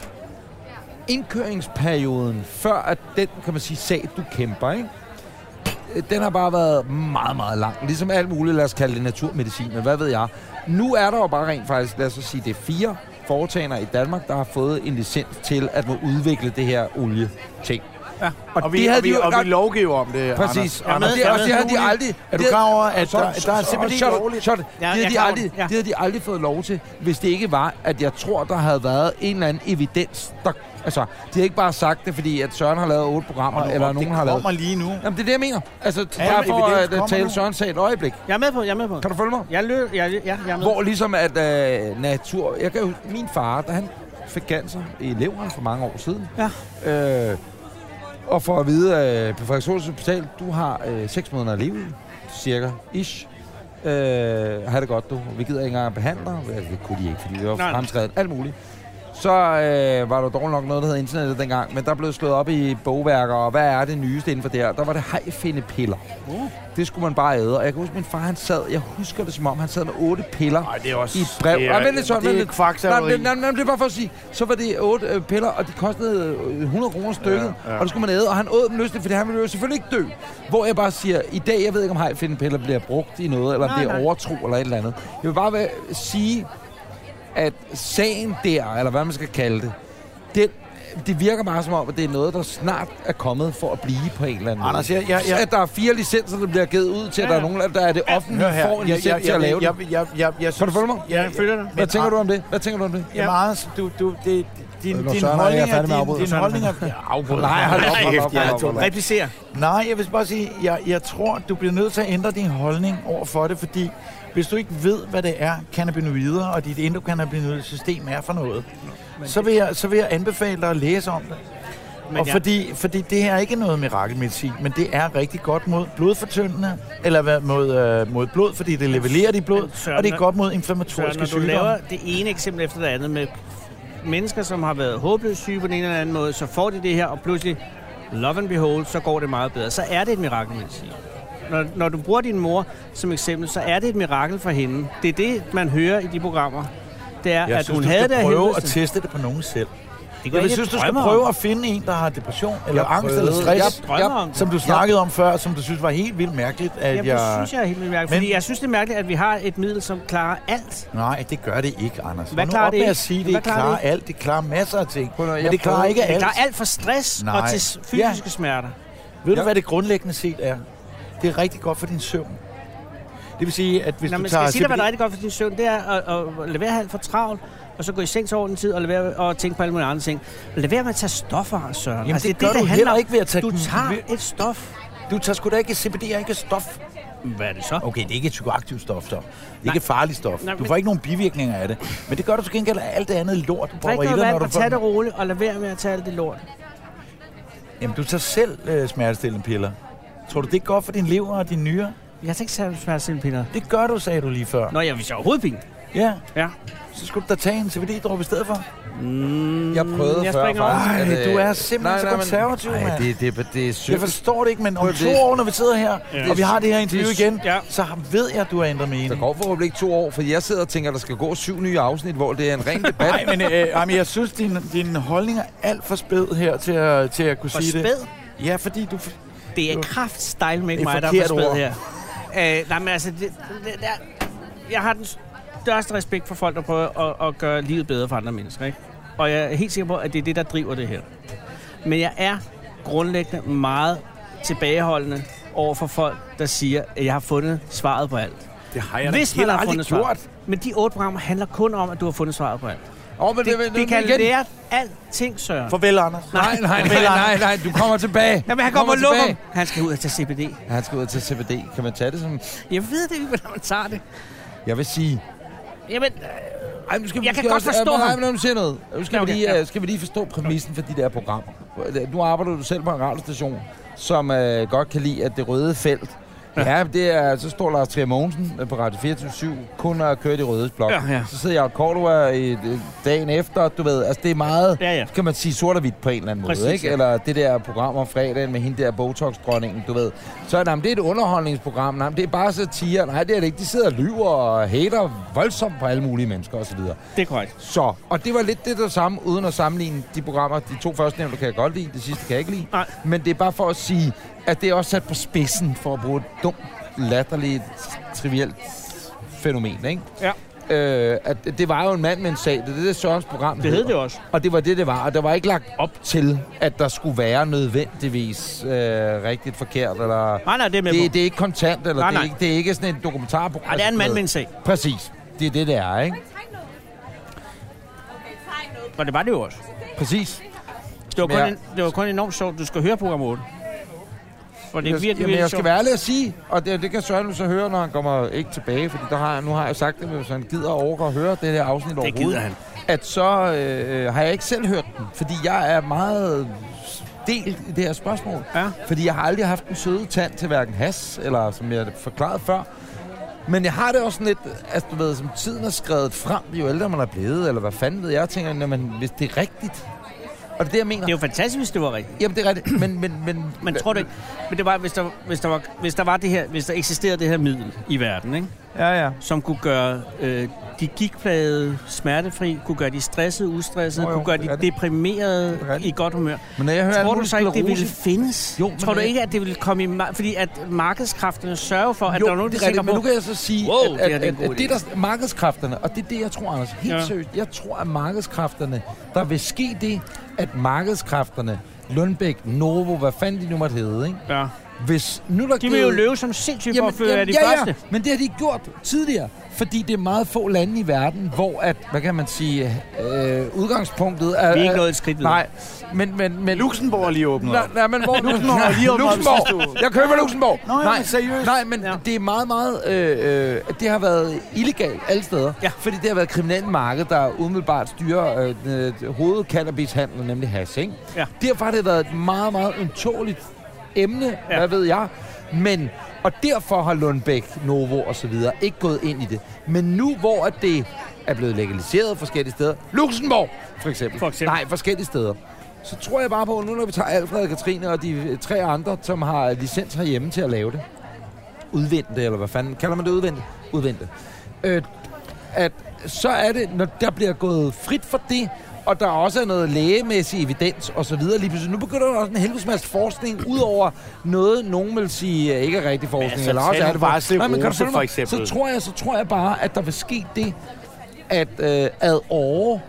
indkøringsperioden, før at den, kan man sige, sag, du kæmper, ikke? Den har bare været meget, meget lang. Ligesom alt muligt, lad os kalde det naturmedicin, men hvad ved jeg. Nu er der jo bare rent faktisk, lad os sige, det er fire foretagender i Danmark, der har fået en licens til at må udvikle det her olie-ting. Ja. Og, og, vi, og, vi, og vi lovgiver om det, præcis. Anders. Anders. Og det har de aldrig... Er du klar over, at der, der er simpelthen lovligt? Det havde de aldrig, ja. de, de aldrig fået lov til, hvis det ikke var, at jeg tror, der havde været en eller anden evidens, der... Altså, de har ikke bare sagt det, fordi at Søren har lavet otte programmer, nu, eller nogen har lavet... Det kommer lige nu. Jamen, det er det, jeg mener. Altså, ja, bare for at uh, tale Søren sag et øjeblik. Jeg er med på, jeg er med på. Kan du følge mig? Jeg løb, jeg, ja, jeg er med. Hvor ligesom at øh, natur... Jeg kan jo... Min far, da han fik cancer i leveren for mange år siden. Ja. Øh, og for at vide, øh, på Frederiksholms Hospital, du har øh, seks måneder at leve i, cirka, ish. Øh, har det godt, du. Vi gider ikke engang behandle dig. Det kunne de ikke, fordi det var fremskrevet alt muligt. Så øh, var der dog nok noget, der hed internettet dengang, men der blev slået op i bogværker, og hvad er det nyeste inden for det her? Der var det hajfindepiller. Uh. Det skulle man bare æde, og jeg kan huske, min far, han sad, jeg husker det som om, han sad med otte piller. Ej, det er også, i et brev. Det er, ja, men det, det er kvaksalveri. Nej, nej, nej, det er bare for at sige, så var det otte øh, piller, og de kostede hundrede kroner stykket, ja, ja. Og det skulle man æde, og han åd dem lystigt, fordi han ville jo selvfølgelig ikke dø. Hvor jeg bare siger, i dag, jeg ved ikke, om hajfindepiller bliver brugt i noget, eller om det er overtro, eller et eller andet. Jeg vil bare være, sige, at sagen der, eller hvad man skal kalde det, det, det virker meget som om, at det er noget, der snart er kommet for at blive på en eller anden Anders, måde. Jeg, jeg, jeg, at der er fire licenser, der bliver givet ud til, ja, at der er nogen, der er det offentlige ja, for en licens jeg, jeg, til at lave jeg, det. Jeg, jeg, jeg, jeg, kan du følge mig? Ja, jeg følger dig. Hvad tænker du om det? Hvad tænker du om det? Ja, Anders, du, du, det, din, din Søren, holdning er din, din holdning er... Afbrud. Nej, hold op, hold op, hold op, hold op. Replicer. Nej, jeg vil bare sige, jeg, jeg tror, du bliver nødt til at ændre din holdning over for det, fordi hvis du ikke ved, hvad det er, cannabinoider og dit endokannabinoide system er for noget, så vil, jeg, så vil jeg anbefale dig at læse om det. Men og ja. fordi, fordi det her er ikke noget mirakelmedicin, men det er rigtig godt mod blodfortyndende, eller hvad, mod, øh, mod blod, fordi det leveler dit blod, Søren, og det er godt mod inflammatoriske sygdomme. Når du laver det ene eksempel efter det andet med mennesker, som har været håbløst syge på den ene eller anden måde, så får de det her, og pludselig, love and behold, så går det meget bedre. Så er det et mirakelmedicin. Når, når du bruger din mor som eksempel, så er det et mirakel for hende. Det er det, man hører i de programmer. Det er, jeg at synes, hun du havde det Jeg prøve at teste det på nogen selv. Jeg vil synes, du skal prøve at finde en, der har depression, eller jeg angst, eller stress, jeg jeg, som du snakkede om før, som du synes var helt vildt mærkeligt. At Jamen, jeg... det synes jeg er helt vildt mærkeligt, men... fordi jeg synes, det er mærkeligt, at vi har et middel, som klarer alt. Nej, det gør det ikke, Anders. Hvad klarer det ikke? At sige, det ikke klarer det? alt. Det klarer masser af ting, men det klarer ikke alt. Det klarer alt fra stress Nej. og til fysiske ja. smerter. Ved du, hvad det grundlæggende set er? Det er rigtig godt for din søvn. Det vil sige, at hvis Nå, du men tager... Skal jeg sige dig, hvad der er rigtig godt for din søvn? Det er at, at lade være halvt for travlt, og så gå i seng til ordentlig tid, og lade være og tænke på alle mulige andre ting. Lad være med at tage stoffer, Søren. Jamen, altså, det, det gør det, du heller ikke ved at tage... Du tager et stof. Du tager sgu da ikke... C B D er ikke et stof. Hvad er det så? Okay, det er ikke et psykoaktivt stof, så. Det er Nej. ikke et farligt stof. Nej, Du men- får ikke nogen bivirkninger af det. Men det gør du til gengæld af alt det andet lort, du Drik prøver i noget dig, når vand du og får tag det den. roligt, og lad være med at tage alt det lort. Jamen, du tager selv øh, smertestillende piller. Tror du, det er godt for din lever og din nyre? Jeg har ikke særlig smertestillende. Det gør du, sagde du lige før. Nå, jeg hvis jeg har hovedpine. Ja, Ja. så skulle du da tage en C B D-drop i stedet for. Mm, Jeg prøvede jeg før springer over. faktisk. Ej, at, øh, du er simpelthen nej, så nej, men- konservativ, Nej, mand. det, det, det, det er Jeg sygt. forstår det ikke, men om Prøv to det. år, når vi sidder her, Ja. og vi har det her interview Det- igen, ja. så ved jeg, at du har ændret Der mening. går forhåbentlig ikke to år, for jeg sidder og tænker, at der skal gå syv nye afsnit, hvor det er en ren debat. Nej, men, øh, jamen, jeg synes, din, din holdning er alt for spæd her til at, til at kunne For sige det. spæd? Ja, fordi du... Det er kraftstyle med Det er mig, der er for forkert spæd ord. her. Øh, nej, men altså, det, det, der, jeg har den største respekt for folk, der prøver at, at gøre livet bedre for andre mennesker, ikke? Og jeg er helt sikker på, at det er det, der driver det her. Men jeg er grundlæggende meget tilbageholdende over for folk, der siger, at jeg har fundet svaret på alt. Det har jeg Hvis da man helt har aldrig fundet gjort. svaret. Men de otte programmer handler kun om, at du har fundet svaret på alt. Oh, men Det, det, det kan igen. lære alting, Søren. Farvel, Anders. Nej, nej, nej, nej, nej, du kommer tilbage. Jamen, han Du kommer og lukker. tilbage. Han skal ud og tage C B D. Han skal ud og tage C B D. Kan man tage det som... Jeg ved det ikke, hvordan man tager det. Jeg vil sige... Jamen, Ej, nu skal vi Jeg kan måske godt forstå nej, ham. Nej, men nu siger noget. Nu skal, Ja, vi okay, lige, ja. øh, skal vi lige forstå præmissen for de der programmer. Nu arbejder du selv på en radiostation, som øh, godt kan lide, at det røde felt... Ja, det er, så står Lars Trier Mogensen på Radio fireogtyve syv, kun at køre de røde blok. Ja, ja. Så sidder jeg og Cordova i, øh, dagen efter, du ved, altså det er meget, Ja, ja. kan man sige, sort og hvidt på en eller anden Præcis, måde, ikke? ja. Eller det der program om fredagen med hende der Botox-dronningen, du ved. Så nej, men det er et underholdningsprogram, nej, men det er bare satire. Nej, det er det ikke. De sidder og lyver og hater voldsomt på alle mulige mennesker osv. det er korrekt. Så, og det var lidt det der samme, uden at sammenligne de programmer. De to første nævnte kan jeg godt lide, det sidste kan jeg ikke lide. Nej. Men det er bare for at sige, at det er også sat på spidsen for at bruge et dumt, latterligt, trivielt fænomen, ikke? Ja. Øh, at det var jo en mand med en sag. Det er det, der Sørens program Det hed det også. Og det var det, det var. Og der var ikke lagt op til, at der skulle være nødvendigvis øh, rigtigt forkert. Eller Nej, nej, det er med det, på. det er ikke kontant, eller Nej, det, er nej. ikke, det er ikke sådan en dokumentarprogram. Nej, det er en mand med en sag. Præcis. Det er det, det er, ikke? Og det var det jo også. Præcis. Det var kun, Ja. en, det var kun enormt sjovt. Du skal høre program otte. For det er Jeg, virkelig, jamen, virkelig jeg skal sjovt. være ærlig at sige, og det, det kan Søren jo så høre, når han kommer ikke tilbage, fordi der har, jeg- nu har jeg sagt det, hvis han gider overgå at høre det her afsnit Det overhovedet. gider han. At så øh, har jeg ikke selv hørt den, fordi jeg er meget delt i det her spørgsmål. Ja. Fordi jeg har aldrig haft en søde tand til hverken has, eller som jeg forklarede før. Men jeg har det også sådan lidt, altså du ved, som tiden er skrevet frem, jo ældre man er blevet, eller hvad fanden ved jeg, jeg tænker, når man, hvis det er rigtigt. Og det er det, jeg mener. Det er jo fantastisk, hvis det var rigtigt. Jamen, det er rigtigt, men... men, men Men tror du ikke? Men det var, hvis der, hvis der var, hvis der var det her, hvis der eksisterede det her middel i verden, ikke? Ja, ja. Som kunne gøre øh, de gigtplagede smertefri, kunne gøre de stressede ustressede, Jo, jo, kunne gøre det er de det. deprimerede Det er det. i godt humør. Men når jeg hører Tror alt du så ikke, det muligt ville findes? Jo, men Tror du når ikke, at det ville komme i... mar- Fordi at markedskræfterne sørger for, at jo, der er nogen, det der er tænker rigtigt, men nu på... kan jeg så sige, Wow, at, det at, her, det er at, en god at det der markedskræfterne, og det er det, jeg tror, Anders, helt Ja. seriøst, jeg tror, at markedskræfterne, der vil ske det, at markedskræfterne, Lundbæk, Novo, hvad fanden de nu måtte hedde, ikke? Ja. Hvis nu der De vil jo løbe som sindssygt for at føre de ja, første. ja, men det har de gjort tidligere, fordi det er meget få lande i verden, hvor at, hvad kan man sige, øh, udgangspunktet er... Vi er ikke nået et skridt videre. Nej, men... men, men Luxembourg er lige åbnet Nej, op. nej, men hvor... Luxembourg er lige åbnet op i sidste Luxembourg! uge. Jeg køber Luxembourg! Nå, nej, men seriøst. Nej, men Ja. det er meget, meget... Øh, øh, det har været illegalt alle steder. Ja. Fordi det har været et kriminelt marked, der umiddelbart styrer øh, øh, hovedcannabishandlen, nemlig hash, ikke? Ja. Derfor har det været et meget, meget ømtåligt emne, Ja. hvad ved jeg. Men... Og derfor har Lundbæk, Novo og så videre ikke gået ind i det. Men nu, hvor at det er blevet legaliseret forskellige steder... Luxembourg, for eksempel. For eksempel. Nej, forskellige steder. Så tror jeg bare på, nu når vi tager Alfred og Katrine og de tre andre, som har licens herhjemme til at lave det. Udvente, eller hvad fanden kalder man det? Udvente? Udvente. Øh, at så er det, når der bliver gået frit for det, og der også er noget lægemæssig evidens og så videre lige pludselig. Nu begynder der også en helvedes masse forskning, ud over noget, nogen vil sige øh, ikke er rigtig forskning. altså, eller også tag er nu det bare for- Nej, men kan du sklerose, følge for mig? eksempel. Så tror jeg, så tror jeg bare, at der vil ske det, at øh, ad år,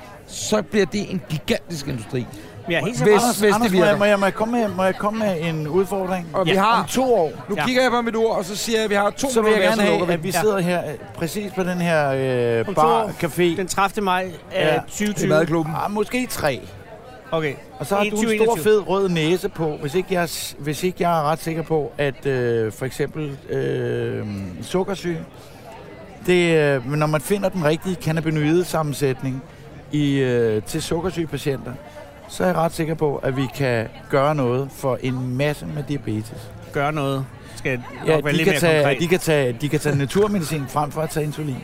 så bliver det en gigantisk industri. Men jeg er helt Hvis- sikker. Anders, hvis det Anders, må, virker. jeg, må, jeg, må, jeg komme med, må jeg komme med en udfordring? Og Ja, vi har Om to år, Nu Ja. kigger jeg på mit ur, og så siger jeg, at vi har to så vil jeg minutter gerne mere, så have, lukker at vi Ja. sidder her øh, præcis på den her øh, Om to bar, år. café. Den tredivte maj Ja. af i tyve tyve. madklubben. Ah, måske tre. Okay. Og så har du en stor fed rød næse på, hvis ikke jeg, hvis ikke jeg er ret sikker på, at øh, for eksempel øh, sukkersyge, det, øh, når man finder den rigtige cannabinoide sammensætning i, øh, til sukkersygepatienter, så er jeg ret sikker på, at vi kan gøre noget for en masse med diabetes. Gøre noget? Skal ja, de kan, tage, de, kan tage, de kan tage naturmedicin frem for at tage insulin.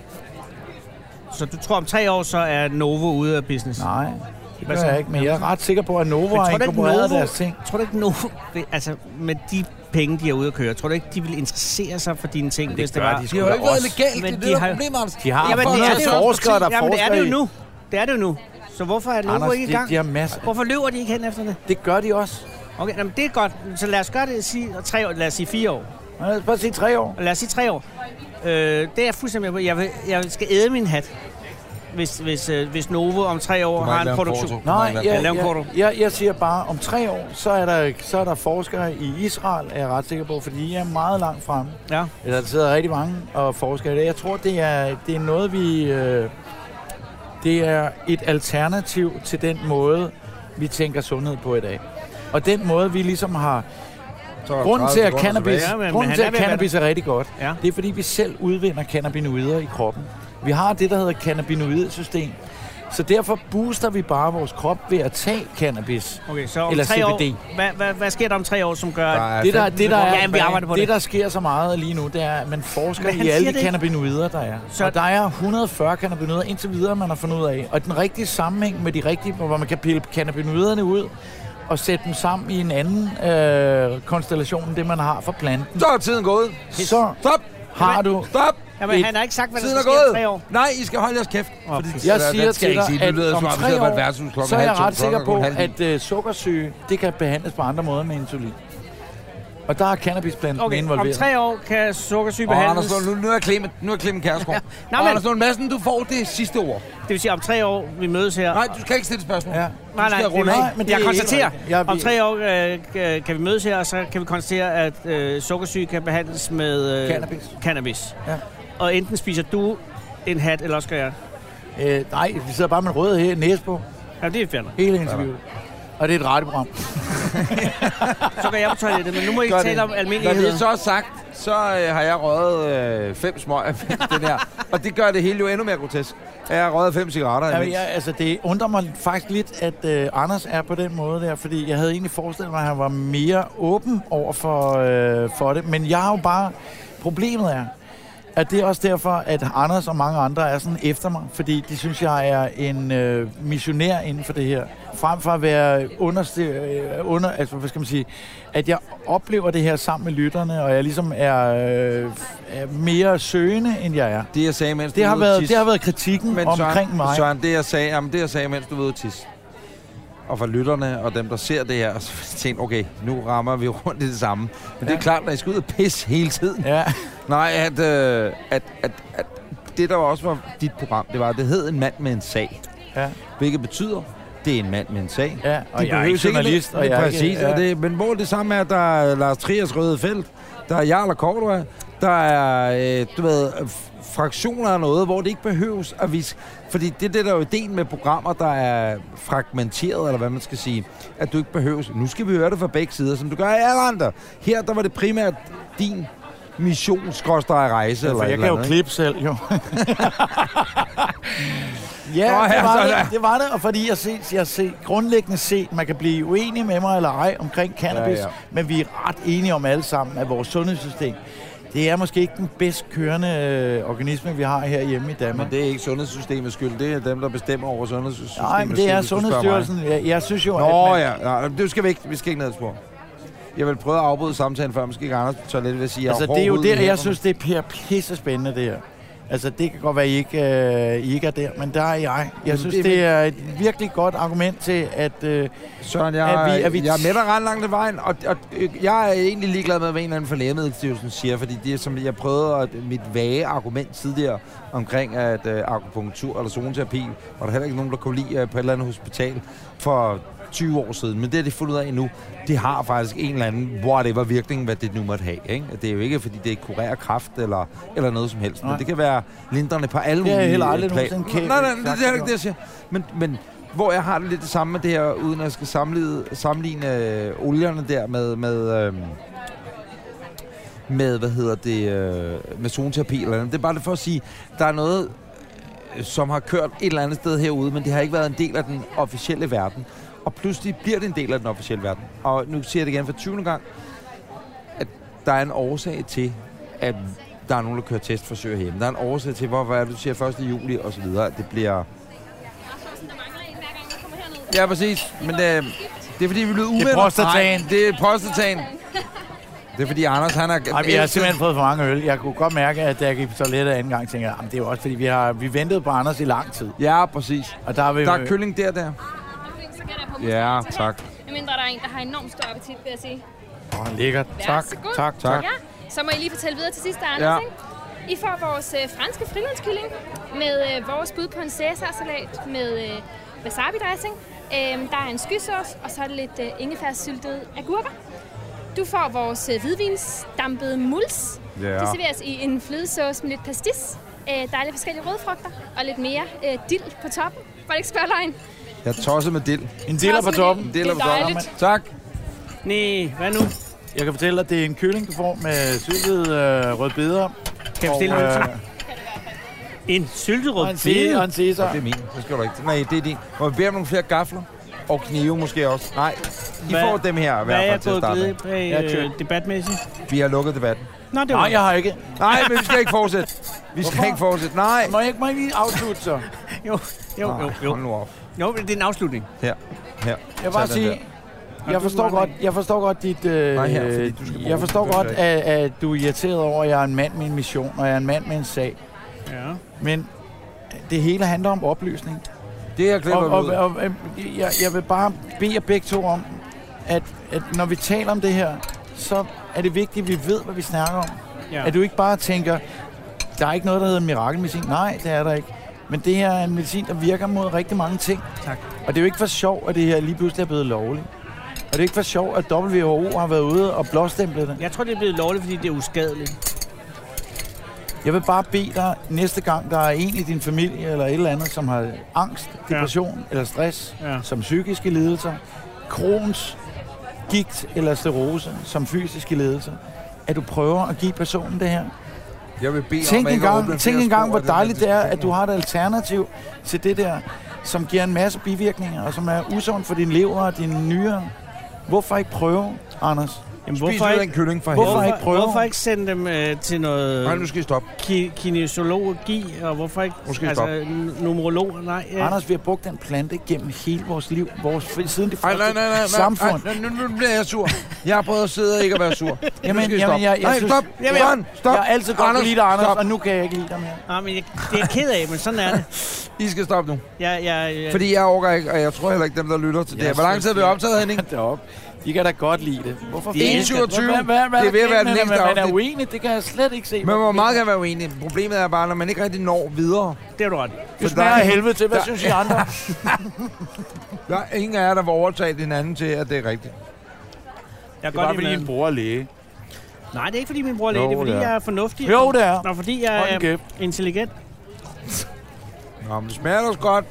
Så du tror om tre år, så er Novo ude af business? Nej, det gør jeg ikke, men jeg er ret sikker på, at Novo har inkorporeret deres ting. Tror du ikke Novo, altså med de penge, de er ude at køre, tror du ikke, de vil interessere sig for dine ting, hvis det var? De, de har jo ikke været legalt, men det de er har problemer. De har jamen, det er det forskere, der jamen, forsker det er det jo i. nu. Det er det jo nu. Så hvorfor er Novo Anders, ikke i gang? De, de har masser. Hvorfor løber de ikke hen efter det? Det gør de også. Okay, jamen, det er godt. Så lad os gøre det sige tre år. Lad os sige fire år. Lad os bare sige tre år. Lad os sige tre år. Øh, det er fuldstændig med på. Jeg, vil, jeg skal æde min hat, hvis, hvis, øh, hvis Novo om tre år har en produktion. Nej, jeg, jeg, jeg, jeg, jeg siger bare, om tre år, så er, der, så er der forskere i Israel, er jeg ret sikker på, fordi de er meget langt fremme. Ja. Der sidder rigtig mange og forsker i det. Jeg tror, det er, det er noget, vi... Øh, det er et alternativ til den måde, vi tænker sundhed på i dag. Og den måde, vi ligesom har... Grunden til, at cannabis, ja, men, grunden til, at cannabis er rigtig godt, ja. Det er, fordi vi selv udvinder cannabinoider i kroppen. Vi har det, der hedder cannabinoidsystem. Så derfor booster vi bare vores krop ved at tage cannabis. Okay, så om eller tre C B D. År, hvad, hvad, hvad sker der om tre år, som gør... Der det, der, det, der, er, ja, vi arbejder på det, det. der sker så meget lige nu, det er, at man forsker i alle de cannabinoider, der er. Så og der er et hundrede og fyrre cannabinoider indtil videre, man har fundet ud af. Og den rigtige sammenhæng med de rigtige, hvor man kan pille cannabinoiderne ud, og sætte dem sammen i en anden øh, konstellation, end det man har for planten. Så er tiden gået. Så Stop! har du... Stop! Jamen, han har ikke sagt, hvad der skal ske om tre år. Nej, I skal holde jeres kæft. Fordi jeg siger til dig, at om tre år, så er jeg ret sikker på, at uh, sukkersyge, det kan behandles på andre måder med insulin. Og der er cannabisplanten okay, involveret. Om tre år kan sukkersyge behandles... Anders, nu, nu er Clement, nu er Clement Kjærsgaard. Ja. Nej, men... Anders Lund Madsen, du får det sidste ord. Det vil sige, om tre år, vi mødes her... Nej, du skal ikke stille spørgsmål. Ja. Nej, nej, nej, nej men jeg konstaterer, jeg, om tre år øh, kan vi mødes her, og så kan vi konstatere, at øh, sukkersyge kan behandles med... Øh, cannabis. Cannabis. Ja. Og enten spiser du en hat, eller også skal jeg... Øh, nej, vi sidder bare med en rød her, næse på. Ja, det er fjernet. Hele interviewet. Og det er et radioprogram. Så kan jeg på toilettet, men nu må I ikke tale det. Om almindeligheder. Når det er så sagt, så øh, har jeg røget øh, fem smøger den her. Og det gør det hele jo endnu mere grotesk. Jeg har røget fem cigaretter. Ja, jeg, altså, det undrer mig faktisk lidt, at øh, Anders er på den måde der, fordi jeg havde egentlig forestillet mig, at han var mere åben over for, øh, for det. Men jeg har jo bare... Problemet er, at det er også derfor, at Anders og mange andre er sådan efter mig, fordi de synes, jeg er en øh, missionær inden for det her. Frem for at være underst- øh, under, altså hvad skal man sige, at jeg oplever det her sammen med lytterne, og jeg ligesom er, øh, er mere søgende, end jeg er. Det jeg sagde, mens det du har var været, det har været kritikken men omkring Søren, mig. Søren, det jeg sagde, jamen, det jeg sagde, mens du var ude at tisse. Og for lytterne og dem, der ser det her, så tænkte okay, nu rammer vi rundt i det samme. Men ja. Det er klart, at I skal ud og pisse hele tiden. Ja. Nej, at, øh, at, at, at det, der også var dit program, det var, at det hed En mand med en sag. Ja. Hvilket betyder, det er en mand med en sag. Ja, og jeg er ikke journalist. Og jeg er præcis, ikke, ja. det, men hvor det samme er, der er Lars Triers Røde Felt, der er Jarl og Cordua, der er, øh, du ved, fraktioner af noget, hvor det ikke behøves at vise. Fordi det er det, der er jo ideen med programmer, der er fragmenteret, eller hvad man skal sige, at du ikke behøves. Nu skal vi høre det fra begge sider, som du gør i alle andre. Her, der var det primært din mission-rejse. Ja, eller jeg et kan jo andet, klippe selv, jo. Ja, Nå, det, var det, det var det, og fordi jeg ser, jeg ser grundlæggende set, man kan blive uenig med mig eller ej omkring cannabis, ja, ja. Men vi er ret enige om alle sammen, at vores sundhedssystem, det er måske ikke den bedst kørende øh, organisme, vi har herhjemme i Danmark. Men det er ikke sundhedssystemets skyld, det er dem, der bestemmer over sundhedssystemet. Nej, men det er Sundhedsstyrelsen. Jeg, jeg synes jo, Nå, at man... ja, ja, det skal vi ikke, vi skal ikke ned et spor. Jeg vil prøve at afbryde samtalen, før måske ikke Anders på toilettet vil sige, altså, det er jo der, jeg synes, det er pisse spændende, det her. Altså, det kan godt være, at I ikke, øh, I ikke er der, men der er jeg. Jeg synes, det, det er et virkelig godt argument til, at, øh, Søren, jeg, at vi... At vi jeg er med dig ret langt i vejen, og, og jeg er egentlig ligeglad med, hvad en eller anden fra Lægemiddelstyrelsen siger, fordi det, som jeg prøvede, at mit vage argument tidligere omkring, at øh, akupunktur eller zoneterapi, var der heller ikke nogen, der kunne lide øh, på et eller andet hospital for tyve år siden, men det er det fundet ud af nu. Det har faktisk en eller anden whatever virkning, hvad det nu måtte have. Ikke? Det er jo ikke, fordi det ikke kurerer kræft eller, eller noget som helst, nej. Men det kan være lindrende på alle mulige planer. Det er heller aldrig nogensinde kæft. Nej, nej, nej, det er ikke det, jeg siger. Men, men hvor jeg har det lidt det samme med det her, uden at jeg skal sammenligne, sammenligne øh, olierne der med, med, øh, med, hvad hedder det, øh, med zoneterapi eller andet. Det er bare det for at sige, der er noget, som har kørt et eller andet sted herude, men det har ikke været en del af den officielle verden. Og pludselig bliver det en del af den officielle verden. Og nu siger jeg det igen for tyvende gang, at der er en årsag til, at der er nogen, der kører testforsøg hjemme. Der er en årsag til, hvorfor er det, du siger første juli og så videre. Det bliver... Ja, præcis. Men det, det er fordi, vi bliver uvenner. Det er prostataen. Det er prostataen. Det er fordi, Anders, han er... Ej, vi har simpelthen fået for mange øl. Jeg kunne godt mærke, at da jeg gik på toilettet anden gang, tænkte jeg, det er jo også fordi, vi har vi ventede på Anders i lang tid. Ja, præcis. Og der er, vi, der er kylling der, der. Ja, tak. Jeg mindre, der er en, der har enormt stor appetit, vil jeg sige. Åh, oh, lækkert. Tak, tak, tak. Ja, så må I lige fortælle videre til sidst, Anders, ja. Ikke? I får vores øh, franske frilandskylling med øh, vores bud på en cæsarsalat med øh, wasabi-dressing. Øh, der er en skysauce, og så er det lidt øh, ingefærsyltede agurker. Du får vores øh, hvidvinsdampede muls. Yeah. Det serveres i en flødesauce med lidt pastis. Øh, der er lidt forskellige rødfrugter og lidt mere øh, dild på toppen. Var det ikke spørge løgn? Jeg tosser med dild. En diller på toppen. En diller på toppen. Tak. Nej, hvad nu? Jeg kan fortælle dig, at det er en kylling, du får med syltede øh, rødbeder. Kan jeg bestille noget? Øh, en syltet rødbeder? Og en Cæsar. Det er min. Det skal du ikke. Nej, det er din. Må vi bede om nogle flere gafler? Og knive måske også. Nej, I får dem her. Hvad er jeg gået glide bag øh, debatmæssigt? Vi har lukket debatten. Nå, det Nej, jeg har ikke. Nej, men vi skal ikke fortsætte. Vi skal Hvorfor? ikke fortsætte. Nej. Må jeg ikke, må jeg lige afslutte så? jo, jo, Nej, jo. jo. Hold nu op. Jo, det er en afslutning. Her. Her. Jeg vil bare sige, jeg forstår godt, jeg forstår godt dit, øh, Nej, her, fordi du skal jeg forstår godt, at, at du er irriteret over, at jeg er en mand med en mission, og jeg er en mand med en sag. Ja. Men det hele handler om oplysning. Det er jeg glemmer og, og, og, og jeg, jeg vil bare bede jer begge to om, at, at når vi taler om det her, så er det vigtigt, at vi ved, hvad vi snakker om. Ja. At du ikke bare tænker, der er ikke noget, der hedder mirakelmedicin. Nej, det er der ikke. Men det her er en medicin, der virker mod rigtig mange ting. Tak. Og det er jo ikke for sjov, at det her lige pludselig er blevet lovligt. Og det er ikke for sjov, at W H O har været ude og blåstemplet det. Jeg tror, det er blevet lovligt, fordi det er uskadeligt. Jeg vil bare bede dig, næste gang der er en i din familie eller et eller andet, som har angst, depression ja. eller stress, ja. som psykiske lidelser, Crohns, gigt eller sklerose som fysiske lidelser, at du prøver at give personen det her. Jeg vil bede tænk om, en gang, tænk en gang, hvor dejligt det er, at du har et alternativ til det der, som giver en masse bivirkninger, og som er usundt for din lever og dine nyrer. Hvorfor ikke prøve, Anders? Jamen, hvorfor ikke, den kylling for hvorfor ikke prøve? Hvorfor ikke sende dem øh, til noget... Nej, nu skal I stoppe. Ki- kinesiologi, og hvorfor ikke... Nu skal I altså, stoppe. numerolog, nej. Ja. Anders, vi har brugt den plante gennem hele vores liv, vores, siden det Ej, første nej, nej, nej, samfund. Nej, nu, nu bliver jeg sur. Jeg har prøvet at sidde og ikke at være sur. Jamen, jamen, jamen, jeg, jeg nej, synes, stop. Jamen, Stop. Stop. Jeg har altid godt kunne lide dig, Anders, stop. og nu kan jeg ikke lide dig mere. Nej, men jeg, det er jeg ked af, men sådan er det. I skal stoppe nu. Jeg, jeg, jeg, Fordi jeg overgår ikke, og jeg tror heller ikke dem, der lytter til det her. Hvor lang tid har vi optaget, Henning? Derop. De kan da godt lide det. Hvorfor? en syvogtyve. Hvad, hvad, hvad, det er ved at være den næste afsnit. Man er afsnit. uenig, det kan jeg slet ikke se. Men man må meget gerne være uenig. Problemet er bare, når man ikke rigtig når videre. Det er du ret. Det smager af helvede til. Hvad der, synes I andre? Der er ingen af jer, der vil overtage den anden til, at det er rigtigt. Jeg det er bare fordi, din bror er læge. Nej, det er ikke fordi, min bror er læge. Det er fordi, jeg er fornuftig. Jo, det er. Og fordi, jeg er intelligent. Nå, men det smager også godt.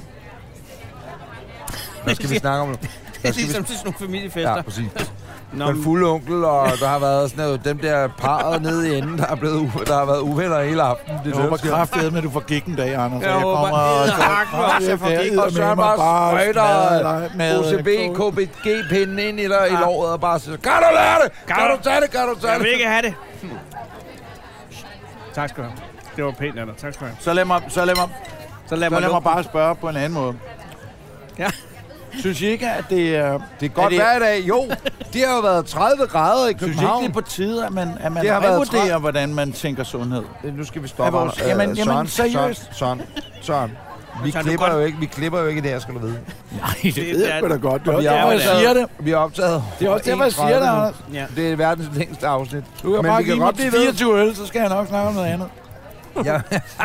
Hvad skal vi snakke om nu? Det er ligesom til sådan nogle familiefester. Ja, præcis. Den fulde onkel, og der har været sådan noget, dem der parret nede i enden, der, er blevet, der har været uvenner hele aften. Det jeg håber kraftedet med, at du får gik en dag, Anders. Jeg, jeg håber, kommer og så får gik. Og så er bare sprøjter O C B, K B G-pinden ind i, der, i låret og bare siger, kan du lære det? Kan du tage det? Kan du tage det? Jeg vil ikke have det. Tak skal du have. Det var pænt af dig. Tak skal du have. Så lad mig, så lad mig, så lad så mig, lad mig bare spørge på en anden måde. Ja. Synes I ikke, at det er... Det er godt hver dag. Jo, det har jo været tredive grader i København. Synes I ikke, det er på tide, at man, at man revurderer, hvordan man tænker sundhed? Nu skal vi stoppe. Vores, jamen, jamen, seriøst. Søren, Søren. Vi klipper jo ikke, vi klipper jo ikke det her, skal du vide. Nej, det, det ved jeg da godt. Det er også derfor, jeg siger det. Vi har optaget. Det er også derfor, jeg siger det, Anders. Ja. Det er verdens længste afsnit. Du kan bare give mig fireogtyve øl, så skal jeg nok snakke om noget andet. Ja.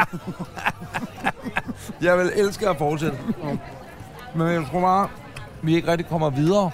Jeg vil elske at fortsætte. Men jeg tror bare, vi ikke rigtig kommer videre.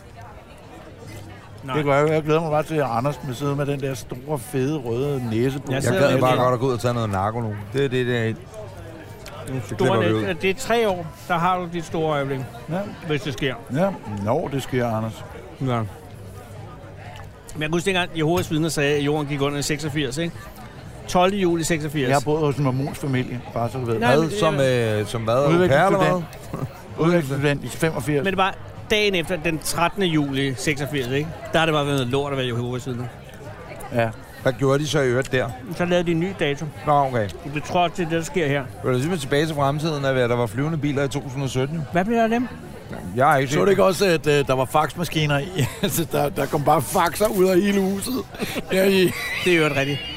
Nej. Det gør jeg. Jeg glæder mig bare til, at Anders med sidde med den der store, fede, røde næse på. Jeg, jeg gad bare godt at gå ud og tage noget narko nu. Det er det, det er. Store net, det er tre år, der har du dit store øjeblik, Ja. hvis det sker. Ja, når det sker, Anders. Ja. Men jeg kan huske dengang, Jehovas vidner sagde, at jorden gik under i seksogfirs, ikke? tolvte juli seksogfirs. Jeg har boet hos en mormons familie, bare så du ved. Nej, Hvad? Som, øh, som hvad? Udviklingsstudent. Udviklingsstudent i femogfirs. Men det var dagen efter, den trettende juli seksogfirs, ikke? Der har det bare været noget lort at være Jehovas vidner. Ja. Hvad gjorde de så i øvrigt der? Så lavede de en ny dato. Nå, okay. Det tror jeg, det er det, der sker her. Var det simpelthen tilbage til fremtiden, at der var flyvende biler i to tusind og sytten? Hvad bliver der af dem? Jeg har ikke Så set det ikke også, at uh, der var faxmaskiner i? Altså, der, der kom bare faxer ud af hele huset. Ja, i. Det er jo et rigtigt.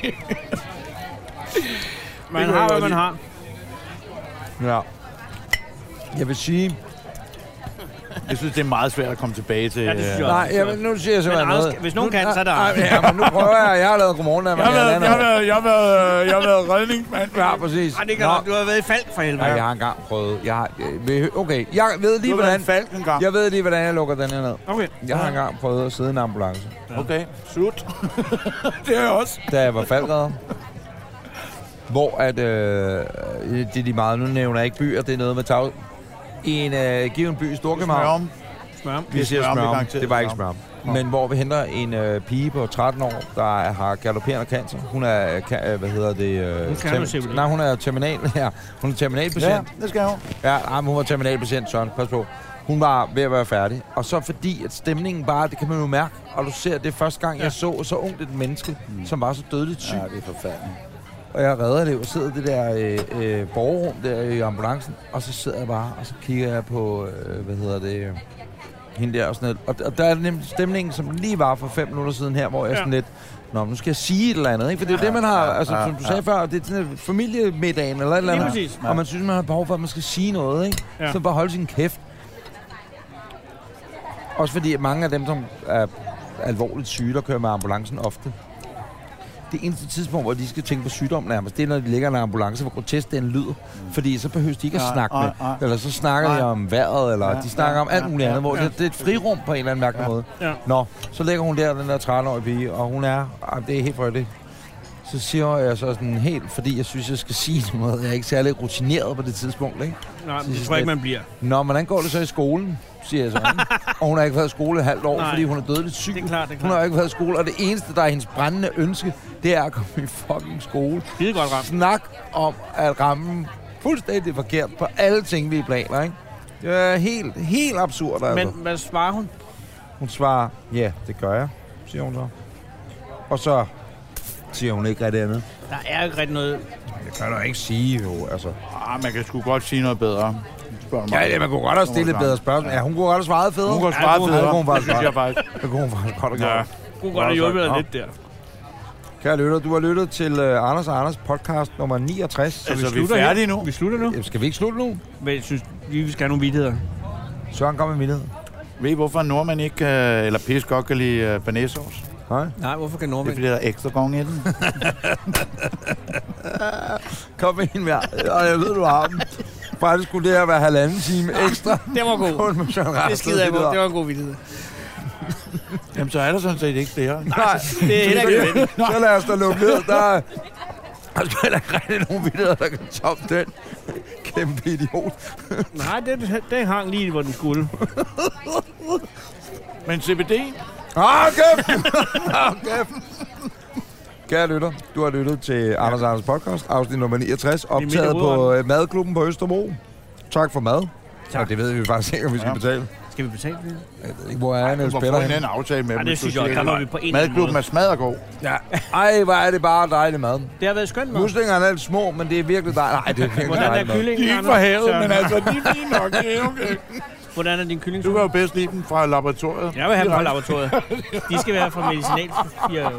Man kan har, jeg hvad godt man lide. har. Ja. Jeg vil sige... Jeg synes, det er meget svært at komme tilbage til. Ja, det synes jeg øh, også. Nej, jamen, nu siger jeg simpelthen Men Anders, noget. hvis nogen nu, kan, så er der nej, Anders. ja, men nu prøver jeg. Jeg har lavet godmorgen, der Jeg har været, jeg har været, jeg har været, jeg har været redningsmand. Ja, præcis. Ej, det kan du, du har været i Falk for helvede. Nej, jeg har engang prøvet. Jeg har, øh, okay, jeg ved lige, Du har været hvordan... en falk en gang. Jeg ved lige, hvordan jeg lukker den her ned. Okay. Jeg har engang prøvet at sidde i en ambulance, Okay, slut. Det er jeg også. da jeg var faldredder. Hvor at... Øh, det er de meget... Nu nævner jeg ikke byer, det er noget med tag... I en øh, given by i Storkøbenhavn. Smør. Vi siger Smørum, det er Smørum. garanteret Det var ikke Smørum. Smørum. Men hvor vi henter en øh, pige på tretten år, der har galopperende cancer. Hun er, ka, øh, hvad hedder det? Øh, Hun kan jo simpelthen. nej, hun er terminal. Ja, hun er terminalpatient. Ja, det skal hun. Ja, ja, men hun var terminalpatient, Søren. Pas på. Hun var ved at være færdig. Og så fordi, at stemningen bare, det kan man jo mærke. Og du ser, det er første gang, jeg så så ungt et menneske, mm. som var så dødeligt syg. Ja, det er forfærdeligt. Og jeg redder det, og sidder i det der øh, øh, borgerrum der i ambulancen. Og så sidder jeg bare, og så kigger jeg på, øh, hvad hedder det, øh, hende der og sådan noget. Og, og der er nemlig stemningen, som lige var for fem minutter siden her, hvor jeg Ja. sådan lidt, nå, nu skal jeg sige et eller andet, ikke? For det er ja, det, man har, altså ja, som du ja. sagde før, det er sådan en familiemiddagen eller et eller Lige andet. præcis. Og man synes, man har behov for, at man skal sige noget, ikke? Ja. Så bare holde sin kæft. Også fordi at mange af dem, som er alvorligt syge, der kører med ambulancen ofte, det eneste tidspunkt, hvor de skal tænke på sygdom nærmest, det er, når de ligger i en ambulance, hvor grotesk den lyder. Mm. Fordi så behøver de ikke at Nej, snakke nej, med. nej. Eller så snakker Nej. de om vejret, eller Ja, de snakker ja, om alt ja, muligt ja, andet, hvor ja. det, det er et frirum på en eller anden mærkelig Ja. måde. Ja. Nå, så ligger hun der, den der tretten-årige pige, og hun er, ah, det er helt frygteligt. Så siger jeg så sådan helt, fordi jeg synes, jeg skal sige noget. Jeg er ikke særlig rutineret på det tidspunkt, ikke? Nej, men det tror jeg ikke, man bliver. Nå, hvordan går det så i skolen, siger jeg så. Ikke? Og hun har ikke været i skole et halvt år, Nej. fordi hun er dødeligt syg. Det er klart, det er Hun har klart. ikke været i skole, og det eneste, der er hendes brændende ønske, det er at komme i fucking skole. Skide godt ramt. Snak om at ramme fuldstændig forkert på alle tænkelige planer, ikke? Det er helt, helt absurd, altså. Men hvad svarer hun? Hun svarer, ja, det gør jeg, siger hun så. Og så siger hun ikke rigtig andet. Der er ikke rigtig noget... Det kan du ikke sige, jo, altså. Ah, man kan sgu godt sige noget bedre. Spørg mig. Ja, ja, man kunne godt have stillet et bedre spørgsmål. Ja, hun kunne godt have svaret federe. Hun kan Ja, svare hun- federe. det kunne hun faktisk Det synes jeg godt. faktisk. Det kunne hun faktisk godt have Ja. gjort. Kunne godt have hjulpet dig Nå. lidt der. Kære lytter, du har lyttet til uh, Anders og Anders podcast nummer niogtres. Så Altså, vi vi er slutter færdige her. nu. Vi slutter nu. Jamen, skal vi ikke slutte nu? Men jeg synes, vi skal have nogle vittigheder. Søren, kom med mindet. Ved I, hvorfor en nordmand ikke, øh, eller pis godt kan lide uh, banæssauce? Nej. Nej, hvorfor kan Det er, nordmænd? fordi der er ekstra gong i den. Kom med en mere. Og jeg ved, du har dem. Faktisk skulle det her være halvanden time ekstra. Det var god. Kun med Søren Rasted. Det skider jeg på. Det var en god vittighed. Jamen, så er der sådan set ikke flere. Nej, Det er heller ikke det. så lad os da lukke ned. Der er der er sgu heller ikke rigtig nogen videre, der kan toppe den. Kæmpe idiot. Nej, den, den hang lige, hvor den skulle. Men C B D? Ah, kæft! Ah, kæft! Kære lytter, du har lyttet til Anders og Anders podcast, afsnit nummer niogtres, optaget på uh, Madklubben på Østerbro. Tak for mad. Tak. Og det ved vi faktisk ikke, om vi skal Ja. betale. Skal vi betale for det? Jeg ved ikke, hvor er Niels Hvor Peter får en henne? anden aftale med Ej, dem, det hvis synes du jeg også. siger Der må det. vi på en eller anden Madklubben måde. er smaddergod. Ja. Ej, hvor er det bare dejlig mad. Det har været skønt, mad. Muslingerne er lidt små, men det er virkelig dejligt. Nej, det er virkelig Hvordan er dejligt mad. kyllingen, De er ikke Anders? fra havet, Søren? men altså, de er fine nok. Det er okay. Hvordan er din kylling? Du kan jo bedst lide dem fra laboratoriet. Jeg vil have dem fra laboratoriet. De skal være fra medicinalfirma.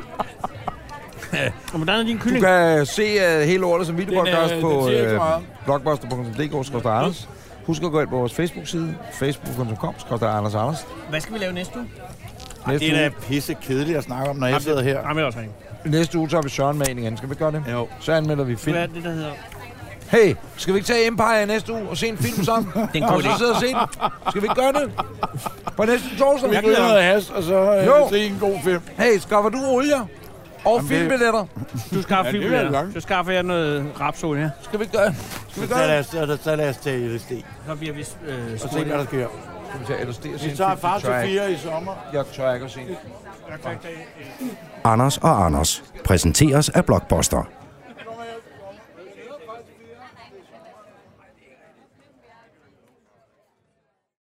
Og hvordan er din Du kylling? kan se uh, hele ordet som videopodcast Den, øh, på den siger ikke så uh, meget. blogbuster punktum d k skråstreg Anders. Husk at gå ind på vores Facebook-side, facebook punktum com skråstreg Anders Anders. Hvad skal vi lave næste uge? Næste Det er uge, da pisse kedeligt at snakke om, når jeg sidder her. Jamen, også ring. næste uge tager vi Søren med ind igen. Skal vi gøre det? Jo. Så anmelder vi film. Hvad er det, der hedder? Hey, skal vi ikke tage Empire næste uge og se en film sammen? Det er en og god så idé. sidde og se den. Skal vi ikke gøre det? På næste torsdag? Vi Jeg ryger glæder noget has, og så øh, Jo. se en god film. Hey, skaffer du olier? Og Jamen, det- filmbilletter? Du skaffer Ja, det er filmbilletter. langt. Så skaffer jeg noget rapsolie her. Skal vi ikke gøre det? Skal vi Så gøre lad det? os, så, så lad os tage L S D. Så bliver vi øh, Og se, hvad der sker. Skal vi tage L S D og se Vi en tager film? Far Det tør jeg til ikke. fire i sommer. Jeg tør ikke at se. Anders og Anders præsenteres af Blockbuster.